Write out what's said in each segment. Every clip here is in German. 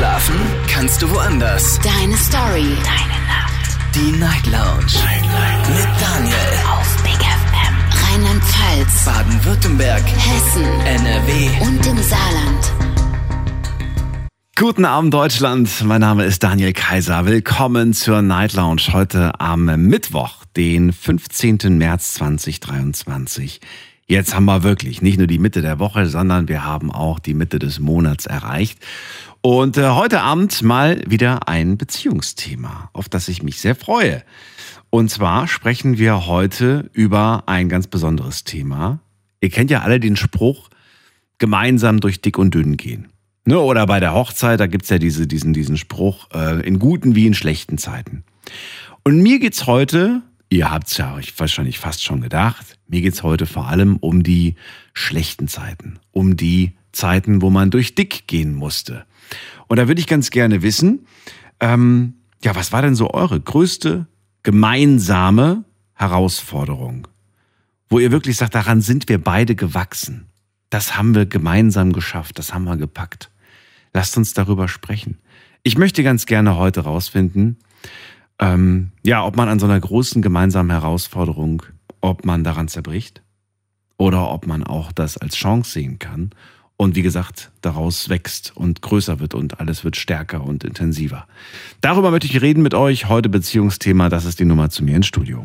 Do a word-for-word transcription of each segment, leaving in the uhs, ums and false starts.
Schlafen kannst du woanders. Deine Story. Deine Nacht. Die Night Lounge. Night, Night. Mit Daniel. Auf Big F M. Rheinland-Pfalz. Baden-Württemberg. Hessen. N R W. Und im Saarland. Guten Abend, Deutschland. Mein Name ist Daniel Kaiser. Willkommen zur Night Lounge heute am Mittwoch, den fünfzehnten März zweitausenddreiundzwanzig. Jetzt haben wir wirklich nicht nur die Mitte der Woche, sondern wir haben auch die Mitte des Monats erreicht. Und äh, heute Abend mal wieder ein Beziehungsthema, auf das ich mich sehr freue. Und zwar sprechen wir heute über ein ganz besonderes Thema. Ihr kennt ja alle den Spruch, gemeinsam durch dick und dünn gehen. Ne? Oder bei der Hochzeit, da gibt's ja diese, diesen, diesen Spruch, äh, in guten wie in schlechten Zeiten. Und mir geht's heute... Ihr habt's ja euch wahrscheinlich fast schon gedacht. Mir geht's heute vor allem um die schlechten Zeiten. Um die Zeiten, wo man durch dick gehen musste. Und da würde ich ganz gerne wissen, ähm, ja, was war denn so eure größte gemeinsame Herausforderung? Wo ihr wirklich sagt, daran sind wir beide gewachsen. Das haben wir gemeinsam geschafft. Das haben wir gepackt. Lasst uns darüber sprechen. Ich möchte ganz gerne heute rausfinden, Ähm, ja, ob man an so einer großen gemeinsamen Herausforderung, ob man daran zerbricht oder ob man auch das als Chance sehen kann und wie gesagt, daraus wächst und größer wird und alles wird stärker und intensiver. Darüber möchte ich reden mit euch. Heute Beziehungsthema, das ist die Nummer zu mir ins Studio.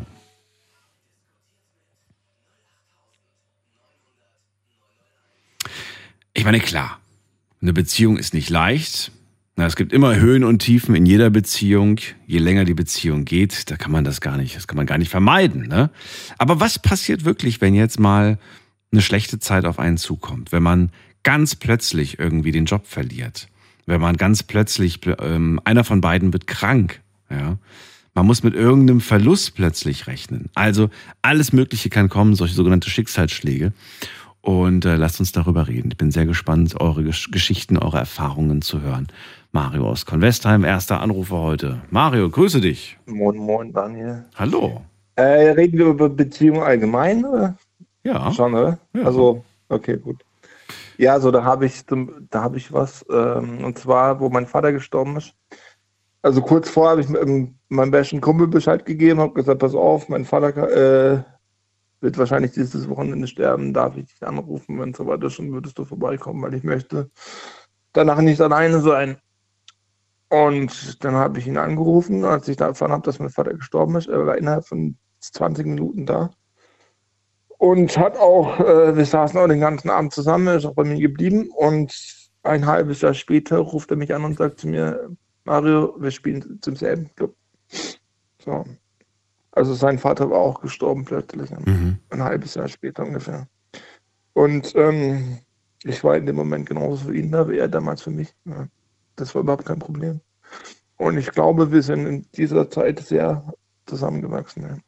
Ich meine, klar, eine Beziehung ist nicht leicht. Na, es gibt immer Höhen und Tiefen in jeder Beziehung. Je länger die Beziehung geht, da kann man das gar nicht, das kann man gar nicht vermeiden, ne? Aber was passiert wirklich, wenn jetzt mal eine schlechte Zeit auf einen zukommt? Wenn man ganz plötzlich irgendwie den Job verliert? Wenn man ganz plötzlich, ähm, einer von beiden wird krank, ja? Man muss mit irgendeinem Verlust plötzlich rechnen. Also alles Mögliche kann kommen, solche sogenannte Schicksalsschläge. Und äh, lasst uns darüber reden. Ich bin sehr gespannt, eure Gesch- Geschichten, eure Erfahrungen zu hören. Mario aus Convestheim, erster Anrufer heute. Mario, grüße dich. Moin, moin, Daniel. Hallo. Äh, reden wir über Beziehungen allgemein, oder? Ja. Schon, oder? Ja. Also, okay, gut. Ja, also da habe ich, da habe ich was. Ähm, und zwar, wo mein Vater gestorben ist. Also kurz vorher habe ich mit meinem besten Kumpel Bescheid gegeben, habe gesagt, pass auf, mein Vater äh, wird wahrscheinlich dieses Wochenende sterben, darf ich dich anrufen, wenn es soweit ist, und würdest du vorbeikommen, weil ich möchte danach nicht alleine sein. Und dann habe ich ihn angerufen, als ich da erfahren habe, dass mein Vater gestorben ist. Er war innerhalb von zwanzig Minuten da. Und hat auch, äh, wir saßen auch den ganzen Abend zusammen, ist auch bei mir geblieben. Und ein halbes Jahr später ruft er mich an und sagt zu mir, Mario, wir spielen zum selben Club. So. Also sein Vater war auch gestorben plötzlich, mhm. ein halbes Jahr später ungefähr. Und ähm, ich war in dem Moment genauso für ihn da, wie er damals für mich. Ja. Das war überhaupt kein Problem. Und ich glaube, wir sind in dieser Zeit sehr zusammengewachsen.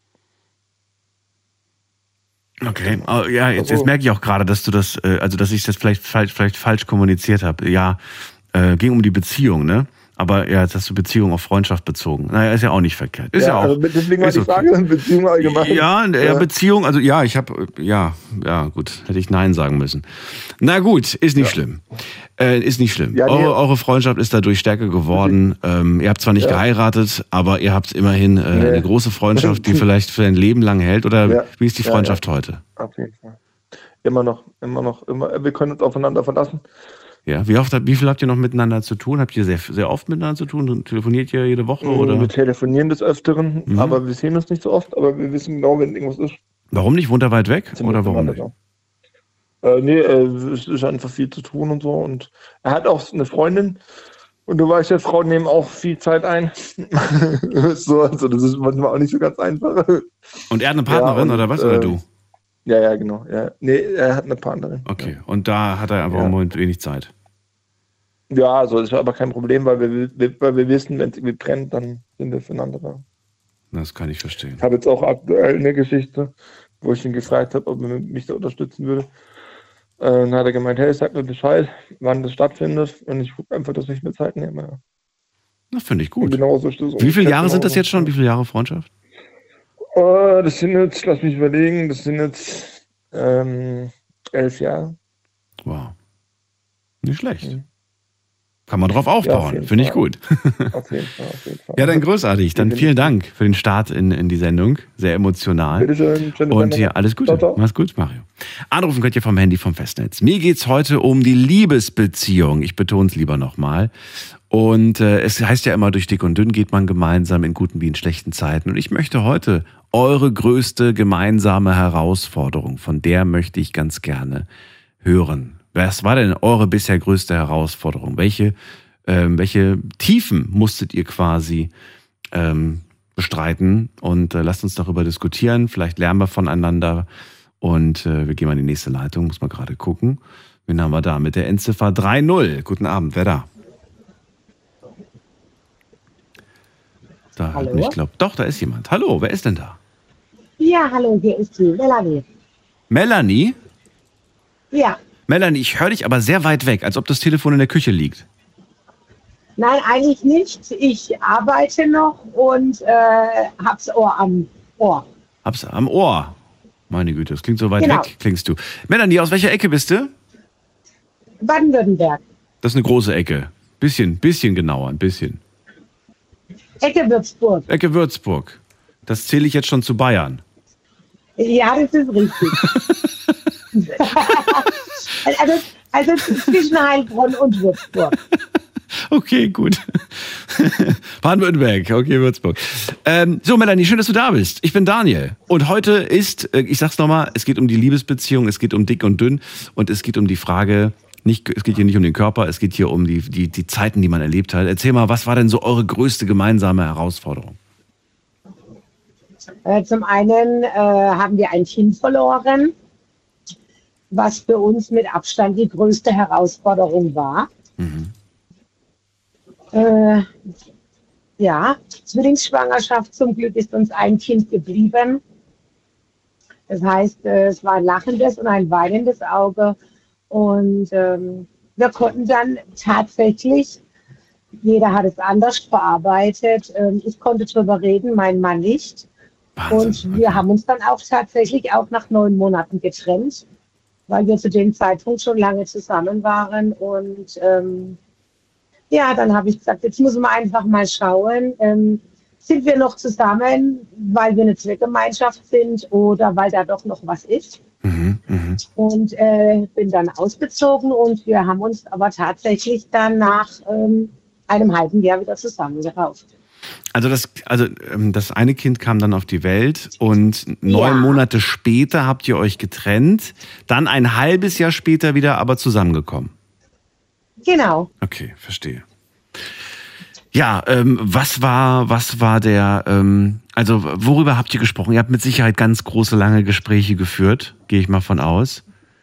Ja. Okay, oh, ja, jetzt, jetzt merke ich auch gerade, dass du das, also dass ich das vielleicht falsch, vielleicht falsch kommuniziert habe. Ja, äh, ging um die Beziehung, ne? Aber ja, jetzt hast du Beziehung auf Freundschaft bezogen. Naja, ist ja auch nicht verkehrt. Ist ja, ja auch. Also deswegen war die Frage, okay. Beziehung allgemein. Ja, ja, ja, Beziehung, also ja, ich habe, ja, ja, gut, hätte ich Nein sagen müssen. Na gut, ist nicht ja. schlimm. Äh, ist nicht schlimm. Ja, nee. eure, eure Freundschaft ist dadurch stärker geworden. Ähm, ihr habt zwar nicht ja. geheiratet, aber ihr habt immerhin äh, nee. eine große Freundschaft, die vielleicht für ein Leben lang hält. Oder ja. wie ist die Freundschaft ja, ja. heute? Auf jeden Fall. Immer noch, immer noch, immer. Wir können uns aufeinander verlassen. Ja, wie oft, wie viel habt ihr noch miteinander zu tun? Habt ihr sehr, sehr oft miteinander zu tun? Telefoniert ihr jede Woche? Oder? Wir telefonieren des Öfteren, mhm. aber wir sehen uns nicht so oft, aber wir wissen genau, wenn irgendwas ist. Warum nicht? Wohnt er weit weg? Oder warum nicht? Äh, nee, äh, es ist einfach viel zu tun und so. Und er hat auch eine Freundin. Und du weißt ja, Frauen nehmen auch viel Zeit ein. so, also das ist manchmal auch nicht so ganz einfach. Und er hat eine Partnerin, ja, und, oder was? Oder äh, du? Ja, ja, genau. Ja. Nee, er hat eine Partnerin. Okay, ja. Und da hat er aber ja. im Moment wenig Zeit. Ja, also das ist aber kein Problem, weil wir, weil wir wissen, wenn es irgendwie brennt, dann sind wir füreinander da. Das kann ich verstehen. Ich habe jetzt auch aktuell eine Geschichte, wo ich ihn gefragt habe, ob er mich da unterstützen würde. Äh, dann hat er gemeint, hey, sag mir Bescheid, wann das stattfindet. Und ich gucke einfach, dass ich mir Zeit nehme. Das finde ich gut. Genau so ist das. Wie viele Jahre sind das jetzt schon? Wie viele Jahre Freundschaft? Uh, das sind jetzt, lass mich überlegen, das sind jetzt ähm, elf Jahre. Wow. Nicht schlecht. Mhm. Kann man drauf Ja, auf aufbauen. jeden Finde ich Fall. gut. Auf jeden Fall, auf jeden Fall. Ja, dann großartig. Dann vielen Dank für den Start in, in die Sendung. Sehr emotional. Bitteschön, schöne Und Sendung. hier alles Gute. Ciao, ciao. Mach's gut, Mario. Anrufen könnt ihr vom Handy vom Festnetz. Mir geht's heute um die Liebesbeziehung. Ich betone es lieber nochmal. Und äh, es heißt ja immer, durch dick und dünn geht man gemeinsam in guten wie in schlechten Zeiten. Und ich möchte heute eure größte gemeinsame Herausforderung, von der möchte ich ganz gerne hören. Was war denn eure bisher größte Herausforderung? Welche, ähm, welche Tiefen musstet ihr quasi ähm, bestreiten? Und äh, lasst uns darüber diskutieren. Vielleicht lernen wir voneinander. Und äh, wir gehen mal in die nächste Leitung. Muss man gerade gucken. Wen haben wir da? Mit der Endziffer drei null. Guten Abend. Wer da? Da Hallo? Ich glaube, doch, da ist jemand. Hallo, wer ist denn da? Ja, hallo, hier ist die Melanie. Melanie? Ja, Melanie, ich höre dich aber sehr weit weg, als ob das Telefon in der Küche liegt. nein, eigentlich nicht. Ich arbeite noch und äh, hab's Ohr am Ohr. Hab's am Ohr. Meine Güte, das klingt so weit Genau. weg, klingst du. Melanie, aus welcher Ecke bist du? Baden-Württemberg. Das ist eine große Ecke. Bisschen, bisschen genauer, ein bisschen. Ecke Würzburg. Ecke Würzburg. Das zähle ich jetzt schon zu Bayern. Ja, das ist richtig. also, also zwischen Heilbronn und Würzburg. Okay, gut. Baden-Württemberg, okay, Würzburg. Ähm, so, Melanie, schön, dass du da bist. Ich bin Daniel. Und heute ist, äh, ich sag's nochmal, es geht um die Liebesbeziehung, es geht um dick und dünn und es geht um die Frage, nicht, es geht hier nicht um den Körper, es geht hier um die, die, die Zeiten, die man erlebt hat. Erzähl mal, was war denn so eure größte gemeinsame Herausforderung? Äh, zum einen äh, haben wir ein Kind verloren, was für uns mit Abstand die größte Herausforderung war. Mhm. Äh, ja, Zwillingsschwangerschaft, zum Glück ist uns ein Kind geblieben. Das heißt, äh, es war ein lachendes und ein weinendes Auge. Und ähm, wir konnten dann tatsächlich, jeder hat es anders verarbeitet, ähm, ich konnte drüber reden, mein Mann nicht. Wahnsinn, Und wir okay. haben uns dann auch tatsächlich auch nach neun Monaten getrennt, weil wir zu dem Zeitpunkt schon lange zusammen waren. Und ähm, ja, dann habe ich gesagt, jetzt müssen wir einfach mal schauen, ähm, sind wir noch zusammen, weil wir eine Zweckgemeinschaft sind oder weil da doch noch was ist. Mhm, mhm. Und äh, bin dann ausgezogen und wir haben uns aber tatsächlich dann nach ähm, einem halben Jahr wieder zusammengerauft. Also das, also ähm, das eine Kind kam dann auf die Welt und neun Ja. Monate später habt ihr euch getrennt, dann ein halbes Jahr später wieder aber zusammengekommen. Genau. Okay, verstehe. Ja, ähm, was war, was war der, ähm, also worüber habt ihr gesprochen? Ihr habt mit Sicherheit ganz große, lange Gespräche geführt, gehe ich mal von aus.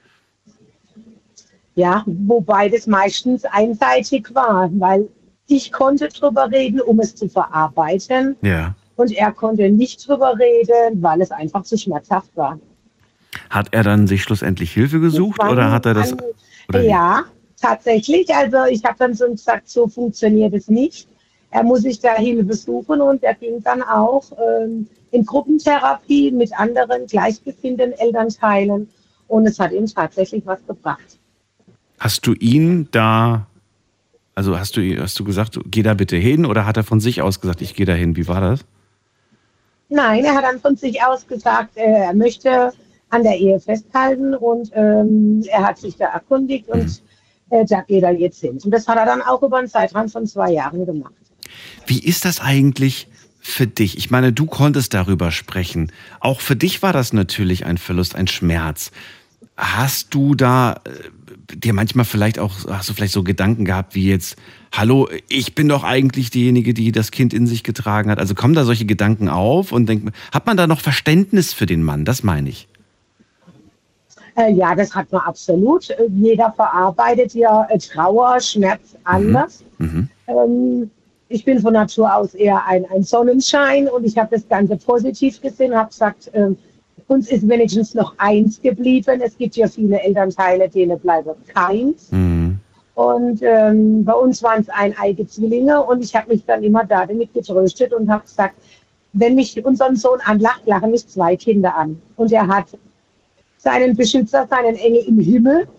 Ja, wobei das meistens einseitig war, weil ich konnte drüber reden, um es zu verarbeiten. Ja. Und er konnte nicht drüber reden, weil es einfach zu schmerzhaft war. Hat er dann sich schlussendlich Hilfe gesucht Das war oder hat er das? ein- Oder wie? Ja, tatsächlich. Also ich habe dann so gesagt, so funktioniert es nicht. Er muss sich da Hilfe suchen und er ging dann auch ähm, in Gruppentherapie mit anderen gleichgesinnten Elternteilen und es hat ihm tatsächlich was gebracht. Hast du ihn da, also hast du, hast du gesagt, geh da bitte hin oder hat er von sich aus gesagt, ich gehe da hin? Wie war das? Nein, er hat dann von sich aus gesagt, äh, er möchte an der Ehe festhalten und ähm, er hat sich da erkundigt und äh, da geht er jetzt hin. Und das hat er dann auch über einen Zeitraum von zwei Jahren gemacht. Wie ist das eigentlich für dich? Ich meine, du konntest darüber sprechen. Auch für dich war das natürlich ein Verlust, ein Schmerz. Hast du da äh, dir manchmal vielleicht auch, hast du vielleicht so Gedanken gehabt wie jetzt, hallo, ich bin doch eigentlich diejenige, die das Kind in sich getragen hat. Also kommen da solche Gedanken auf und denkt, hat man da noch Verständnis für den Mann? Das meine ich. Äh, ja, das hat man absolut. Äh, Jeder verarbeitet ja äh, Trauer, Schmerz anders. Mhm. Ähm, ich bin von Natur aus eher ein, ein Sonnenschein und ich habe das Ganze positiv gesehen, habe gesagt, äh, uns ist wenigstens noch eins geblieben. Es gibt ja viele Elternteile, denen bleibt keins. Mhm. Und ähm, bei uns waren es eineige Zwillinge und ich habe mich dann immer da damit getröstet und habe gesagt, wenn mich unseren Sohn anlacht, lachen mich zwei Kinder an. Und er hat seinen Beschützer, seinen Engel im Himmel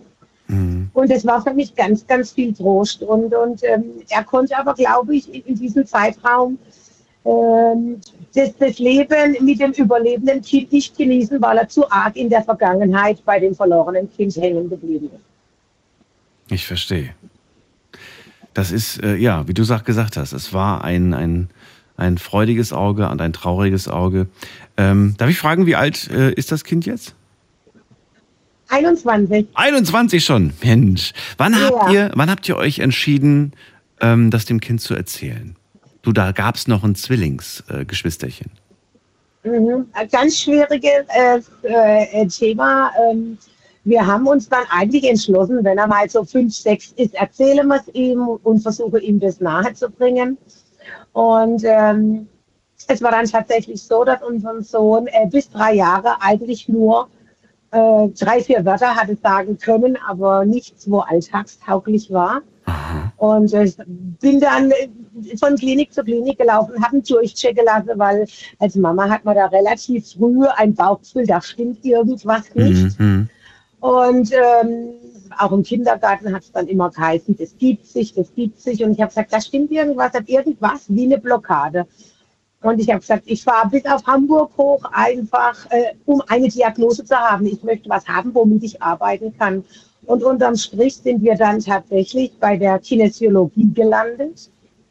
Mhm. Und das war für mich ganz, ganz viel Trost. Und, und ähm, er konnte aber, glaube ich, in, in diesem Zeitraum ähm, das, das Leben mit dem überlebenden Kind nicht genießen, weil er zu arg in der Vergangenheit bei dem verlorenen Kind hängen geblieben ist. Ich verstehe. Das ist, äh, ja, wie du sag, gesagt hast, es war ein, ein, ein freudiges Auge und ein trauriges Auge. Ähm, darf ich fragen, wie alt äh, ist das Kind jetzt? einundzwanzig. einundzwanzig schon, Mensch. Wann ja. habt ihr, wann habt ihr euch entschieden, ähm, das dem Kind zu erzählen? Du, da gab es noch ein Zwillingsgeschwisterchen. Äh, mhm. Ein ganz schwieriges äh, äh, Thema. Ähm, wir haben uns dann eigentlich entschlossen, wenn er mal so fünf, sechs ist, erzählen wir es ihm und versuchen ihm das nahe zu bringen. Und ähm, es war dann tatsächlich so, dass unser Sohn äh, bis drei Jahre eigentlich nur Äh, drei, vier Wörter hatte sagen können, aber nichts, wo alltagstauglich war. Aha. Und ich äh, bin dann von Klinik zu Klinik gelaufen, habe einen Durchcheck gelassen, weil als Mama hat man da relativ früh ein Bauchgefühl, da stimmt irgendwas nicht. Mhm. Und ähm, auch im Kindergarten hat es dann immer geheißen, das gibt sich, das gibt sich. Und ich habe gesagt, da stimmt irgendwas, hat irgendwas wie eine Blockade. Und ich habe gesagt, ich fahre bis auf Hamburg hoch, einfach äh, um eine Diagnose zu haben. Ich möchte was haben, womit ich arbeiten kann. Und unterm Strich sind wir dann tatsächlich bei der Kinesiologie gelandet.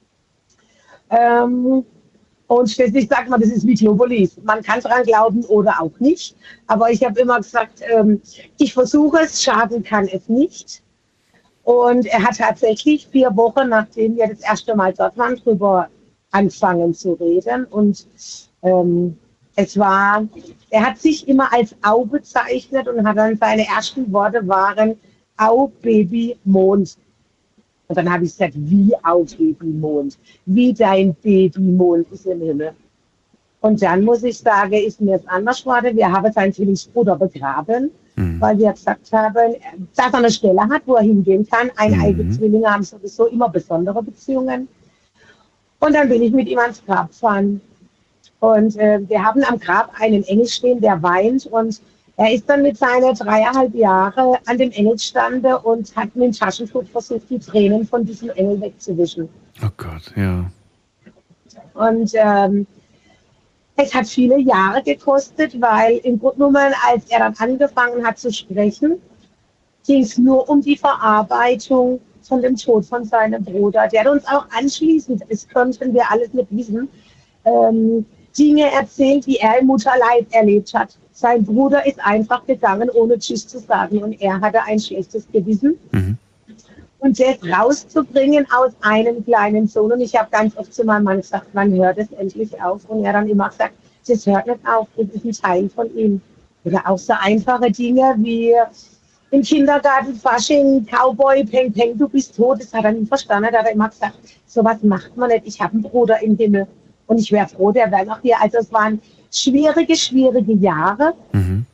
Ähm, und schließlich sagt man, das ist wie Globulis. Man kann dran glauben oder auch nicht. Aber ich habe immer gesagt, ähm, ich versuche es, schaden kann es nicht. Und er hat tatsächlich vier Wochen, nachdem wir das erste Mal dort waren, drüber anfangen zu reden. Und ähm, es war, er hat sich immer als Au bezeichnet und hat dann seine ersten Worte waren Au, Baby, Mond. Und dann habe ich gesagt, wie Au, Baby, Mond? Wie dein Babymond ist im Himmel. Und dann muss ich sagen, ist mir das anders geworden. Wir haben seinen Zwillingsbruder begraben, mhm. weil wir gesagt haben, dass er eine Stelle hat, wo er hingehen kann. Eineige mhm. Zwillinge haben sowieso immer besondere Beziehungen. Und dann bin ich mit ihm ans Grab gefahren. Und äh, wir haben am Grab einen Engel stehen, der weint. Und er ist dann mit seinen dreieinhalb Jahren an dem Engel gestanden und hat mit dem Taschentuch versucht, die Tränen von diesem Engel wegzuwischen. Oh Gott, ja. Und ähm, es hat viele Jahre gekostet, weil im Grunde genommen, als er dann angefangen hat zu sprechen, ging es nur um die Verarbeitung von dem Tod von seinem Bruder. Der hat uns auch anschließend, das könnten wir alles nicht wissen, ähm, Dinge erzählt, die er im Mutterleib erlebt hat. Sein Bruder ist einfach gegangen, ohne Tschüss zu sagen, und er hatte ein schlechtes Gewissen. Mhm. Und das rauszubringen aus einem kleinen Sohn. Und ich habe ganz oft zu meinem Mann gesagt, wann hört es endlich auf? Und er dann immer gesagt, das hört nicht auf, das ist ein Teil von ihm. Oder auch so einfache Dinge wie im Kindergarten, Fasching, Cowboy, Peng, Peng, du bist tot. Das hat er nie verstanden. Da hat er immer gesagt, sowas macht man nicht. Ich habe einen Bruder im Himmel und ich wäre froh, der wäre noch hier. Also es waren schwierige, schwierige Jahre. Mhm.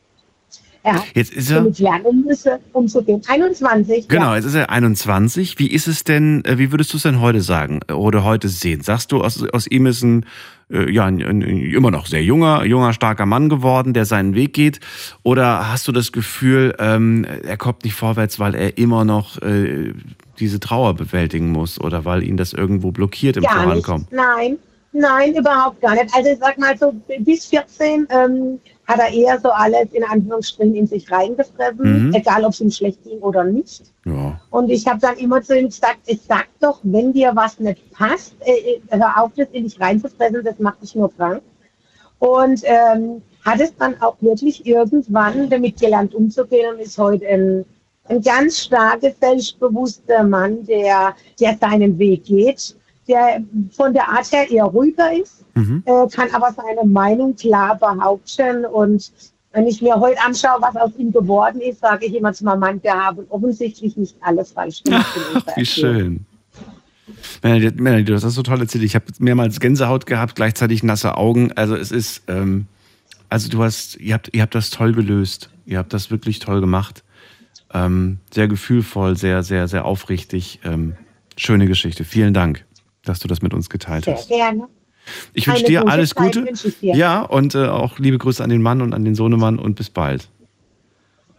Er hat jetzt ist er damit lernen müssen, umzugehen. einundzwanzig. Genau, ja. Jetzt ist er einundzwanzig. Wie ist es denn, wie würdest du es denn heute sagen oder heute sehen? Sagst du, aus, aus ihm ist ein, äh, ja, ein, ein immer noch sehr junger, junger, starker Mann geworden, der seinen Weg geht? Oder hast du das Gefühl, ähm, er kommt nicht vorwärts, weil er immer noch äh, diese Trauer bewältigen muss oder weil ihn das irgendwo blockiert im Gar Vorankommen? Nicht. Nein, nein, überhaupt gar nicht. Also ich sag mal so, bis vierzehn ähm, hat er eher so alles in Anführungsstrichen in sich reingefressen, mhm. egal ob es ihm schlecht ging oder nicht. Ja. Und ich habe dann immer zu ihm gesagt, ich sag doch, wenn dir was nicht passt, äh, hör auf, das in dich reinzufressen, das macht dich nur krank. Und ähm, hat es dann auch wirklich irgendwann damit gelernt umzugehen und ist heute ein, ein ganz starker, selbstbewusster Mann, der, der seinen Weg geht, der von der Art her eher ruhiger ist. Mhm. Äh, kann aber seine Meinung klar behaupten. Und wenn ich mir heute anschaue, was aus ihm geworden ist, sage ich immer zu meinem Mann, wir haben offensichtlich nicht alles falsch gemacht. Ach, wie schön. Melanie, Melanie, du hast das so toll erzählt. Ich habe mehrmals Gänsehaut gehabt, gleichzeitig nasse Augen. Also es ist, ähm, also du hast, ihr habt, ihr habt das toll gelöst. Ihr habt das wirklich toll gemacht. Ähm, sehr gefühlvoll, sehr, sehr, sehr aufrichtig. Ähm, schöne Geschichte. Vielen Dank, dass du das mit uns geteilt hast. Sehr gerne. Ich wünsche dir alles Gute. Dir. Ja, und äh, auch liebe Grüße an den Mann und an den Sohnemann und bis bald.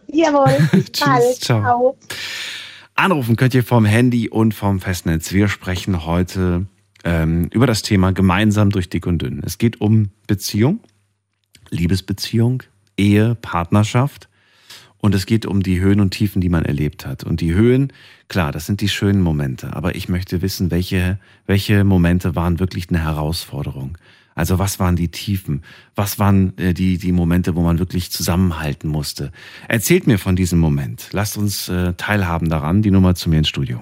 Jawohl, bis Tschüss, bald. ciao. Ciao. Anrufen könnt ihr vom Handy und vom Festnetz. Wir sprechen heute ähm, über das Thema gemeinsam durch dick und dünn. Es geht um Beziehung, Liebesbeziehung, Ehe, Partnerschaft. Und es geht um die Höhen und Tiefen, die man erlebt hat. Und die Höhen, klar, das sind die schönen Momente. Aber ich möchte wissen, welche, welche Momente waren wirklich eine Herausforderung? Also was waren die Tiefen? Was waren äh, die, die Momente, wo man wirklich zusammenhalten musste? Erzählt mir von diesem Moment. Lasst uns äh, teilhaben daran. Die Nummer zu mir ins Studio.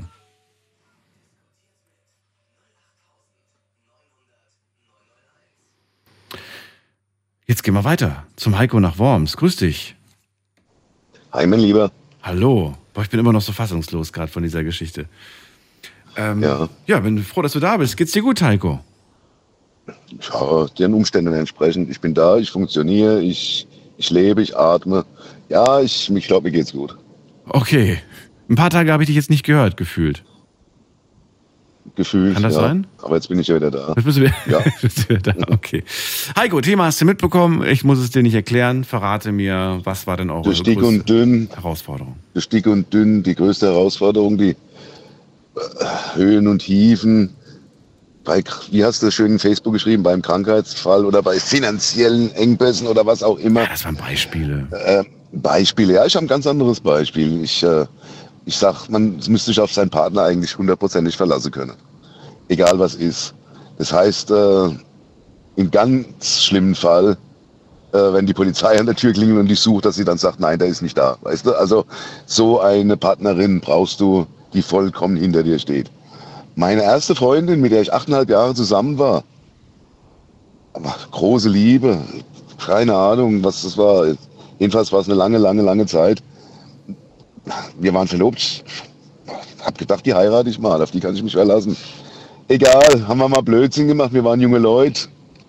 Jetzt gehen wir weiter zum Heiko nach Worms. Grüß dich. Hi, mein Lieber. Hallo. Boah, ich bin immer noch so fassungslos gerade von dieser Geschichte. Ähm, Ja. Ja, bin froh, dass du da bist. Geht's dir gut, Heiko? Ja, den Umständen entsprechend. Ich bin da, ich funktioniere, ich, ich lebe, ich atme. Ja, ich, ich glaube, mir geht's gut. Okay. Ein paar Tage habe ich dich jetzt nicht gehört, gefühlt. Gefühlt, Kann das ja. sein? Aber jetzt bin ich ja wieder da. Jetzt bist du wieder, Ja. bist du wieder da. Okay. Heiko, Thema hast du mitbekommen. Ich muss es dir nicht erklären. Verrate mir, was war denn eure Durch dick größte und dünn, Herausforderung? durch dick und dünn, die größte Herausforderung, die äh, Höhen und Tiefen. Bei, wie hast du das schön in Facebook geschrieben, beim Krankheitsfall oder bei finanziellen Engpässen oder was auch immer. Ja, das waren Beispiele. Äh, Beispiele, ja, ich habe ein ganz anderes Beispiel. Ich, äh, ich sag, man müsste sich auf seinen Partner eigentlich hundertprozentig verlassen können. Egal was ist. Das heißt, äh, im ganz schlimmen Fall, äh, wenn die Polizei an der Tür klingelt und dich sucht, dass sie dann sagt, nein, der ist nicht da. Weißt du? Also so eine Partnerin brauchst du, die vollkommen hinter dir steht. Meine erste Freundin, mit der ich achteinhalb Jahre zusammen war, aber große Liebe, keine Ahnung, was das war. Jedenfalls war es eine lange, lange, lange Zeit. Wir waren verlobt. Ich hab gedacht, die heirate ich mal, auf die kann ich mich verlassen. Egal, haben wir mal Blödsinn gemacht, wir waren junge Leute.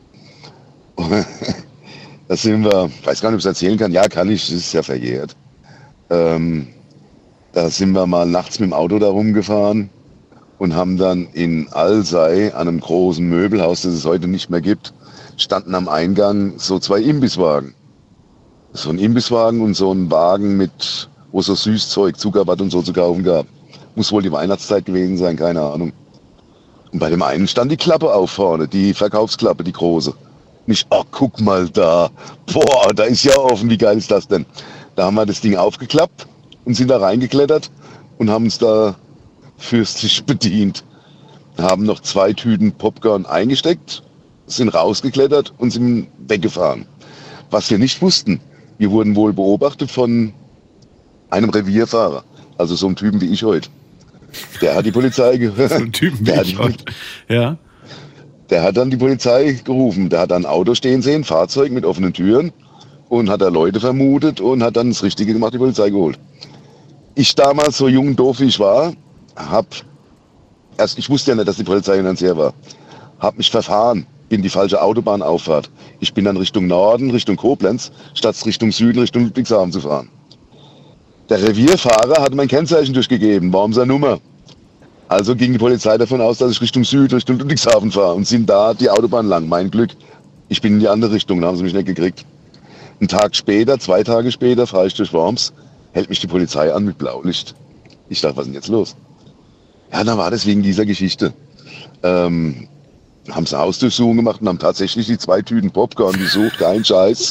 Da sind wir, ich weiß gar nicht, ob ich es erzählen kann. Ja, kann ich, das ist ja verjährt. Ähm, da sind wir mal nachts mit dem Auto da rumgefahren und haben dann in Alzey an einem großen Möbelhaus, das es heute nicht mehr gibt, standen am Eingang so zwei Imbisswagen. So ein Imbisswagen und so ein Wagen mit, wo so Süßzeug, Zuckerwatte und so zu kaufen gab. Muss wohl die Weihnachtszeit gewesen sein, keine Ahnung. Und bei dem einen stand die Klappe auf vorne, die Verkaufsklappe, die große. Nicht, ach, guck mal da, boah, da ist ja offen, wie geil ist das denn? Da haben wir das Ding aufgeklappt und sind da reingeklettert und haben uns da fürstlich bedient. Haben noch zwei Tüten Popcorn eingesteckt, sind rausgeklettert und sind weggefahren. Was wir nicht wussten, wir wurden wohl beobachtet von einem Revierfahrer, also so einem Typen wie ich heute. Der hat die Polizei gehört. So ein Typen wie der, ich hat, heute. Ja. der hat dann die Polizei gerufen. Der hat ein Auto stehen sehen, Fahrzeug mit offenen Türen und hat da Leute vermutet und hat dann das Richtige gemacht, die Polizei geholt. Ich damals, so jung und doof wie ich war, hab erst, ich wusste ja nicht, dass die Polizei finanziell war, hab mich verfahren, bin die falsche Autobahnauffahrt. Ich bin dann Richtung Norden, Richtung Koblenz, statt Richtung Süden, Richtung Ludwigshafen zu fahren. Der Revierfahrer hat mein Kennzeichen durchgegeben, warum seine Nummer. Also ging die Polizei davon aus, dass ich Richtung Süden, Richtung Ludwigshafen fahre und sind da die Autobahn lang. Mein Glück. Ich bin in die andere Richtung, da haben sie mich nicht gekriegt. Einen Tag später, zwei Tage später, fahre ich durch Worms, hält mich die Polizei an mit Blaulicht. Ich dachte, was ist denn jetzt los? Ja, dann war das wegen dieser Geschichte. Ähm, haben sie eine Hausdurchsuchung gemacht und haben tatsächlich die zwei Tüten Popcorn gesucht, kein Scheiß.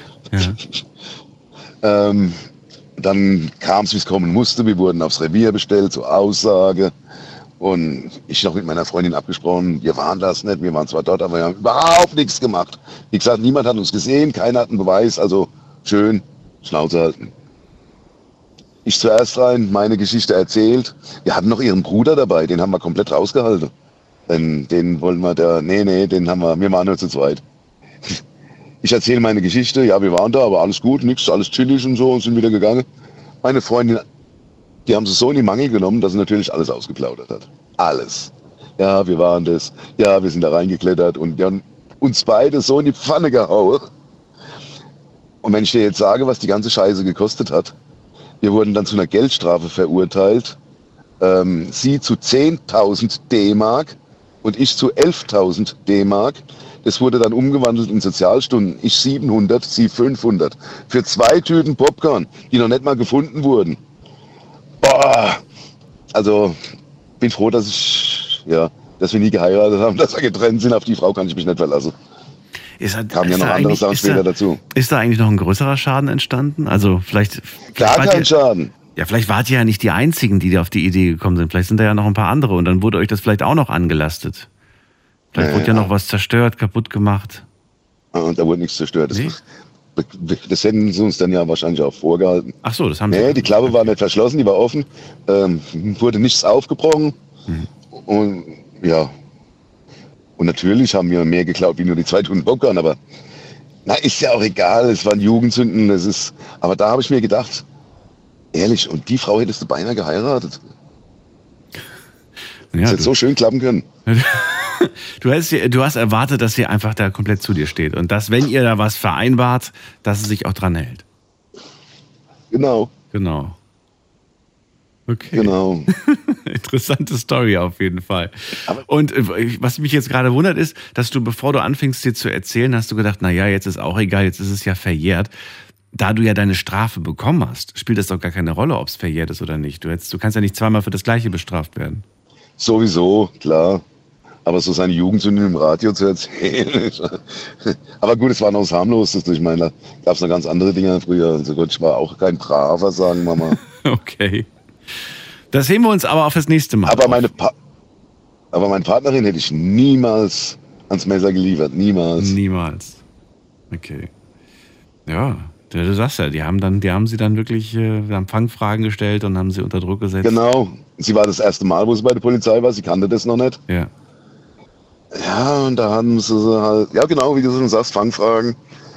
Ja. ähm, dann kam es, wie es kommen musste. Wir wurden aufs Revier bestellt zur Aussage. Und ich noch mit meiner Freundin abgesprochen, wir waren das nicht, wir waren zwar dort, aber wir haben überhaupt nichts gemacht. Wie gesagt, niemand hat uns gesehen, keiner hat einen Beweis, also schön, Schnauze halten. Ich zuerst rein, meine Geschichte erzählt. Wir hatten noch ihren Bruder dabei, den haben wir komplett rausgehalten. Denn den wollten wir da, nee, nee, den haben wir, wir waren nur zu zweit. Ich erzähle meine Geschichte, ja, wir waren da, aber alles gut, nichts, alles chillig und so und sind wieder gegangen. Meine Freundin, die haben sie so in die Mangel genommen, dass sie natürlich alles ausgeplaudert hat. Alles. Ja, wir waren das, ja, wir sind da reingeklettert und wir haben uns beide so in die Pfanne gehauen. Und wenn ich dir jetzt sage, was die ganze Scheiße gekostet hat, wir wurden dann zu einer Geldstrafe verurteilt, ähm, sie zu zehntausend D-Mark und ich zu elftausend D-Mark. Das wurde dann umgewandelt in Sozialstunden. Ich siebenhundert, sie fünfhundert. Für zwei Tüten Popcorn, die noch nicht mal gefunden wurden. Boah! Also, bin froh, dass ich, ja, dass wir nie geheiratet haben, dass wir getrennt sind. Auf die Frau kann ich mich nicht verlassen. Ist da, Kamen ist ja noch da andere Sachen später da, dazu. Ist da eigentlich noch ein größerer Schaden entstanden? Also vielleicht... Gar vielleicht kein ihr, Schaden. Ja, vielleicht wart ihr ja nicht die Einzigen, die da auf die Idee gekommen sind. Vielleicht sind da ja noch ein paar andere und dann wurde euch das vielleicht auch noch angelastet. Vielleicht Ja, wurde ja ja. noch was zerstört, kaputt gemacht. Und da wurde nichts zerstört. Das, Nee? das hätten sie uns dann ja wahrscheinlich auch vorgehalten. Ach so, das haben Nee, sie... die Klappe war nicht verschlossen, die war offen. Ähm, wurde nichts aufgebrochen. Mhm. Und ja. Und natürlich haben wir mehr geklaut wie nur die zwei Tunden Popcorn, aber na, ist ja auch egal, es waren Jugendsünden, das ist. Aber da habe ich mir gedacht, ehrlich, und die Frau hättest du beinahe geheiratet. Ja, Das hätte du, so schön klappen können. du, hast, du hast erwartet, dass sie einfach da komplett zu dir steht und dass, wenn ihr da was vereinbart, dass sie sich auch dran hält. Genau, Genau. Okay. genau. Interessante Story auf jeden Fall. Aber- Und äh, was mich jetzt gerade wundert ist, dass du, bevor du anfingst, dir zu erzählen, hast du gedacht, na ja, jetzt ist auch egal, jetzt ist es ja verjährt. Da du ja deine Strafe bekommen hast, spielt das doch gar keine Rolle, ob es verjährt ist oder nicht. Du, hättest, du kannst ja nicht zweimal für das Gleiche bestraft werden. Sowieso, klar. Aber so seine Jugendsünden im Radio zu erzählen. Aber gut, es war noch das Harmloseste. Ich meine, da gab es noch ganz andere Dinge früher. Also Gott, ich war auch kein Braver, sagen wir mal. Okay. Das heben wir uns aber auf das nächste Mal. Aber auf. meine, pa aber meine Partnerin hätte ich niemals ans Messer geliefert. Niemals. Niemals. Okay. Ja, du, du sagst ja, die haben dann, die haben sie dann wirklich, äh, haben Fangfragen gestellt und haben sie unter Druck gesetzt. Genau. Sie war das erste Mal, wo sie bei der Polizei war. Sie kannte das noch nicht. Ja. Ja, und da haben sie sie halt, ja genau, wie du schon sagst, Fangfragen.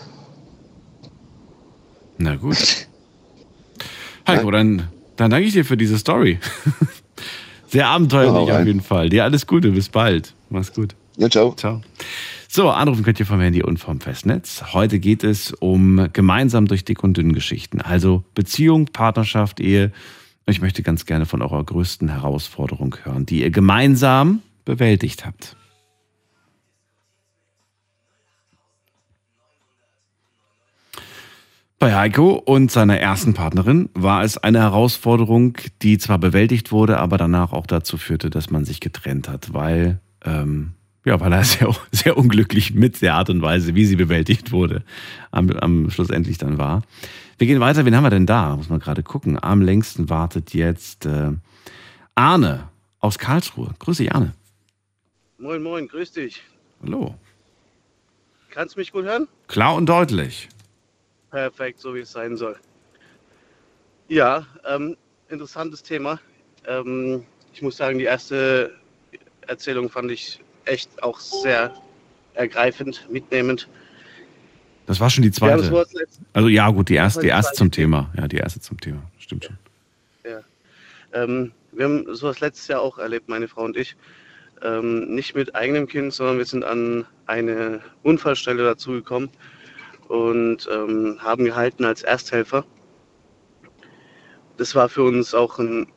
Na gut. Heiko, dann, dann danke ich dir für diese Story. Sehr abenteuerlich Ja, auf rein. jeden Fall. Dir alles Gute, bis bald. Mach's gut. Ja, ciao. Ciao. So, anrufen könnt ihr vom Handy und vom Festnetz. Heute geht es um gemeinsam durch dick und dünn Geschichten. Also Beziehung, Partnerschaft, Ehe. Ich möchte ganz gerne von eurer größten Herausforderung hören, die ihr gemeinsam bewältigt habt. Bei Heiko und seiner ersten Partnerin war es eine Herausforderung, die zwar bewältigt wurde, aber danach auch dazu führte, dass man sich getrennt hat, weil, ähm, ja, weil er sehr, sehr unglücklich mit der Art und Weise, wie sie bewältigt wurde, am, am schlussendlich dann war. Wir gehen weiter. Wen haben wir denn da? Muss man gerade gucken. Am längsten wartet jetzt äh, Arne aus Karlsruhe. Grüß dich, Arne. Moin, moin, grüß dich. Hallo. Kannst du mich gut hören? Klar und deutlich. Perfekt, so wie es sein soll. Ja, ähm, interessantes Thema. Ähm, ich muss sagen, die erste Erzählung fand ich echt auch sehr ergreifend, mitnehmend. Das war schon die Wir haben zweite. sowas letzt- Also ja, gut, die erste, die Das war die erste zum zweite. Thema. Ja, die erste zum Thema. Stimmt schon. Ja. Ähm, wir haben sowas letztes Jahr auch erlebt, meine Frau und ich. Ähm, nicht mit eigenem Kind, sondern wir sind an eine Unfallstelle dazugekommen und ähm, haben gehalten als Ersthelfer. Das war für uns auch ein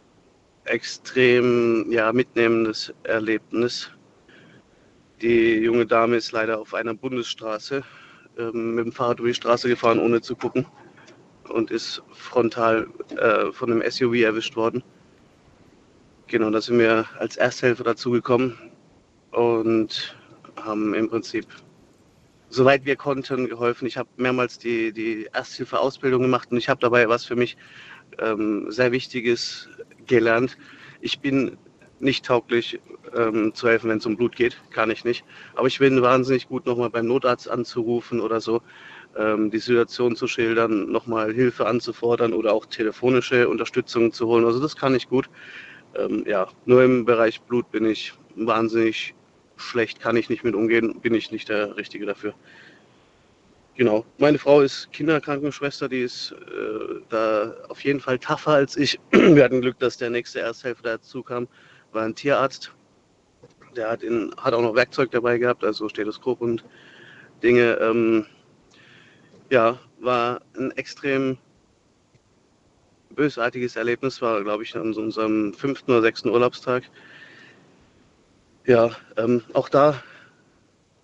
extrem ja, mitnehmendes Erlebnis. Die junge Dame ist leider auf einer Bundesstraße ähm, mit dem Fahrrad über die Straße gefahren, ohne zu gucken, und ist frontal äh, von einem S U V erwischt worden. Genau, da sind wir als Ersthelfer dazugekommen und haben im Prinzip, soweit wir konnten, geholfen. Ich habe mehrmals die, die Ersthilfe-Ausbildung gemacht und ich habe dabei was für mich ähm, sehr Wichtiges gelernt. Ich bin nicht tauglich ähm, zu helfen, wenn es um Blut geht, kann ich nicht. Aber ich bin wahnsinnig gut, nochmal beim Notarzt anzurufen oder so, ähm, die Situation zu schildern, nochmal Hilfe anzufordern oder auch telefonische Unterstützung zu holen. Also das kann ich gut. Ähm, ja, nur im Bereich Blut bin ich wahnsinnig schlecht, kann ich nicht mit umgehen, bin ich nicht der Richtige dafür. Genau, meine Frau ist Kinderkrankenschwester, die ist äh, da auf jeden Fall tougher als ich. Wir hatten Glück, dass der nächste Ersthelfer dazu kam, war ein Tierarzt. Der hat, in, hat auch noch Werkzeug dabei gehabt, also Stethoskop und Dinge. Ähm, ja, war ein extrem bösartiges Erlebnis, war, glaube ich, an so unserem fünften oder sechsten Urlaubstag. Ja, ähm, auch da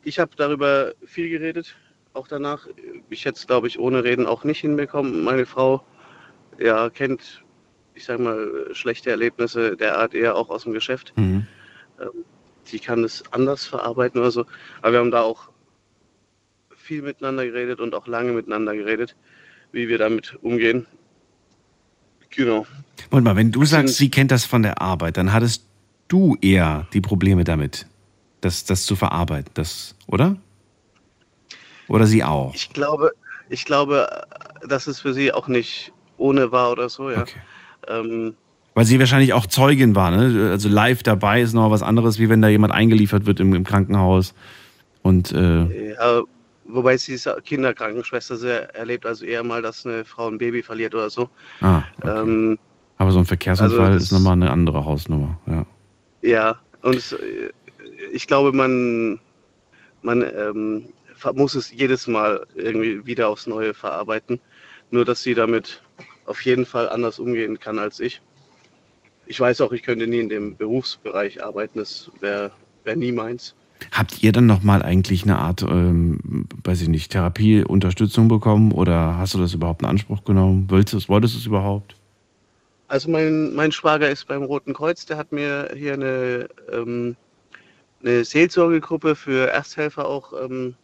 ich habe darüber viel geredet, auch danach. Ich hätte es, glaube ich, ohne Reden auch nicht hinbekommen. Meine Frau, ja, kennt, ich sag mal, schlechte Erlebnisse der Art eher auch aus dem Geschäft. Mhm. Ähm, die kann es anders verarbeiten oder so. Aber wir haben da auch viel miteinander geredet und auch lange miteinander geredet, wie wir damit umgehen. Genau. Und mal, wenn du Das sagst, sind- sie kennt das von der Arbeit, dann hattest du eher die Probleme damit, das, das zu verarbeiten, das, oder? Oder sie auch? Ich glaube, ich glaube, dass es für sie auch nicht ohne war oder so, ja. Okay. Ähm, Weil sie wahrscheinlich auch Zeugin war, ne? Also live dabei ist noch was anderes, wie wenn da jemand eingeliefert wird im, im Krankenhaus. Und äh, ja, wobei sie ist Kinderkrankenschwester sehr erlebt, also eher mal, dass eine Frau ein Baby verliert oder so. ah, okay. Ähm, Aber so ein Verkehrsunfall also das- ist nochmal eine andere Hausnummer. Ja. ja, und es, äh, ich glaube, man, man ähm, ver- muss es jedes Mal irgendwie wieder aufs Neue verarbeiten. Nur, dass sie damit auf jeden Fall anders umgehen kann als ich. Ich weiß auch, ich könnte nie in dem Berufsbereich arbeiten, das wäre wär nie meins. Habt ihr dann nochmal eigentlich eine Art, ähm, weiß ich nicht, Therapieunterstützung bekommen oder hast du das überhaupt in Anspruch genommen? Wolltest du es, wolltest du es überhaupt? Also mein, mein Schwager ist beim Roten Kreuz, der hat mir hier eine, ähm, eine Seelsorgegruppe für Ersthelfer auch ähm,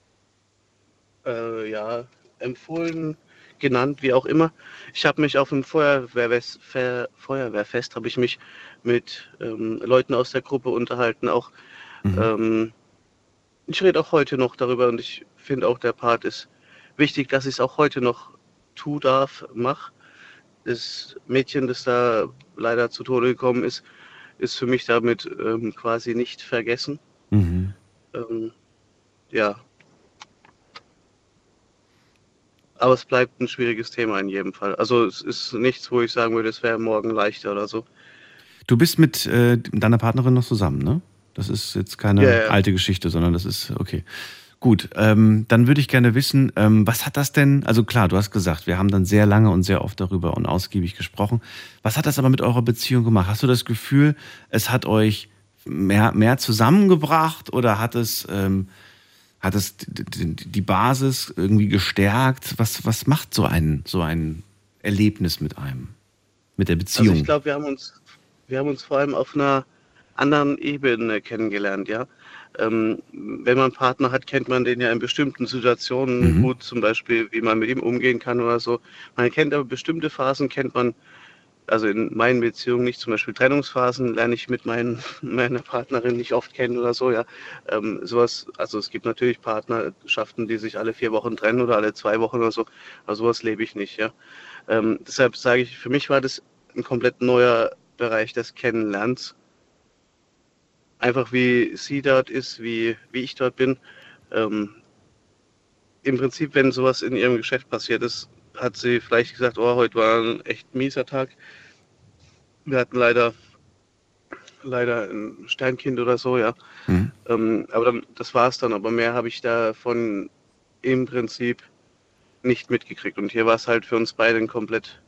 äh, ja, empfohlen, genannt, wie auch immer. Ich habe mich auf dem Feuerwehrfest, Ver, Feuerwehrfest habe ich mich mit ähm, Leuten aus der Gruppe unterhalten. Auch Mhm. ähm, ich rede auch heute noch darüber und ich finde auch, der Part ist wichtig, dass ich es auch heute noch tun darf, mache. Das Mädchen, das da leider zu Tode gekommen ist, ist für mich damit ähm, quasi nicht vergessen. Mhm. Ähm, ja. Aber es bleibt ein schwieriges Thema in jedem Fall. Also es ist nichts, wo ich sagen würde, es wäre morgen leichter oder so. Du bist mit äh, deiner Partnerin noch zusammen, ne? Das ist jetzt keine Ja, ja. alte Geschichte, sondern das ist, okay. Gut, ähm, dann würde ich gerne wissen, ähm, was hat das denn, also klar, du hast gesagt, wir haben dann sehr lange und sehr oft darüber und ausgiebig gesprochen. Was hat das aber mit eurer Beziehung gemacht? Hast du das Gefühl, es hat euch mehr, mehr zusammengebracht oder hat es, ähm, hat es d- d- die Basis irgendwie gestärkt? Was, was macht so ein, so ein Erlebnis mit einem, mit der Beziehung? Also ich glaube, wir haben uns, wir haben uns vor allem auf einer anderen Ebene kennengelernt, ja. Ähm, wenn man einen Partner hat, kennt man den ja in bestimmten Situationen Mhm. gut, zum Beispiel, wie man mit ihm umgehen kann oder so. Man kennt aber bestimmte Phasen, kennt man, also in meinen Beziehungen nicht, zum Beispiel Trennungsphasen lerne ich mit meinen, meiner Partnerin nicht oft kennen oder so, ja. Ähm, sowas, also es gibt natürlich Partnerschaften, die sich alle vier Wochen trennen oder alle zwei Wochen oder so, aber sowas lebe ich nicht, ja. Ähm, deshalb sage ich, für mich war das ein komplett neuer Bereich des Kennenlernens. Einfach wie sie dort ist, wie, wie ich dort bin. Ähm, Im Prinzip, wenn sowas in ihrem Geschäft passiert ist, hat sie vielleicht gesagt, oh, heute war ein echt mieser Tag. Wir hatten leider, leider ein Sternkind oder so, ja. Mhm. Ähm, aber dann, das war es dann. Aber mehr habe ich davon im Prinzip nicht mitgekriegt. Und hier war es halt für uns beide ein komplett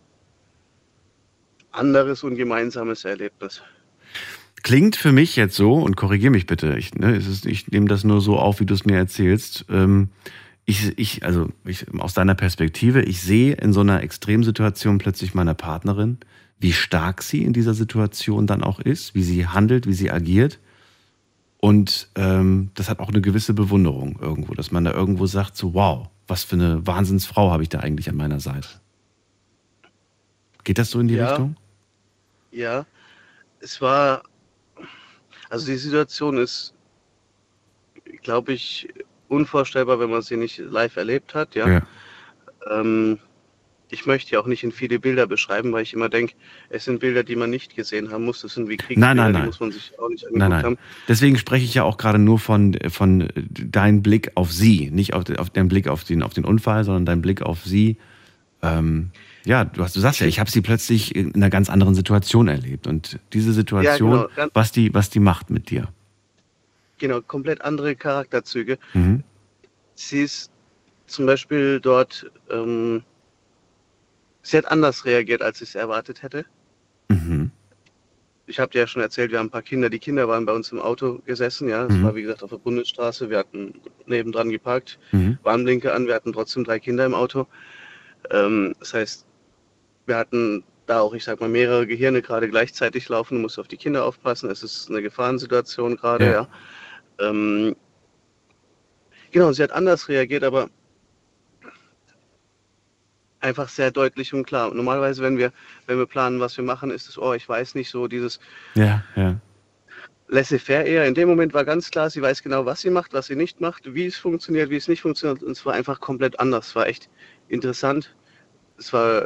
anderes und gemeinsames Erlebnis. Klingt für mich jetzt so, und korrigiere mich bitte, ich, ne, es ist, ich nehme das nur so auf, wie du es mir erzählst. Ähm, ich, ich, also ich, aus deiner Perspektive, ich sehe in so einer Extremsituation plötzlich meiner Partnerin, wie stark sie in dieser Situation dann auch ist, wie sie handelt, wie sie agiert. Und ähm, das hat auch eine gewisse Bewunderung irgendwo, dass man da irgendwo sagt, so wow, was für eine Wahnsinnsfrau habe ich da eigentlich an meiner Seite. Geht das so in die Ja. Richtung? Ja, es war, also die Situation ist, glaube ich, unvorstellbar, wenn man sie nicht live erlebt hat, ja. Ja. Ähm, ich möchte ja auch nicht in viele Bilder beschreiben, weil ich immer denke, es sind Bilder, die man nicht gesehen haben muss. Das sind wie Kriegsbilder, Nein, nein, nein. die muss man sich auch nicht angeguckt Nein, nein. haben. Deswegen spreche ich ja auch gerade nur von, von deinem Blick auf sie, nicht auf, auf deinen Blick auf den, auf den Unfall, sondern dein Blick auf sie. Ähm, ja, du, hast, du sagst ja, ich habe sie plötzlich in einer ganz anderen Situation erlebt. Und diese Situation, Ja, genau. Ganz- was, die, was die macht mit dir. Genau, komplett andere Charakterzüge. Mhm. Sie ist zum Beispiel dort, ähm, sie hat anders reagiert, als ich es erwartet hätte. Mhm. ich habe dir ja schon erzählt, wir haben ein paar Kinder. Die Kinder waren bei uns im Auto gesessen, ja. Das Mhm. war, wie gesagt, auf der Bundesstraße. Wir hatten nebendran geparkt, Mhm. Warnblinker an. Wir hatten trotzdem drei Kinder im Auto. Ähm, das heißt, wir hatten da auch, ich sag mal, mehrere Gehirne gerade gleichzeitig laufen. Du musst auf die Kinder aufpassen. Es ist eine Gefahrensituation gerade, Ja. ja. Ähm, genau, sie hat anders reagiert, aber einfach sehr deutlich und klar. Normalerweise, wenn wir, wenn wir planen, was wir machen, ist es, oh, ich weiß nicht, so dieses Ja, ja. laissez-faire eher. In dem Moment war ganz klar, sie weiß genau, was sie macht, was sie nicht macht, wie es funktioniert, wie es nicht funktioniert. Und es war einfach komplett anders. Es war echt interessant. Es war,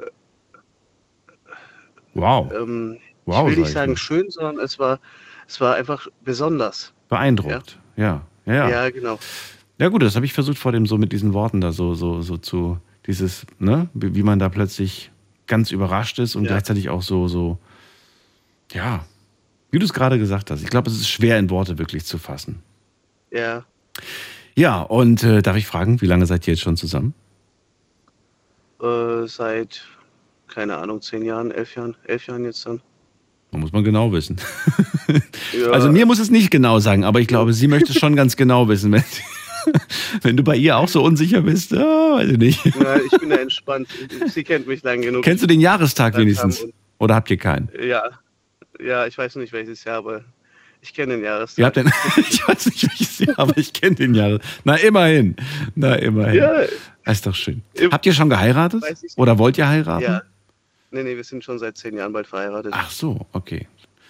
Wow. ähm, Wow, ich will sag nicht ich sagen mal. schön, sondern es war, es war einfach besonders. Beeindruckt. Ja. Ja, ja. Ja, genau. Ja gut, das habe ich versucht vor dem so mit diesen Worten da so, so, so zu, dieses, ne, wie wie man da plötzlich ganz überrascht ist und Ja. gleichzeitig auch so, so, ja, wie du es gerade gesagt hast. Ich glaube, es ist schwer in Worte wirklich zu fassen. Ja, Ja, und äh, darf ich fragen, wie lange seid ihr jetzt schon zusammen? äh, seit, keine Ahnung, zehn Jahren, elf Jahren, elf Jahren jetzt dann. Da muss man genau wissen. Ja. Also mir muss es nicht genau sagen, aber ich glaube, sie möchte schon ganz genau wissen, wenn, wenn du bei ihr auch so unsicher bist. Ah, weiß ich nicht. Ja, ich bin da entspannt. Sie kennt mich lang genug. Kennst du den Jahrestag Dann wenigstens? haben- Oder habt ihr keinen? Ja, ja, ich weiß nicht welches Jahr, aber ich kenne den Jahrestag. Ihr habt den, ich weiß nicht welches Jahr, aber ich kenne den Jahr. Na immerhin. Na immerhin. Ja, Das ist doch schön. Im- Habt ihr schon geheiratet? Weiß ich nicht. Oder wollt ihr heiraten? ja. Nee, nee, wir sind schon seit zehn Jahren bald verheiratet. Ach so, okay.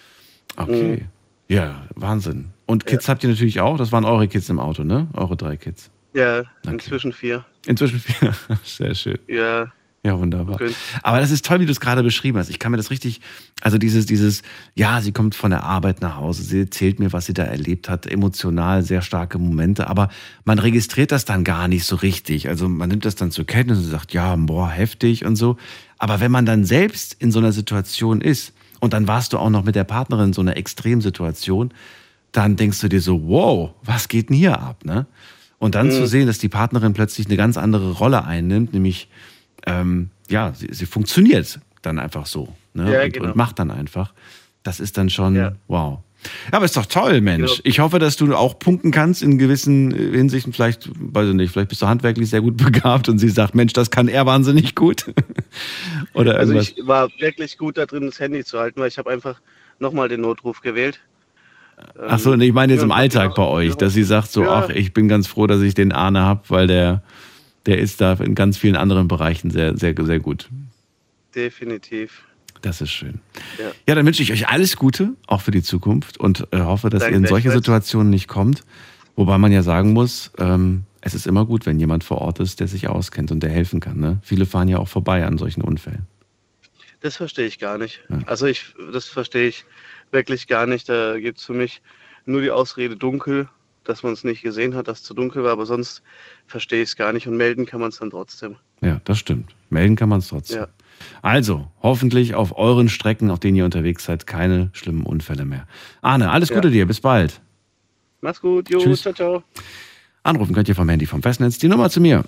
Okay. Mhm. Ja, Wahnsinn. Und Kids habt ihr natürlich auch? Das waren eure Kids im Auto, ne? Eure drei Kids. Ja, inzwischen vier. Inzwischen vier. Sehr schön. Ja, Ja, wunderbar. Okay. Aber das ist toll, wie du es gerade beschrieben hast. Ich kann mir das richtig, also dieses, dieses, ja, sie kommt von der Arbeit nach Hause, sie erzählt mir, was sie da erlebt hat, emotional sehr starke Momente, aber man registriert das dann gar nicht so richtig. Also man nimmt das dann zur Kenntnis und sagt, ja, boah, heftig und so. Aber wenn man dann selbst in so einer Situation ist und dann warst du auch noch mit der Partnerin in so einer Extremsituation, dann denkst du dir so, wow, was geht denn hier ab, ne? Und dann Mhm. zu sehen, dass die Partnerin plötzlich eine ganz andere Rolle einnimmt, nämlich ähm, ja, sie, sie funktioniert dann einfach so, ne? Ja, und, genau. und macht dann einfach. Das ist dann schon, Ja. wow. Ja, aber ist doch toll, Mensch. Genau. Ich hoffe, dass du auch punkten kannst in gewissen äh, Hinsichten. Vielleicht, weiß ich nicht, vielleicht bist du handwerklich sehr gut begabt und sie sagt, Mensch, das kann er wahnsinnig gut. Oder also irgendwas. ich war wirklich gut da drin, das Handy zu halten, weil ich habe einfach nochmal den Notruf gewählt. Ach so, nee, ich meine jetzt im Ja, Alltag bei ja, euch, ja. dass sie sagt so, Ja. ach, ich bin ganz froh, dass ich den Arne hab, weil der, der ist da in ganz vielen anderen Bereichen sehr, sehr, sehr gut. Definitiv. Das ist schön. Ja. Ja, dann wünsche ich euch alles Gute, auch für die Zukunft und äh, hoffe, dass Danke, ihr in solche gleichfalls. Situationen nicht kommt. Wobei man ja sagen muss, ähm, es ist immer gut, wenn jemand vor Ort ist, der sich auskennt und der helfen kann. Ne? Viele fahren ja auch vorbei an solchen Unfällen. Das verstehe ich gar nicht. Ja. Also ich, das verstehe ich wirklich gar nicht. Da gibt es für mich nur die Ausrede dunkel, dass man es nicht gesehen hat, dass es zu dunkel war, aber sonst verstehe ich es gar nicht und melden kann man es dann trotzdem. Ja, das stimmt. Melden kann man es trotzdem. Ja. Also, hoffentlich auf euren Strecken, auf denen ihr unterwegs seid, keine schlimmen Unfälle mehr. Arne, alles Ja. Gute dir, bis bald. Mach's gut, jo, Tschüss. ciao, ciao. Anrufen könnt ihr vom Handy vom Festnetz. Die Nummer zu mir.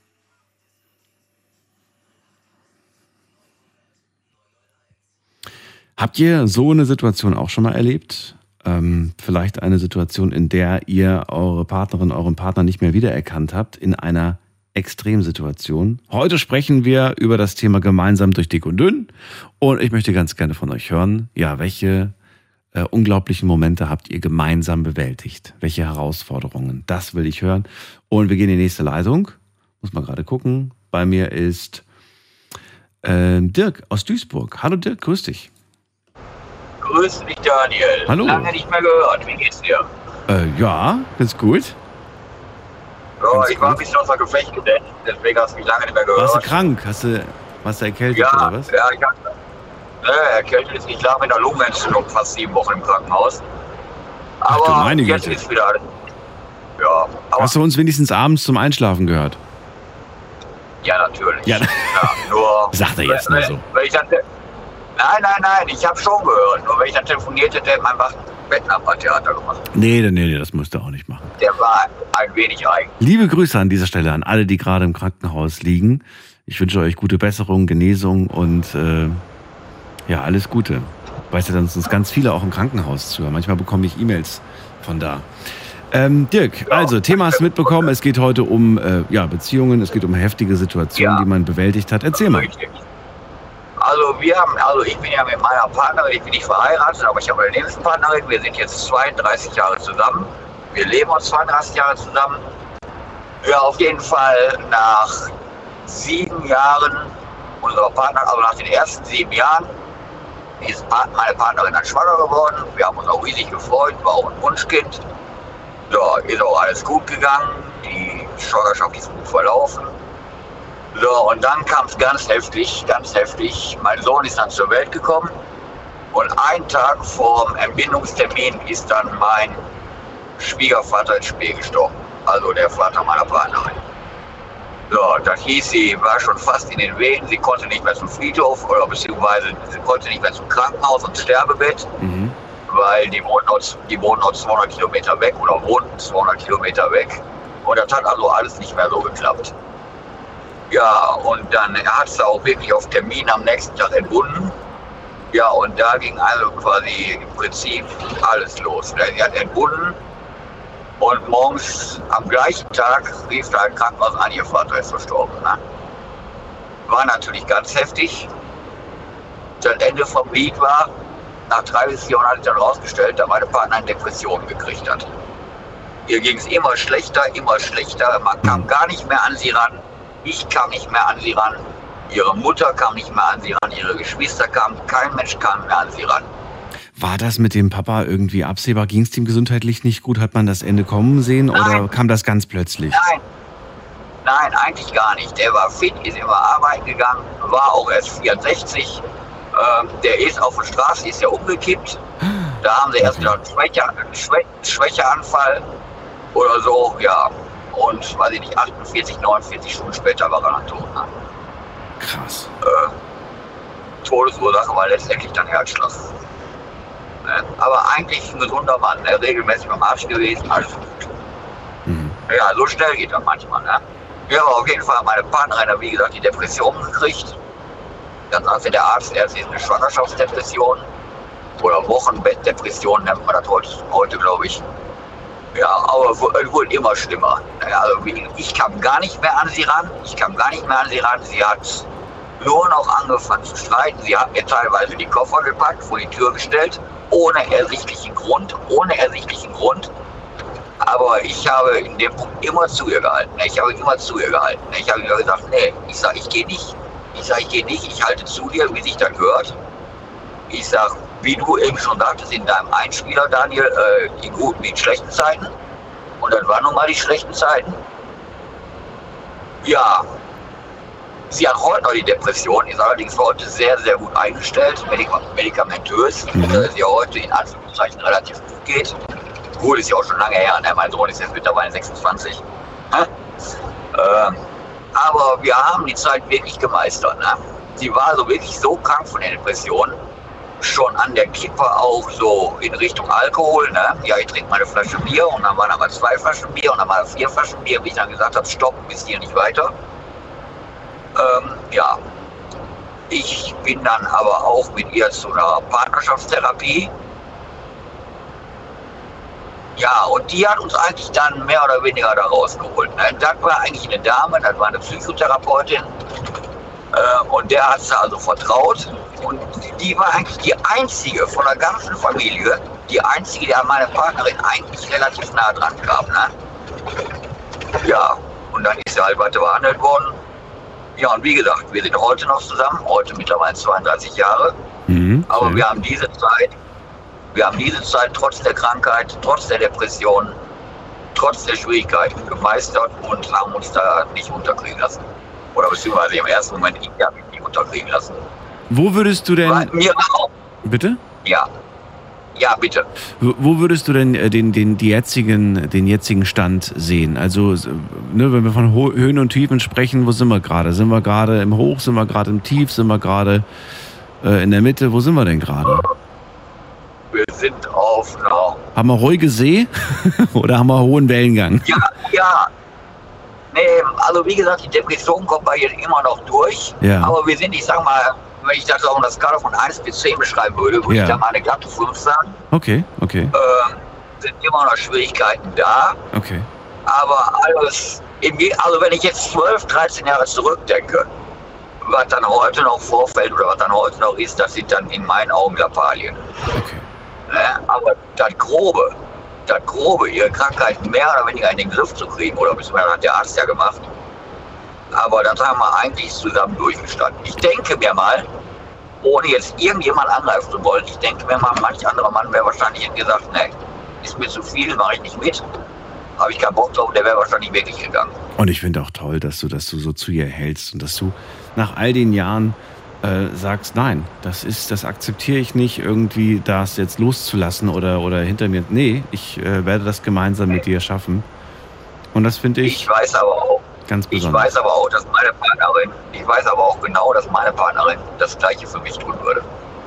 Habt ihr so eine Situation auch schon mal erlebt? Ähm, vielleicht eine Situation, in der ihr eure Partnerin, euren Partner nicht mehr wiedererkannt habt, in einer Extremsituation. Heute sprechen wir über das Thema gemeinsam durch dick und dünn. Und ich möchte ganz gerne von euch hören, ja, welche äh, unglaublichen Momente habt ihr gemeinsam bewältigt? Welche Herausforderungen? Das will ich hören. Und wir gehen in die nächste Leitung. Muss mal gerade gucken. Bei mir ist äh, Dirk aus Duisburg. Hallo Dirk, grüß dich. Grüß dich, Daniel. Hallo. Lange nicht mehr gehört. Wie geht's dir? Äh, ja, ganz gut. Ja, Ganz ich war ein gut. bisschen außer Gefecht gedeckt, deswegen hast du mich lange nicht mehr gehört. Warst du krank? Hast du, warst du erkältet Ja, oder was? ja, ich hatte, äh, erkältet ist, ich lag mit einer Lungenentzündung fast sieben Wochen im Krankenhaus. Ach du Aber meine jetzt Güte. ist wieder alles. Ja, aber, Hast du uns wenigstens abends zum Einschlafen gehört? ja, natürlich. Ja. Ja, nur, Sagt er jetzt nur so. Wenn ich dann, nein, nein, nein, ich habe schon gehört. Nur wenn ich dann telefoniert hätte, hätte mein Bettnachbartheater gemacht. Nee, nee, nee, das musst du auch nicht machen. Der war ein wenig eigen. Liebe Grüße an dieser Stelle an alle, die gerade im Krankenhaus liegen. Ich wünsche euch gute Besserung, Genesung und äh, ja, alles Gute. Weißt du, dann sind uns ganz viele auch im Krankenhaus zu. Manchmal bekomme ich E-Mails von da. Ähm, Dirk, also Thema hast du mitbekommen. Es geht heute um äh, ja, Beziehungen, es geht um heftige Situationen, Ja. die man bewältigt hat. Erzähl mal. Richtig. Also wir haben, also ich bin ja mit meiner Partnerin, ich bin nicht verheiratet, aber ich habe eine Lebenspartnerin. Wir sind jetzt zweiunddreißig Jahre zusammen. Wir leben uns zweiunddreißig Jahre zusammen. Ja, auf jeden Fall nach sieben Jahren unserer Partner, also nach den ersten sieben Jahren, ist meine Partnerin dann schwanger geworden. Wir haben uns auch riesig gefreut, war auch ein Wunschkind. So, ist auch alles gut gegangen. Die Schwangerschaft ist gut verlaufen. So, und dann kam es ganz heftig, ganz heftig. Mein Sohn ist dann zur Welt gekommen. Und einen Tag vor dem Entbindungstermin ist dann mein Schwiegervater ins Spiel gestorben. Also der Vater meiner Partnerin. So, das hieß, sie war schon fast in den Wehen. Sie konnte nicht mehr zum Friedhof oder beziehungsweise sie konnte nicht mehr zum Krankenhaus und Sterbebett. Mhm. Weil die wohnen, noch, die wohnen noch zweihundert Kilometer weg oder wohnten zweihundert Kilometer weg. Und das hat also alles nicht mehr so geklappt. Ja, und dann hat sie auch wirklich auf Termin am nächsten Tag entbunden. Ja, und da ging also quasi im Prinzip alles los. Sie hat entbunden und morgens am gleichen Tag rief da ein Krankenhaus an, ihr Vater ist verstorben. Ne? War natürlich ganz heftig. Das Ende vom Lied war, nach drei bis vier Jahren hat sich dann rausgestellt, dass meine Partnerin Depressionen gekriegt hat. Ihr ging es immer schlechter, immer schlechter. Man kam gar nicht mehr an sie ran. Ich kam nicht mehr an sie ran. Ihre Mutter kam nicht mehr an sie ran. Ihre Geschwister kamen. Kein Mensch kam mehr an sie ran. War das mit dem Papa irgendwie absehbar? Ging es ihm gesundheitlich nicht gut? Hat man das Ende kommen sehen? Nein. Oder kam das ganz plötzlich? Nein. Nein, eigentlich gar nicht. Der war fit, ist immer arbeiten gegangen, war auch erst vierundsechzig. Ähm, der ist auf der Straße, ist ja umgekippt. Da haben sie erst wieder einen Schwäche, Schwä Schwächeanfall oder so, ja. Und, weiß ich nicht, achtundvierzig, neunundvierzig Stunden später war er dann tot. Ne? Krass. Äh, Todesursache war letztendlich dann Herzschlag. Ne? Aber eigentlich ein gesunder Mann, ne? Regelmäßig beim Arzt gewesen, alles gut. Mhm. Ja, so schnell geht das manchmal. Ne? Ja, aber auf jeden Fall meine Partnerin hat, wie gesagt, die Depression gekriegt. Dann sagte der Arzt, er ist eine Schwangerschaftsdepression oder Wochenbettdepression, nennt man das heute, heute glaube ich. Ja, aber es wurde immer schlimmer. Also ich kam gar nicht mehr an sie ran. Ich kam gar nicht mehr an sie ran. Sie hat nur noch angefangen zu streiten. Sie hat mir teilweise die Koffer gepackt, vor die Tür gestellt, ohne ersichtlichen Grund, ohne ersichtlichen Grund. Aber ich habe in dem Punkt immer zu ihr gehalten. Ich habe immer zu ihr gehalten. Ich habe ihr gesagt, nee, ich sage, ich gehe nicht. Ich sage, ich gehe nicht, ich halte zu dir, wie sich das gehört. Ich sage, wie du eben schon sagtest, in deinem Einspieler, Daniel, äh, die guten, die schlechten Zeiten. Und dann waren nun mal die schlechten Zeiten. Ja, sie hat heute noch die Depression, ist allerdings heute sehr, sehr gut eingestellt, medik medikamentös, mhm. dass es ihr heute in Anführungszeichen relativ gut geht. Gut, ist ja auch schon lange her, ne? Mein Sohn ist jetzt mittlerweile sechsundzwanzig. Äh, aber wir haben die Zeit wirklich gemeistert. Ne? Sie war so wirklich so krank von der Depression, schon an der Kippe auch so in Richtung Alkohol. Ne? Ja, ich trinke mal eine Flasche Bier und dann waren aber zwei Flaschen Bier und dann waren vier Flaschen Bier, wie ich dann gesagt habe, stopp, bis hier nicht weiter. Ähm, ja, ich bin dann aber auch mit ihr zu einer Partnerschaftstherapie. Ja, und die hat uns eigentlich dann mehr oder weniger da rausgeholt. Ne? Das war eigentlich eine Dame, das war eine Psychotherapeutin. Äh, und der hat sie also vertraut. Und die war eigentlich die einzige von der ganzen Familie, die einzige, die an meine Partnerin eigentlich relativ nah dran kam. Ne? Ja, und dann ist sie halt weiter behandelt worden. Ja, und wie gesagt, wir sind heute noch zusammen, heute mittlerweile zweiunddreißig Jahre. Mhm, aber wir haben diese Zeit, wir haben diese Zeit trotz der Krankheit, trotz der Depression, trotz der Schwierigkeiten gemeistert und haben uns da nicht unterkriegen lassen. Oder beziehungsweise im ersten Moment nicht, ja, nicht unterkriegen lassen. Wo würdest du denn... Weil mir auch, bitte? Ja. Ja, bitte. Wo würdest du denn den, den, die jetzigen, den jetzigen Stand sehen? Also, ne, wenn wir von Höhen und Tiefen sprechen, wo sind wir gerade? Sind wir gerade im Hoch, sind wir gerade im Tief, sind wir gerade äh, in der Mitte? Wo sind wir denn gerade? Wir sind auf einer... Haben wir ruhige See oder haben wir hohen Wellengang? Ja, ja. Nee, also wie gesagt, die Depression kommt bei ihr immer noch durch. Ja. Aber wir sind, ich sag mal, wenn ich das auf einer Skala von eins bis zehn beschreiben würde, würde Ja. ich da mal eine glatte fünf sagen. Okay, okay, Ähm, sind immer noch Schwierigkeiten da, okay. aber alles, im, Ge- also wenn ich jetzt zwölf, dreizehn Jahre zurückdenke, was dann heute noch vorfällt oder was dann heute noch ist, das sind dann in meinen Augen Lappalien. Okay. Ne? Aber das Grobe, das Grobe, ihre Krankheiten mehr oder weniger in den Griff zu kriegen, oder beziehungsweise hat der Arzt ja gemacht. Aber das haben wir eigentlich zusammen durchgestanden. Ich denke mir mal, ohne jetzt irgendjemand angreifen zu wollen, ich denke mir mal, manch anderer Mann wäre wahrscheinlich gesagt, ne, ist mir zu viel, mache ich nicht mit, habe ich keinen Bock drauf, der wäre wahrscheinlich wirklich gegangen. Und ich finde auch toll, dass du, dass du so zu ihr hältst und dass du nach all den Jahren äh, sagst, nein, das ist, das akzeptiere ich nicht, irgendwie das jetzt loszulassen oder, oder hinter mir. Nee, ich äh, werde das gemeinsam mit dir schaffen. Und das finde ich, Ich weiß aber auch, ganz ich besonders. weiß aber auch, dass meine Partnerin, ich weiß aber auch genau, dass meine Partnerin das Gleiche für mich tun würde.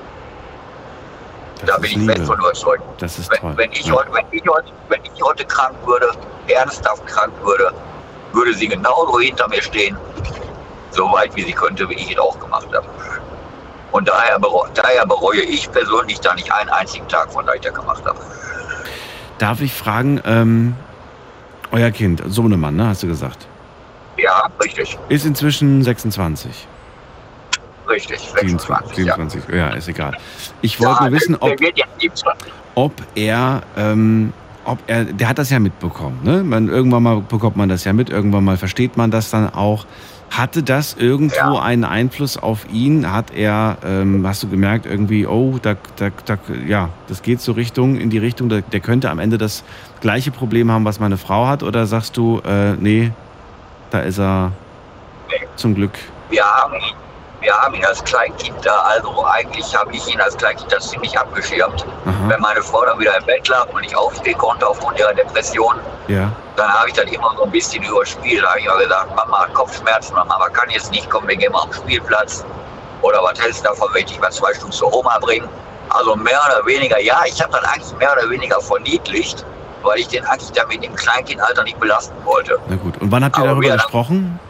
Das Da ist bin ich Liebe. fest von überzeugt. Das ist Wenn, toll. wenn, ich Ja. heute, wenn, ich heute, wenn ich heute krank würde, ernsthaft krank würde, würde sie genauso hinter mir stehen, so weit wie sie könnte, wie ich es auch gemacht habe. Und daher, bereue, daher bereue ich persönlich da nicht einen einzigen Tag von, da ich das gemacht habe. Darf ich fragen, ähm, euer Kind, Sohnemann, ne, hast du gesagt, Ja, richtig, ist inzwischen sechsundzwanzig. richtig, siebenundzwanzig, sechsundzwanzig, ja. siebenundzwanzig, ja, ist egal. Ich wollte Ja, nur wissen, der ob, wird jetzt siebenundzwanzig. ob er, ähm, ob er, der hat das ja mitbekommen, ne? Man, irgendwann mal bekommt man das ja mit, irgendwann mal versteht man das dann auch. Hatte das irgendwo Ja. einen Einfluss auf ihn? Hat er, ähm, hast du gemerkt, irgendwie, oh, da, da, da, ja, das geht so Richtung, in die Richtung, der, der könnte am Ende das gleiche Problem haben, was meine Frau hat? Oder sagst du, äh, nee, da ist er Nee. zum Glück. Wir haben ihn, wir haben ihn als Kleinkind da, also eigentlich habe ich ihn als Kleinkind da ziemlich abgeschirmt. Aha, Wenn meine Frau dann wieder im Bett lag und ich aufstehen konnte aufgrund ihrer Depression, ja, dann habe ich das immer so ein bisschen überspielt. Da habe ich immer gesagt, Mama hat Kopfschmerzen, Mama kann jetzt nicht kommen, wir gehen mal am Spielplatz. Oder was hältst du davon, wenn ich dich mal zwei Stunden zur Oma bringe? Also mehr oder weniger, ja, ich habe dann eigentlich mehr oder weniger verniedlicht, weil ich den eigentlich damit im Kleinkindalter nicht belasten wollte. na gut. Und wann habt ihr Aber darüber wir- gesprochen?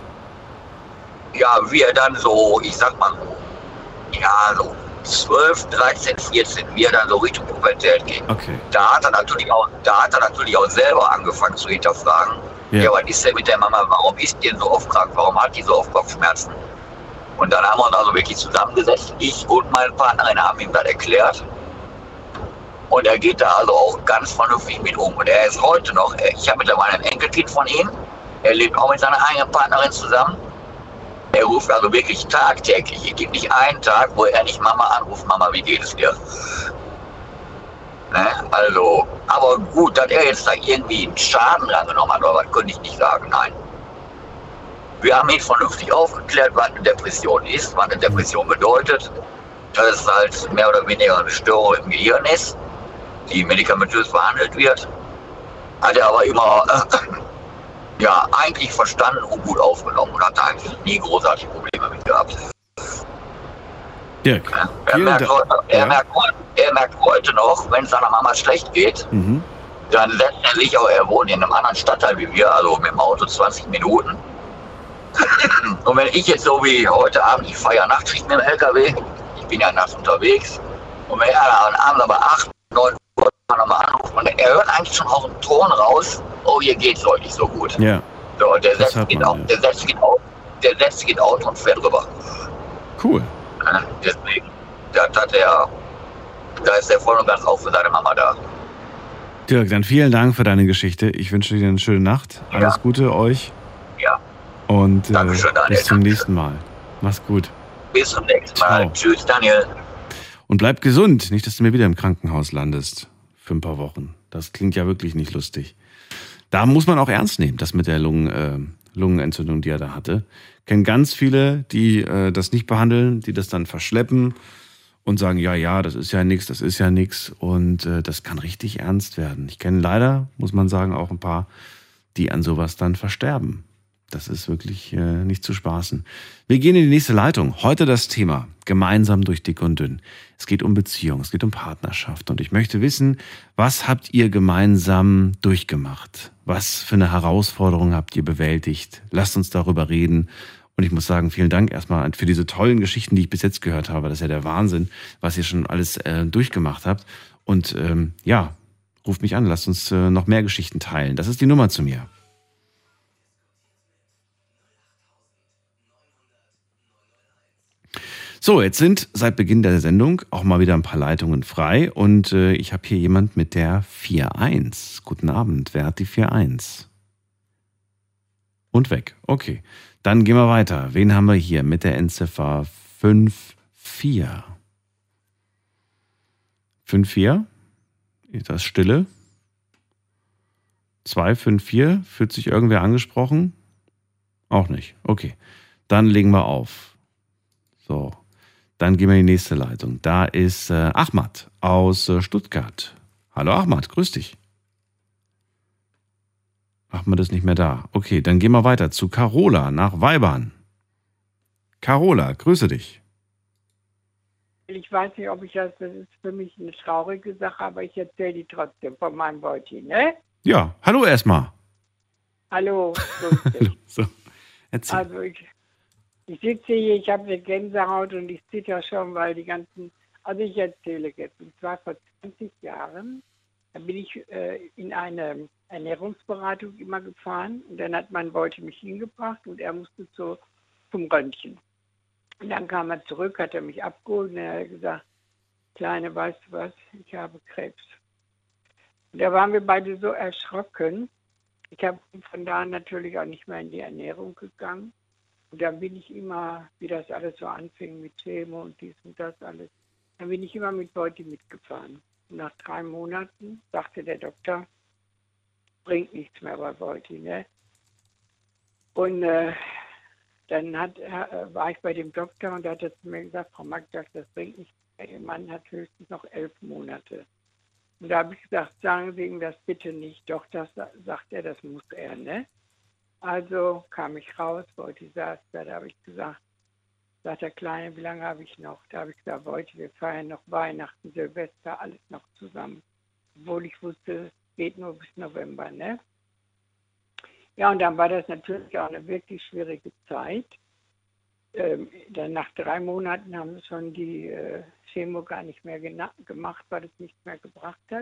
Ja, wie er dann so, ich sag mal, ja, so zwölf, dreizehn, vierzehn, wie er dann so Richtung Pubertät ging. Okay, Da hat er natürlich auch, da hat er natürlich auch selber angefangen zu hinterfragen. Ja. Ja, was ist denn mit der Mama? Warum ist die denn so oft krank? Warum hat die so oft Kopfschmerzen? Und dann haben wir uns also wirklich zusammengesetzt. Ich und meine Partnerin haben ihm das erklärt. Und er geht da also auch ganz vernünftig mit um. Und er ist heute noch, ich habe mittlerweile ein Enkelkind von ihm. Er lebt auch mit seiner eigenen Partnerin zusammen. Er ruft also wirklich tagtäglich. Es gibt nicht einen Tag, wo er nicht Mama anruft, Mama, wie geht es dir? Ne? Also, aber gut, dass er jetzt da irgendwie einen Schaden rangenommen hat, oder was, könnte ich nicht sagen, nein. Wir haben ihn vernünftig aufgeklärt, was eine Depression ist, was eine Depression bedeutet. Dass es halt mehr oder weniger eine Störung im Gehirn ist, die medikamentös behandelt wird. Hat er aber immer äh, ja, eigentlich verstanden und gut aufgenommen und hat eigentlich nie großartige Probleme mit gehabt. Dirk, Er vielen merkt, Dank. heute, er, Ja. merkt, heute- er merkt heute noch, wenn es seiner Mama schlecht geht, Mhm. dann setzt er sich auch, er wohnt in einem anderen Stadtteil wie wir, also mit dem Auto zwanzig Minuten. Und wenn ich jetzt so wie heute Abend, ich feiere Nachtschicht mit dem L K W, ich bin ja nachts unterwegs, und wenn er dann abends aber acht, neun Uhr nochmal anruft, und er hört eigentlich schon aus dem Ton raus, oh, hier geht's heute nicht so gut. Ja, So, der Das setzt hört sich man, auch, ja. der setzt sich auch, der setzt sich ins Auto und fährt rüber. cool. Ja, deswegen, da hat er, da ist er voll und ganz auch für seine Mama da. Dirk, dann vielen Dank für deine Geschichte. Ich wünsche dir eine schöne Nacht. Alles Ja. Gute euch. Ja. Und äh, Dankeschön, Daniel. bis zum Dankeschön. nächsten Mal. Mach's gut. Bis zum nächsten Mal. Ciao. Tschüss, Daniel. Und bleib gesund. Nicht, dass du mir wieder im Krankenhaus landest. Für ein paar Wochen. Das klingt ja wirklich nicht lustig. Da muss man auch ernst nehmen, das mit der Lungen, äh, Lungenentzündung, die er da hatte. Kennen ganz viele, die äh, das nicht behandeln, die das dann verschleppen und sagen, ja, ja, das ist ja nichts, das ist ja nichts. Und äh, das kann richtig ernst werden. Ich kenne leider, muss man sagen, auch ein paar, die an sowas dann versterben. Das ist wirklich äh, nicht zu spaßen. Wir gehen in die nächste Leitung. Heute das Thema gemeinsam durch dick und dünn. Es geht um Beziehung, es geht um Partnerschaft. Und ich möchte wissen, was habt ihr gemeinsam durchgemacht? Was für eine Herausforderung habt ihr bewältigt? Lasst uns darüber reden Und ich muss sagen, vielen Dank erstmal für diese tollen Geschichten, die ich bis jetzt gehört habe. Das ist ja der Wahnsinn, was ihr schon alles äh, durchgemacht habt. Und ähm, ja, ruft mich an, lasst uns äh, noch mehr Geschichten teilen. Das ist die Nummer zu mir. So, jetzt sind seit Beginn der Sendung auch mal wieder ein paar Leitungen frei. Und äh, ich habe hier jemand mit der vier eins. Guten Abend, wer hat die vier eins? Und weg, okay. Dann gehen wir weiter. Wen haben wir hier mit der Endziffer fünf vier? fünf vier? Ist das Stille? zwei fünf vier? Fühlt sich irgendwer angesprochen? Auch nicht. Okay. Dann legen wir auf. So. Dann gehen wir in die nächste Leitung. Da ist äh, Ahmad aus äh, Stuttgart. Hallo Ahmad, grüß dich. Ahmad ist nicht mehr da. Okay, dann gehen wir weiter zu Carola nach Weibern. Carola, grüße dich. Ich weiß nicht, ob ich das, das ist für mich eine traurige Sache, aber ich erzähle die trotzdem von meinem Beuti, ne? Ja, hallo erstmal. Hallo, grüß dich. Hallo, so, erzähl. Also ich, ich sitze hier, ich habe eine Gänsehaut und ich zitter schon, weil die ganzen, also ich erzähle jetzt, und zwar vor zwanzig Jahren, da bin ich äh, in eine Ernährungsberatung immer gefahren und dann hat mein Beuti mich hingebracht und er musste zu, zum Röntgen. Und dann kam er zurück, hat er mich abgeholt und er hat gesagt, Kleine, weißt du was, ich habe Krebs. Und da waren wir beide so erschrocken. Ich habe von da an natürlich auch nicht mehr in die Ernährung gegangen. Und dann bin ich immer, wie das alles so anfing mit Chemo und dies und das alles, dann bin ich immer mit Beuti mitgefahren. Und nach drei Monaten sagte der Doktor, bringt nichts mehr bei Beuti, ne? Und äh, dann hat, äh, war ich bei dem Doktor und da hat er zu mir gesagt, Frau Magda, das bringt nichts mehr. Ihr Mann hat höchstens noch elf Monate. Und da habe ich gesagt, sagen Sie ihm das bitte nicht. Doch, das sagt er, das muss er, ne? Also kam ich raus, Beuti saß da, da habe ich gesagt, sagt der Kleine, wie lange habe ich noch? Da habe ich gesagt, Beuti, wir feiern noch Weihnachten, Silvester, alles noch zusammen. Obwohl ich wusste, es geht nur bis November, ne? Ja, und dann war das natürlich auch eine wirklich schwierige Zeit. Ähm, dann nach drei Monaten haben wir schon die äh, Chemo gar nicht mehr gena- gemacht, weil es nichts mehr gebracht hat.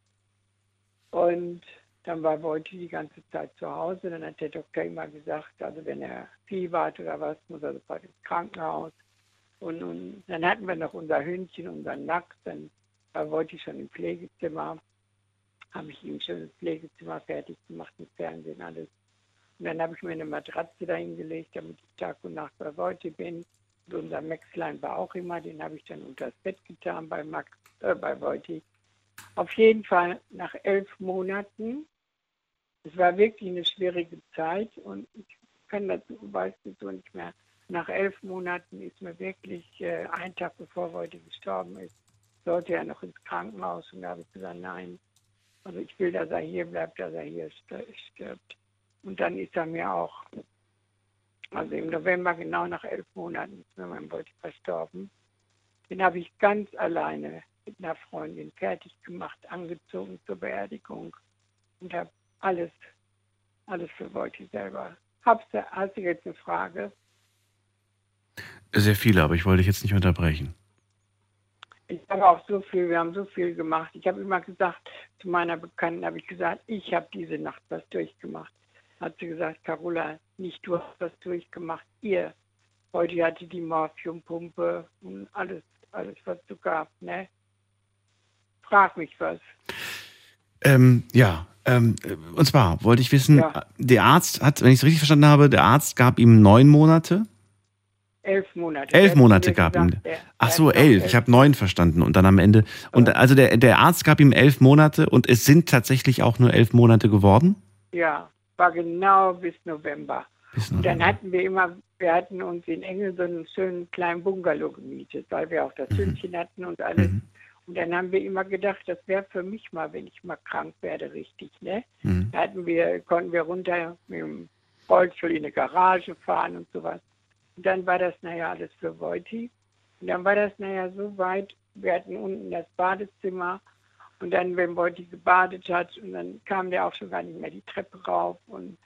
Und dann war Beuti die ganze Zeit zu Hause. Dann hat der Doktor immer gesagt, also wenn er Fieber hat oder was, muss er sofort ins Krankenhaus. Und, und dann hatten wir noch unser Hündchen, unseren Lachs. Dann war Beuti schon im Pflegezimmer. Habe ich ihm schon das Pflegezimmer fertig gemacht, mit Fernsehen, alles. Und dann habe ich mir eine Matratze dahingelegt, damit ich Tag und Nacht bei Beuti bin. Und unser Maxlein war auch immer, den habe ich dann unter das Bett getan bei Max, äh, bei Beuti. Auf jeden Fall nach elf Monaten, es war wirklich eine schwierige Zeit und ich kann dazu, weiß das so nicht mehr. Nach elf Monaten ist mir wirklich, äh, ein Tag bevor Beuti gestorben ist, sollte er noch ins Krankenhaus und da habe ich gesagt, nein, also ich will, dass er hier bleibt, dass er hier stirbt. Und dann ist er mir auch, also im November, genau nach elf Monaten, ist mir mein Beuti verstorben. Den habe ich ganz alleine mit einer Freundin fertig gemacht, angezogen zur Beerdigung und habe alles, alles für Beuti selber. Hab's, hast du jetzt eine Frage? Sehr viele, aber ich wollte dich jetzt nicht unterbrechen. Ich habe auch so viel, wir haben so viel gemacht. Ich habe immer gesagt, zu meiner Bekannten habe ich gesagt, ich habe diese Nacht was durchgemacht. Hat sie gesagt, Carola, nicht du hast was durchgemacht, ihr. Heute hatte die Morphiumpumpe und alles, alles was du gab, ne? Frag mich was. Ähm, ja, ähm, und zwar wollte ich wissen, Ja. der Arzt hat, wenn ich es richtig verstanden habe, der Arzt gab ihm neun Monate? Elf Monate. Elf Der hat Monate mir gab ihm. gesagt, der- Ach der so, hat noch elf. Ich habe neun verstanden und dann am Ende. Und also der, der Arzt gab ihm elf Monate und es sind tatsächlich auch nur elf Monate geworden? Ja, war genau bis November. Bis Und dann November. hatten wir immer, wir hatten uns in Engel so einen schönen kleinen Bungalow gemietet, weil wir auch das Hündchen hatten und alles. Mhm. Und dann haben wir immer gedacht, das wäre für mich mal, wenn ich mal krank werde, richtig, ne? Mhm. Da hatten wir, konnten wir runter mit dem Rollstuhl in eine Garage fahren und sowas. Und dann war das, naja, alles für Beuti. Und dann war das, naja, so weit, wir hatten unten das Badezimmer und dann, wenn Beuti gebadet hat, und dann kam der auch schon gar nicht mehr die Treppe rauf. Und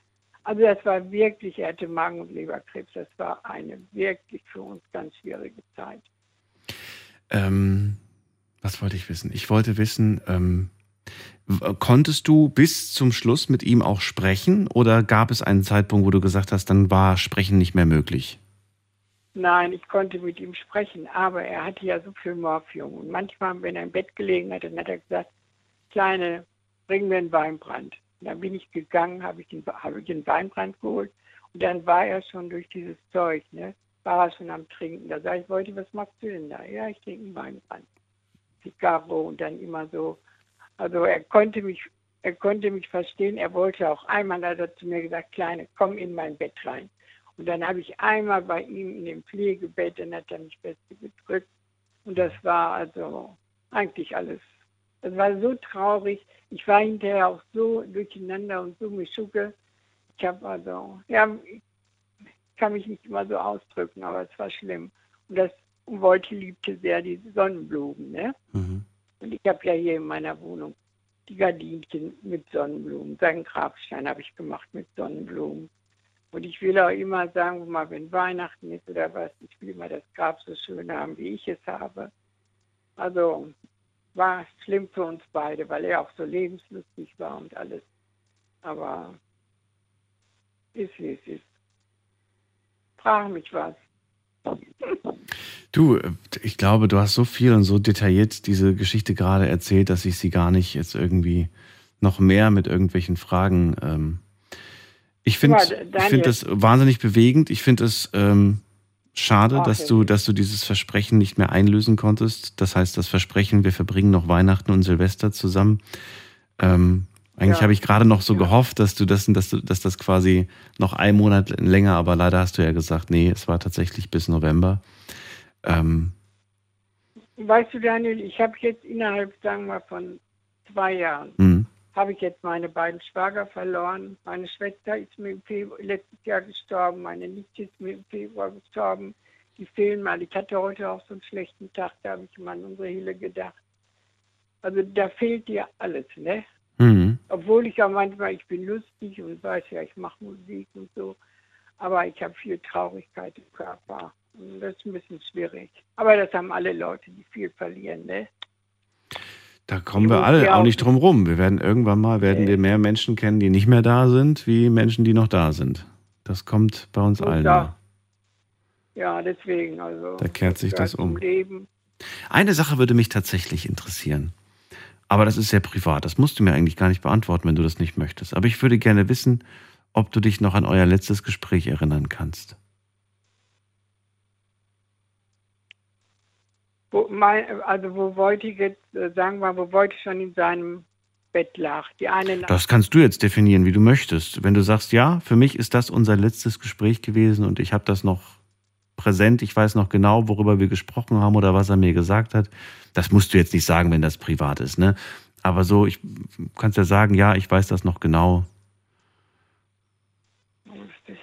Also das war wirklich, er hatte Magen- und Leberkrebs. Das war eine wirklich für uns ganz schwierige Zeit. Ähm, was wollte ich wissen? Ich wollte wissen, ähm, w- konntest du bis zum Schluss mit ihm auch sprechen oder gab es einen Zeitpunkt, wo du gesagt hast, dann war Sprechen nicht mehr möglich? Nein, ich konnte mit ihm sprechen, aber er hatte ja so viel Morphium. Und manchmal, wenn er im Bett gelegen hat, dann hat er gesagt, Kleine, bring mir einen Weinbrand. Und dann bin ich gegangen, habe ich, den, habe ich den Weinbrand geholt und dann war er schon durch dieses Zeug, ne, war er schon am Trinken. Da sage ich, Wolti, was machst du denn da? Ja, ich trinke einen Weinbrand. Zigarro und dann immer so. Also er konnte mich, er konnte mich verstehen. Er wollte auch einmal, da hat er zu mir gesagt, Kleine, komm in mein Bett rein. Und dann habe ich einmal bei ihm in dem Pflegebett, dann hat er mich fest gedrückt. Und das war also eigentlich alles. Das war so traurig. Ich war hinterher auch so durcheinander und so mischucke. Ich habe also, ja, ich kann mich nicht immer so ausdrücken, aber es war schlimm. Und das Wolti liebte sehr die Sonnenblumen, ne? Mhm. Und ich habe ja hier in meiner Wohnung die Gardinchen mit Sonnenblumen. Seinen Grabstein habe ich gemacht mit Sonnenblumen. Und ich will auch immer sagen, mal wenn Weihnachten ist oder was, ich will immer das Grab so schön haben, wie ich es habe. Also war schlimm für uns beide, weil er auch so lebenslustig war und alles. Aber ist wie es ist. Frag mich was. Du, ich glaube, du hast so viel und so detailliert diese Geschichte gerade erzählt, dass ich sie gar nicht jetzt irgendwie noch mehr mit irgendwelchen Fragen. Ähm ich finde, ich finde das wahnsinnig bewegend. Ich finde es ähm, schade, Ach, dass du, dass du dieses Versprechen nicht mehr einlösen konntest. Das heißt, das Versprechen, wir verbringen noch Weihnachten und Silvester zusammen. Ähm, eigentlich Ja. habe ich gerade noch so Ja. gehofft, dass du das, dass du, dass das quasi noch einen Monat länger, aber leider hast du ja gesagt, nee, es war tatsächlich bis November. Ähm, Weißt du, Daniel, ich habe jetzt innerhalb, sagen wir mal, von zwei Jahren, mh. habe ich jetzt meine beiden Schwager verloren. Meine Schwester ist mir im Februar, letztes Jahr gestorben, meine Nichte ist mir im Februar gestorben. Die fehlen mal. Ich hatte heute auch so einen schlechten Tag, da habe ich mal an unsere Hille gedacht. Also da fehlt dir alles, ne? Mhm. Obwohl ich auch manchmal, ich bin lustig und weiß ja, ich mache Musik und so, aber ich habe viel Traurigkeit im Körper. Und das ist ein bisschen schwierig. Aber das haben alle Leute, die viel verlieren, ne? Da kommen Ich wir muss alle dir auch auch- nicht drum rum. Wir werden irgendwann mal, werden Nee. wir mehr Menschen kennen, die nicht mehr da sind, wie Menschen, die noch da sind. Das kommt bei uns Und allen. da- Ja, deswegen, also. Da kehrt sich gehört das um. zum Leben. Eine Sache würde mich tatsächlich interessieren. Aber das ist sehr privat. Das musst du mir eigentlich gar nicht beantworten, wenn du das nicht möchtest. Aber ich würde gerne wissen, ob du dich noch an euer letztes Gespräch erinnern kannst. Wo, mein, also wo wollte ich jetzt, äh, sagen wir, wo wollte ich schon in seinem Bett lag. Die eine Nacht. Das kannst du jetzt definieren, wie du möchtest. Wenn du sagst, ja, für mich ist das unser letztes Gespräch gewesen und ich habe das noch präsent, ich weiß noch genau, worüber wir gesprochen haben oder was er mir gesagt hat. Das musst du jetzt nicht sagen, wenn das privat ist, ne? Aber so, ich kannst ja sagen, ja, ich weiß das noch genau. Lustig.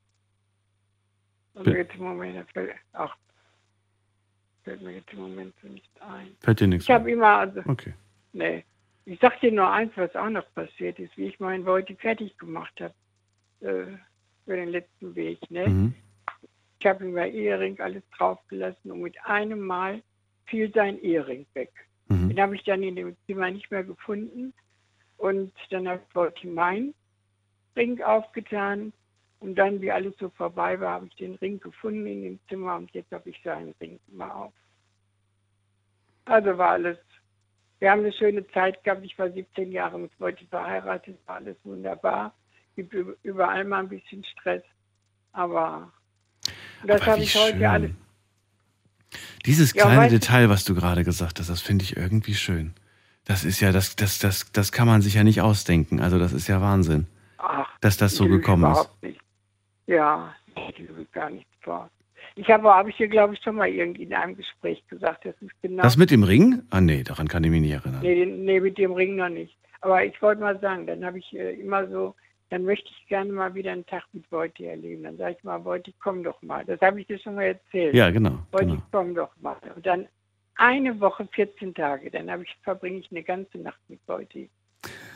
Also Bi- jetzt im Moment, das fällt, ach, fällt mir jetzt im Moment so nicht ein. Fällt dir nichts Ich habe ein? immer, also, Okay. nee. Ich sag dir nur eins, was auch noch passiert ist, wie ich meinen Wolti fertig gemacht habe äh, für den letzten Weg. Ne? Mhm. Ich habe ihm bei Ehering alles draufgelassen und mit einem Mal fiel sein Ehering weg. Mhm. Den habe ich dann in dem Zimmer nicht mehr gefunden und dann habe ich Wolti meinen Ring aufgetan und dann, wie alles so vorbei war, habe ich den Ring gefunden in dem Zimmer und jetzt habe ich seinen Ring immer auf. Also war alles. Wir haben eine schöne Zeit gehabt. Ich war siebzehn Jahre mit Wolti verheiratet, war alles wunderbar. Gibt üb- überall mal ein bisschen Stress. Aber das Aber habe wie ich heute schön. alles. Dieses Ja, kleine weißt du- Detail, was du gerade gesagt hast, das finde ich irgendwie schön. Das ist ja, das, das, das, das kann man sich ja nicht ausdenken. Also das ist ja Wahnsinn, Ach, dass das so ich lüge gekommen ist. überhaupt nicht. Ja, ich lüge gar nichts vor. Ich habe, habe ich dir, glaube ich, schon mal irgendwie in einem Gespräch gesagt, das ist genau. Das mit dem Ring? Ah nee, daran kann ich mich nicht erinnern. Nee, den- nee, mit dem Ring noch nicht. Aber ich wollte mal sagen, dann habe ich äh, immer so, dann möchte ich gerne mal wieder einen Tag mit Wolti erleben. Dann sage ich mal, Wolti, komm doch mal. Das habe ich dir schon mal erzählt. Ja, genau. Wolti, genau. komm doch mal. Und dann eine Woche, vierzehn Tage, dann habe ich, verbringe ich eine ganze Nacht mit Wolti.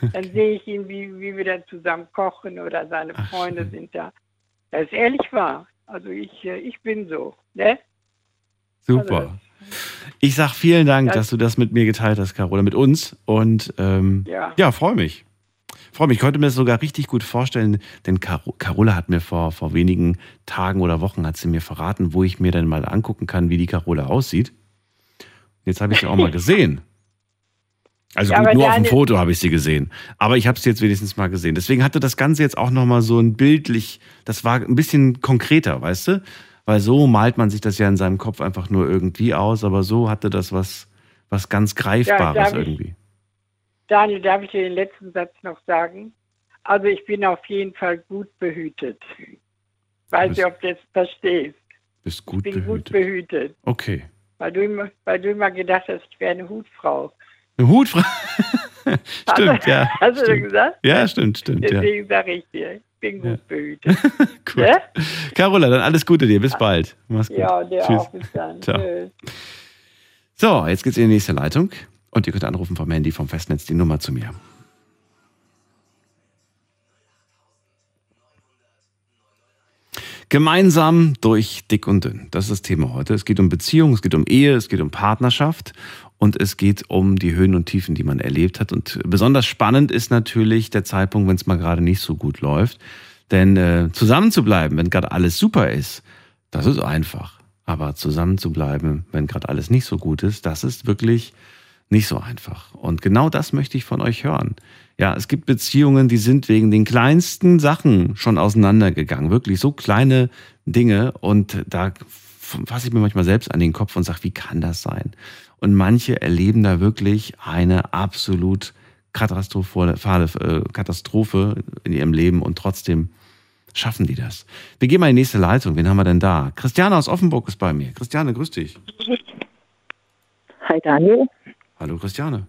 Dann sehe ich ihn, wie, wie wir dann zusammen kochen oder seine Ach, Freunde schön. sind da. Das ist ehrlich wahr. Also ich, äh, ich bin so. Ne? Super. Also, Ich sag vielen Dank, Ja. dass du das mit mir geteilt hast, Carola, mit uns. Und ähm, Ja. ja, freue mich. Freue mich. Ich konnte mir das sogar richtig gut vorstellen, denn Caro- Carola hat mir vor, vor wenigen Tagen oder Wochen hat sie mir verraten, wo ich mir dann mal angucken kann, wie die Carola aussieht. Jetzt habe ich sie auch mal gesehen. Also Ja, gut, aber nur auf dem deine- Foto habe ich sie gesehen. Aber ich habe sie jetzt wenigstens mal gesehen. Deswegen hatte das Ganze jetzt auch nochmal so ein bildlich, das war ein bisschen konkreter, weißt du? Weil so malt man sich das ja in seinem Kopf einfach nur irgendwie aus, aber so hatte das was, was ganz Greifbares darf ich- irgendwie. Daniel, darf ich dir den letzten Satz noch sagen? Also ich bin auf jeden Fall gut behütet. Weiß bist- nicht, ob du das verstehst. Bist Ich gut bin behütet. gut behütet. Okay. Weil du, immer, weil du immer gedacht hast, ich wäre eine Hutfrau. Eine Hutfrau. Stimmt, Also, ja. Hast du stimmt. gesagt? Ja, stimmt, stimmt. Ja. Deswegen sage ich dir, ich bin gut Ja. behütet. Gut. Ne? Carola, dann alles Gute dir. Bis bald. Mach's gut. Ja, der Tschüss. auch. Bis dann. Ciao. Tschüss. So, jetzt geht's in die nächste Leitung. Und ihr könnt anrufen vom Handy, vom Festnetz, die Nummer zu mir. Gemeinsam durch dick und dünn. Das ist das Thema heute. Es geht um Beziehung, es geht um Ehe, es geht um Partnerschaft und es geht um die Höhen und Tiefen, die man erlebt hat. Und besonders spannend ist natürlich der Zeitpunkt, wenn es mal gerade nicht so gut läuft. Denn äh, zusammen zu bleiben, wenn gerade alles super ist, das ist einfach. Aber zusammen zu bleiben, wenn gerade alles nicht so gut ist, das ist wirklich nicht so einfach. Und genau das möchte ich von euch hören. Ja, es gibt Beziehungen, die sind wegen den kleinsten Sachen schon auseinandergegangen. Wirklich so kleine Dinge. Und da fasse ich mir manchmal selbst an den Kopf und sage, wie kann das sein? Und manche erleben da wirklich eine absolut katastrophale äh, Katastrophe in ihrem Leben und trotzdem schaffen die das. Wir gehen mal in die nächste Leitung. Wen haben wir denn da? Christiane aus Offenburg ist bei mir. Christiane, grüß dich. Hi Daniel. Hallo Christiane.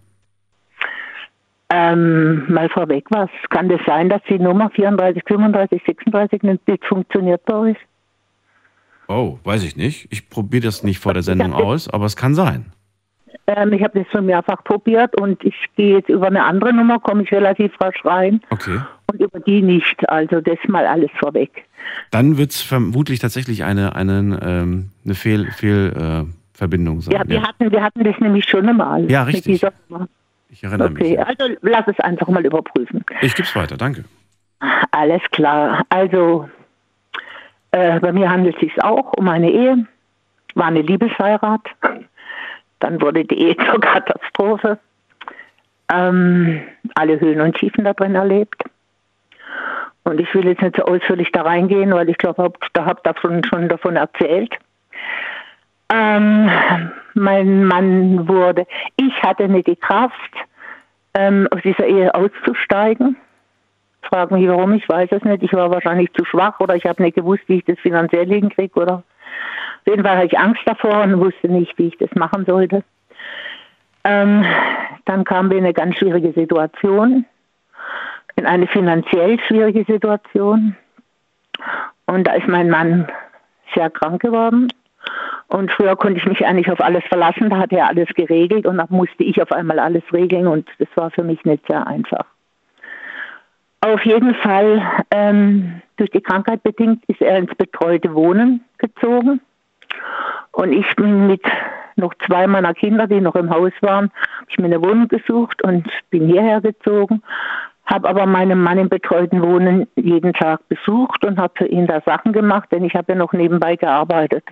Ähm, mal vorweg, was kann das sein, dass die Nummer vierunddreißig, fünfunddreißig, sechsunddreißig nicht funktioniert bei euch? Oh, weiß ich nicht. Ich probiere das nicht vor der Sendung aus, aber es kann sein. Ähm, ich habe das schon mehrfach probiert und ich gehe jetzt über eine andere Nummer, komme ich relativ rasch rein Okay. und über die nicht. Also das mal alles vorweg. Dann wird es vermutlich tatsächlich eine, eine, ähm, eine Fehl, Fehl, äh, Verbindung sein. Ja, wir, Hatten, wir hatten das nämlich schon einmal. Ja, mit richtig. dieser Nummer. Ich erinnere Okay, mich. also lass es einfach mal überprüfen. Ich gebe es weiter, danke. Alles klar. Also äh, bei mir handelt es sich auch um eine Ehe. War eine Liebesheirat. Dann wurde die Ehe zur Katastrophe. Ähm, alle Höhen und Tiefen da drin erlebt. Und ich will jetzt nicht so ausführlich da reingehen, weil ich glaube, da habt ihr schon, schon davon erzählt. Ähm, mein Mann wurde, ich hatte nicht die Kraft, ähm, aus dieser Ehe auszusteigen. Frag mich warum, ich weiß es nicht. Ich war wahrscheinlich zu schwach oder ich habe nicht gewusst, wie ich das finanziell hinkriege. Oder auf jeden Fall hatte ich Angst davor und wusste nicht, wie ich das machen sollte. Ähm, dann kamen wir in eine ganz schwierige Situation, in eine finanziell schwierige Situation. Und da ist mein Mann sehr krank geworden. Und früher konnte ich mich eigentlich auf alles verlassen, da hat er alles geregelt und dann musste ich auf einmal alles regeln und das war für mich nicht sehr einfach. Auf jeden Fall, ähm, durch die Krankheit bedingt, ist er ins betreute Wohnen gezogen und ich bin mit noch zwei meiner Kinder, die noch im Haus waren, habe ich mir eine Wohnung gesucht und bin hierher gezogen, habe aber meinen Mann im betreuten Wohnen jeden Tag besucht und habe für ihn da Sachen gemacht, denn ich habe ja noch nebenbei gearbeitet.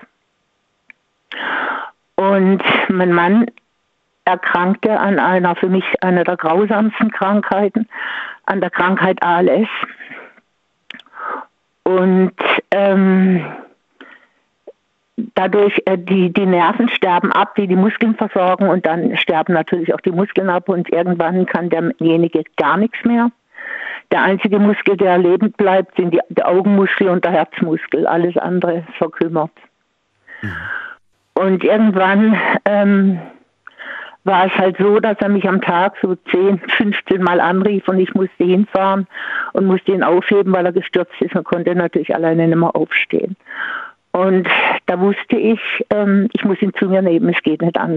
Und mein Mann erkrankte an einer, für mich einer der grausamsten Krankheiten, an der Krankheit A L S. Und ähm, dadurch, äh, die, die Nerven sterben ab, die die Muskeln versorgen und dann sterben natürlich auch die Muskeln ab und irgendwann kann derjenige gar nichts mehr. Der einzige Muskel, der lebend bleibt, sind die, der Augenmuskel und der Herzmuskel. Alles andere verkümmert. Mhm. Und irgendwann ähm, war es halt so, dass er mich am Tag so zehn, fünfzehn Mal anrief und ich musste hinfahren und musste ihn aufheben, weil er gestürzt ist und konnte natürlich alleine nicht mehr aufstehen. Und da wusste ich, ähm, ich muss ihn zu mir nehmen, es geht nicht anders.